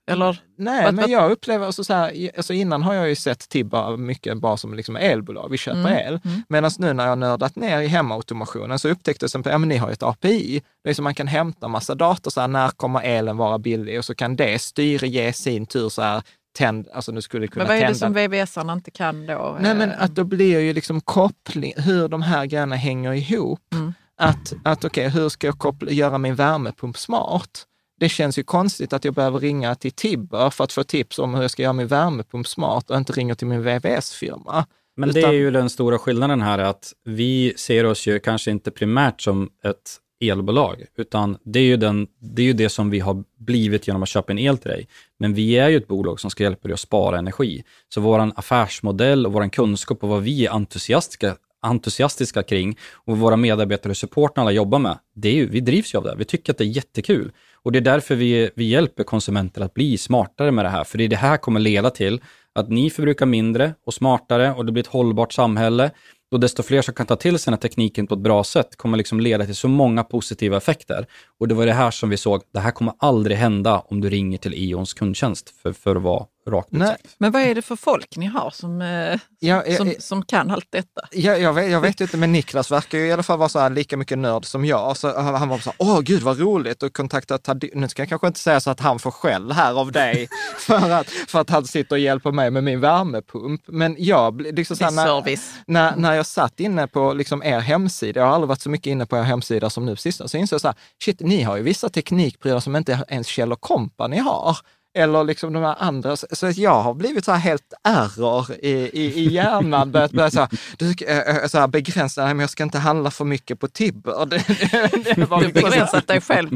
Speaker 8: Eller?
Speaker 6: Nej,
Speaker 8: vad,
Speaker 6: men
Speaker 8: vad...
Speaker 6: jag upplever, alltså så här, alltså innan har jag ju sett Tibber mycket bara som liksom elbolag, vi köper
Speaker 8: Mm.
Speaker 6: el.
Speaker 8: Mm.
Speaker 6: Medan nu när jag nördat ner i hemautomationen så upptäckte jag att ja, men ni har ju ett A P I. Det är som man kan hämta massa data, så här, när kommer elen vara billig? Och så kan det styra, ge sin tur så här, tänd, alltså nu skulle det kunna
Speaker 8: Men vad är det
Speaker 6: tända.
Speaker 8: som V V S-arna inte kan då?
Speaker 6: Nej, men att då blir ju liksom koppling, hur de här grejerna hänger ihop.
Speaker 8: Mm.
Speaker 6: Att, att okej, okay, hur ska jag koppla, göra min värmepump smart? Det känns ju konstigt att jag behöver ringa till Tibber för att få tips om hur jag ska göra min värmepump smart och inte ringa till min V V S-firma.
Speaker 9: Men
Speaker 6: Utan...
Speaker 9: det är ju den stora skillnaden här, att vi ser oss ju kanske inte primärt som ett elbolag, utan det är ju, den, det, är ju det som vi har blivit genom att köpa en el till dig. Men vi är ju ett bolag som ska hjälpa dig att spara energi. Så våran affärsmodell och våran kunskap och vad vi är entusiastiska entusiastiska kring och våra medarbetare och supporten alla jobbar med, det är ju, vi drivs ju av det. Vi tycker att det är jättekul. Och det är därför vi, vi hjälper konsumenter att bli smartare med det här. För det, det här kommer leda till att ni förbrukar mindre och smartare och det blir ett hållbart samhälle. Och desto fler som kan ta till sig den här tekniken på ett bra sätt kommer liksom leda till så många positiva effekter. Och det var det här som vi såg, det här kommer aldrig hända om du ringer till Ions kundtjänst för, för att vara rakt ut sagt.
Speaker 8: Men vad är det för folk ni har som, eh,
Speaker 6: Ja, jag,
Speaker 8: som, som kan allt detta?
Speaker 6: Jag, jag, vet, jag vet inte, men Niklas verkar ju i alla fall vara så här lika mycket nörd som jag. Så han var så här, åh gud vad roligt, och kontaktat, nu ska jag kanske inte säga så att han får skäll här av dig för att, för att han sitter och hjälper mig med min värmepump. Men jag, liksom så här, när, när, när jag satt inne på liksom er hemsida, jag har aldrig varit så mycket inne på er hemsida som nu sista, så insåg jag så här, shit, ni har ju vissa teknikprylar som inte ens Kjell och Company har. Eller liksom de här andra. Så jag har blivit så här helt error i, i, i hjärnan. Börjat börja så här, du, så här begränsa, nej men jag ska inte handla för mycket på Tibber. Det, det, det var
Speaker 8: du begränsat dig själv.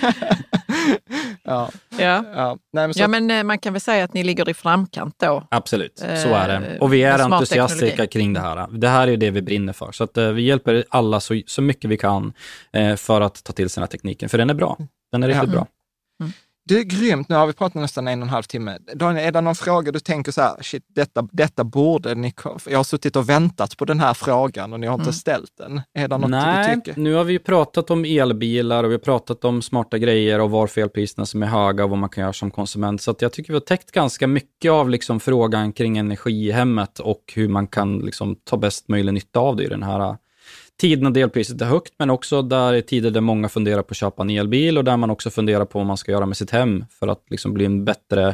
Speaker 6: ja.
Speaker 8: Ja.
Speaker 6: Ja. Nej, men så...
Speaker 8: ja, men man kan väl säga att ni ligger i framkant då.
Speaker 9: Absolut, så är det. Och vi är entusiastiska kring det här. Det här är det vi brinner för. Så att, uh, vi hjälper alla så, så mycket vi kan uh, för att ta till sig den här tekniken. För den är bra. Den är riktigt
Speaker 6: ja.
Speaker 9: bra.
Speaker 6: Mm. Du är grymt, nu har vi pratat nästan en och en halv timme. Daniel, är det någon fråga du tänker så här, shit, detta, detta borde ni... Jag har suttit och väntat på den här frågan och ni har inte mm. ställt den. Är det något
Speaker 9: Nej,
Speaker 6: du tycker?
Speaker 9: Nu har vi pratat om elbilar och vi har pratat om smarta grejer och varför elpriserna som är höga och vad man kan göra som konsument. Så att jag tycker vi har täckt ganska mycket av liksom frågan kring energi i hemmet och hur man kan liksom ta bäst möjlig nytta av det i den här tiden när elpriset är högt, men också där är tider där många funderar på att köpa en elbil och där man också funderar på vad man ska göra med sitt hem för att liksom bli en bättre,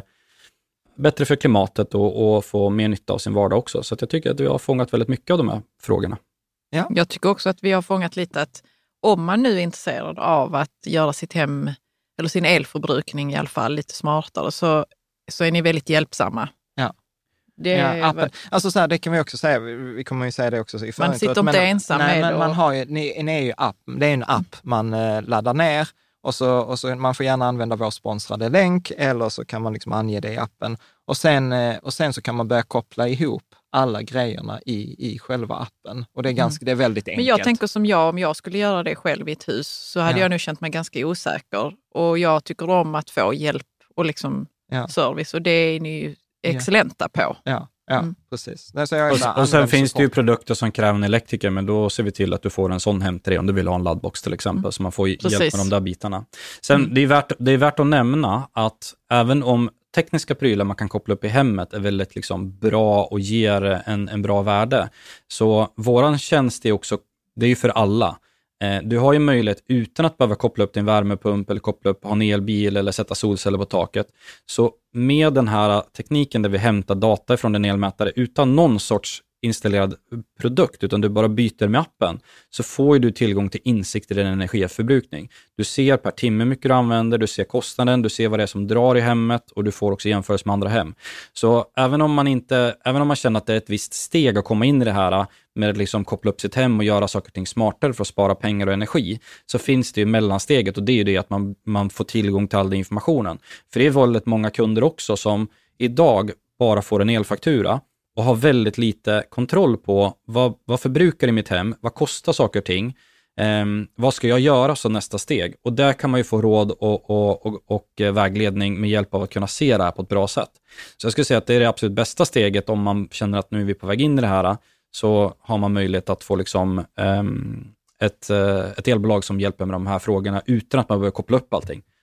Speaker 9: bättre för klimatet och, och få mer nytta av sin vardag också. Så att jag tycker att vi har fångat väldigt mycket av de här frågorna.
Speaker 8: Ja. Jag tycker också att vi har fångat lite att om man nu är intresserad av att göra sitt hem eller sin elförbrukning i alla fall lite smartare, så, så är ni väldigt hjälpsamma.
Speaker 6: Ja.
Speaker 8: Det,
Speaker 6: ja, appen. Alltså så här, det kan vi också säga, vi kommer ju säga det också i förhållande.
Speaker 8: Man sitter inte
Speaker 6: men,
Speaker 8: ensam
Speaker 6: nej,
Speaker 8: med
Speaker 6: men man har ju, ni, ni är ju app, det är en app man eh, laddar ner och så, och så man får gärna använda vår sponsrade länk eller så kan man liksom ange det i appen och sen, eh, och sen så kan man börja koppla ihop alla grejerna i, i själva appen och det är, ganska, mm. det är väldigt enkelt.
Speaker 8: Men jag tänker som jag, om jag skulle göra det själv i ett hus så hade ja. jag nu känt mig ganska osäker och jag tycker om att få hjälp och liksom ja. service och det är ni ju excellenta ja. på.
Speaker 6: Ja. Ja, mm. precis.
Speaker 9: Jag och, och sen finns det ju produkter som kräver en elektriker, men då ser vi till att du får en sån hem till dig om du vill ha en laddbox till exempel, mm. så man får precis. hjälp med de där bitarna. Sen, mm. det, är värt, det är värt att nämna att även om tekniska prylar man kan koppla upp i hemmet är väldigt liksom bra och ger en, en bra värde, så våran tjänst är också, det är ju för alla. Du har ju möjlighet utan att behöva koppla upp din värmepump eller koppla upp, ha en elbil eller sätta solceller på taket. Så med den här tekniken där vi hämtar data från den elmätare utan någon sorts installerad produkt, utan du bara byter med appen, så får du tillgång till insikt i din energiförbrukning. Du ser per timme hur mycket du använder, du ser kostnaden, du ser vad det är som drar i hemmet och du får också jämföras med andra hem. Så även om man inte, även om man känner att det är ett visst steg att komma in i det här med att liksom koppla upp sitt hem och göra saker och ting smartare för att spara pengar och energi, så finns det ju mellansteget och det är ju det att man, man får tillgång till all den informationen. För det är väldigt många kunder också som idag bara får en elfaktura och har väldigt lite kontroll på vad, vad förbrukar i mitt hem, vad kostar saker och ting, eh, vad ska jag göra som nästa steg? Och där kan man ju få råd och, och, och, och vägledning med hjälp av att kunna se det här på ett bra sätt. Så jag skulle säga att det är det absolut bästa steget om man känner att nu är vi på väg in i det här, så har man möjlighet att få liksom, eh, ett, ett elbolag som hjälper med de här frågorna utan att man behöver koppla upp allting.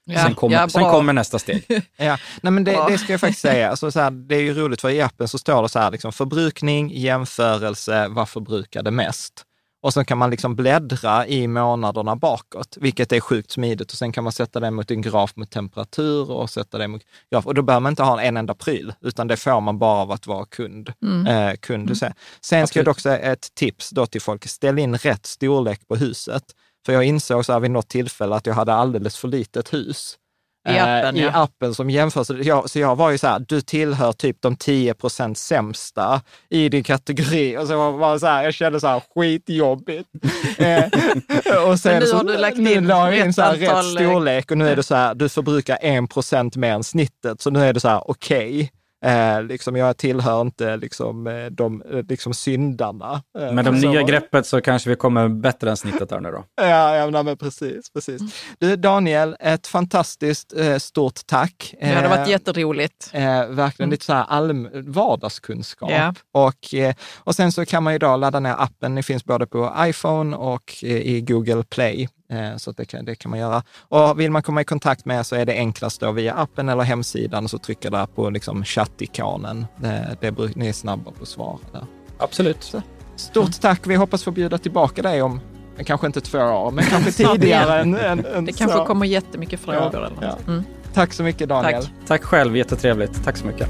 Speaker 8: Ja,
Speaker 9: sen kommer,
Speaker 8: ja,
Speaker 9: sen kommer nästa steg.
Speaker 6: Ja, nej men det, det ska jag faktiskt säga. Alltså, så här, det är ju roligt för i appen så står det så här, liksom, förbrukning, jämförelse, vad förbrukade mest? Och sen kan man liksom bläddra i månaderna bakåt, vilket är sjukt smidigt. Och sen kan man sätta det mot en graf med temperatur och sätta det mot graf. Och då behöver man inte ha en enda pryl, utan det får man bara av att vara kund.
Speaker 8: Mm.
Speaker 6: Eh, kund mm. Sen ska Absolut. jag också ett tips då till folk. Ställ in rätt storlek på huset. För jag insåg så här vid något tillfälle att jag hade alldeles för litet hus.
Speaker 8: I appen,
Speaker 6: I
Speaker 8: ja.
Speaker 6: appen som jämförs. Jag, så jag var ju så här, du tillhör typ de tio procent sämsta i din kategori. Och så var, var så här, jag kände så här skitjobbigt. eh, och sen
Speaker 8: Men nu
Speaker 6: så,
Speaker 8: har du lagt
Speaker 6: nu
Speaker 8: in,
Speaker 6: la jag in
Speaker 8: rätt,
Speaker 6: så här,
Speaker 8: antal...
Speaker 6: rätt storlek och nu är det så här, du förbrukar en procent mer än snittet. Så nu är det så här, okej. Okay. Eh, liksom jag tillhör inte liksom, de liksom syndarna. Eh,
Speaker 9: Med de
Speaker 6: så.
Speaker 9: nya greppet så kanske vi kommer bättre än snittet här nu då.
Speaker 6: Ja, ja men precis. precis. Du, Daniel, ett fantastiskt eh, stort tack.
Speaker 8: Eh, ja, det har varit jätteroligt.
Speaker 6: Eh, verkligen
Speaker 8: mm.
Speaker 6: lite så här allm- vardagskunskap.
Speaker 8: Ja.
Speaker 6: Och, eh, och sen så kan man ju då ladda ner appen. Det finns både på iPhone och eh, i Google Play. Så att det, kan, det kan man göra. Och vill man komma i kontakt med så är det enklast då via appen eller hemsidan och så trycker där på liksom chattikanen. Det, det, ni är snabba på att svara där.
Speaker 9: Absolut.
Speaker 6: Så, stort mm. tack. Vi hoppas få bjuda tillbaka dig om kanske inte två år, men kanske tidigare. än, än, än
Speaker 8: det
Speaker 6: så.
Speaker 8: kanske kommer jättemycket frågor.
Speaker 6: Ja,
Speaker 8: eller något.
Speaker 6: Ja.
Speaker 8: Mm.
Speaker 6: Tack så mycket, Daniel.
Speaker 9: Tack. Tack själv, jättetrevligt. Tack så mycket.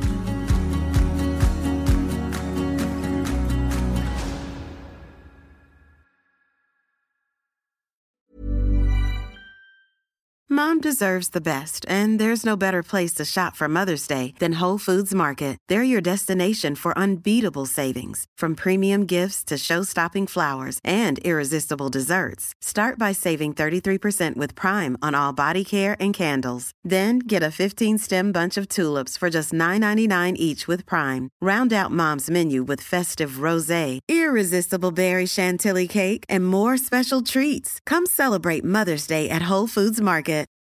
Speaker 10: Mom deserves the best, and there's no better place to shop for Mother's Day than Whole Foods Market. They're your destination for unbeatable savings, from premium gifts to show-stopping flowers and irresistible desserts. Start by saving thirty-three percent with Prime on all body care and candles. Then get a fifteen-stem bunch of tulips for just nine ninety-nine each with Prime. Round out Mom's menu with festive rosé, irresistible berry chantilly cake, and more special treats. Come celebrate Mother's Day at Whole Foods Market.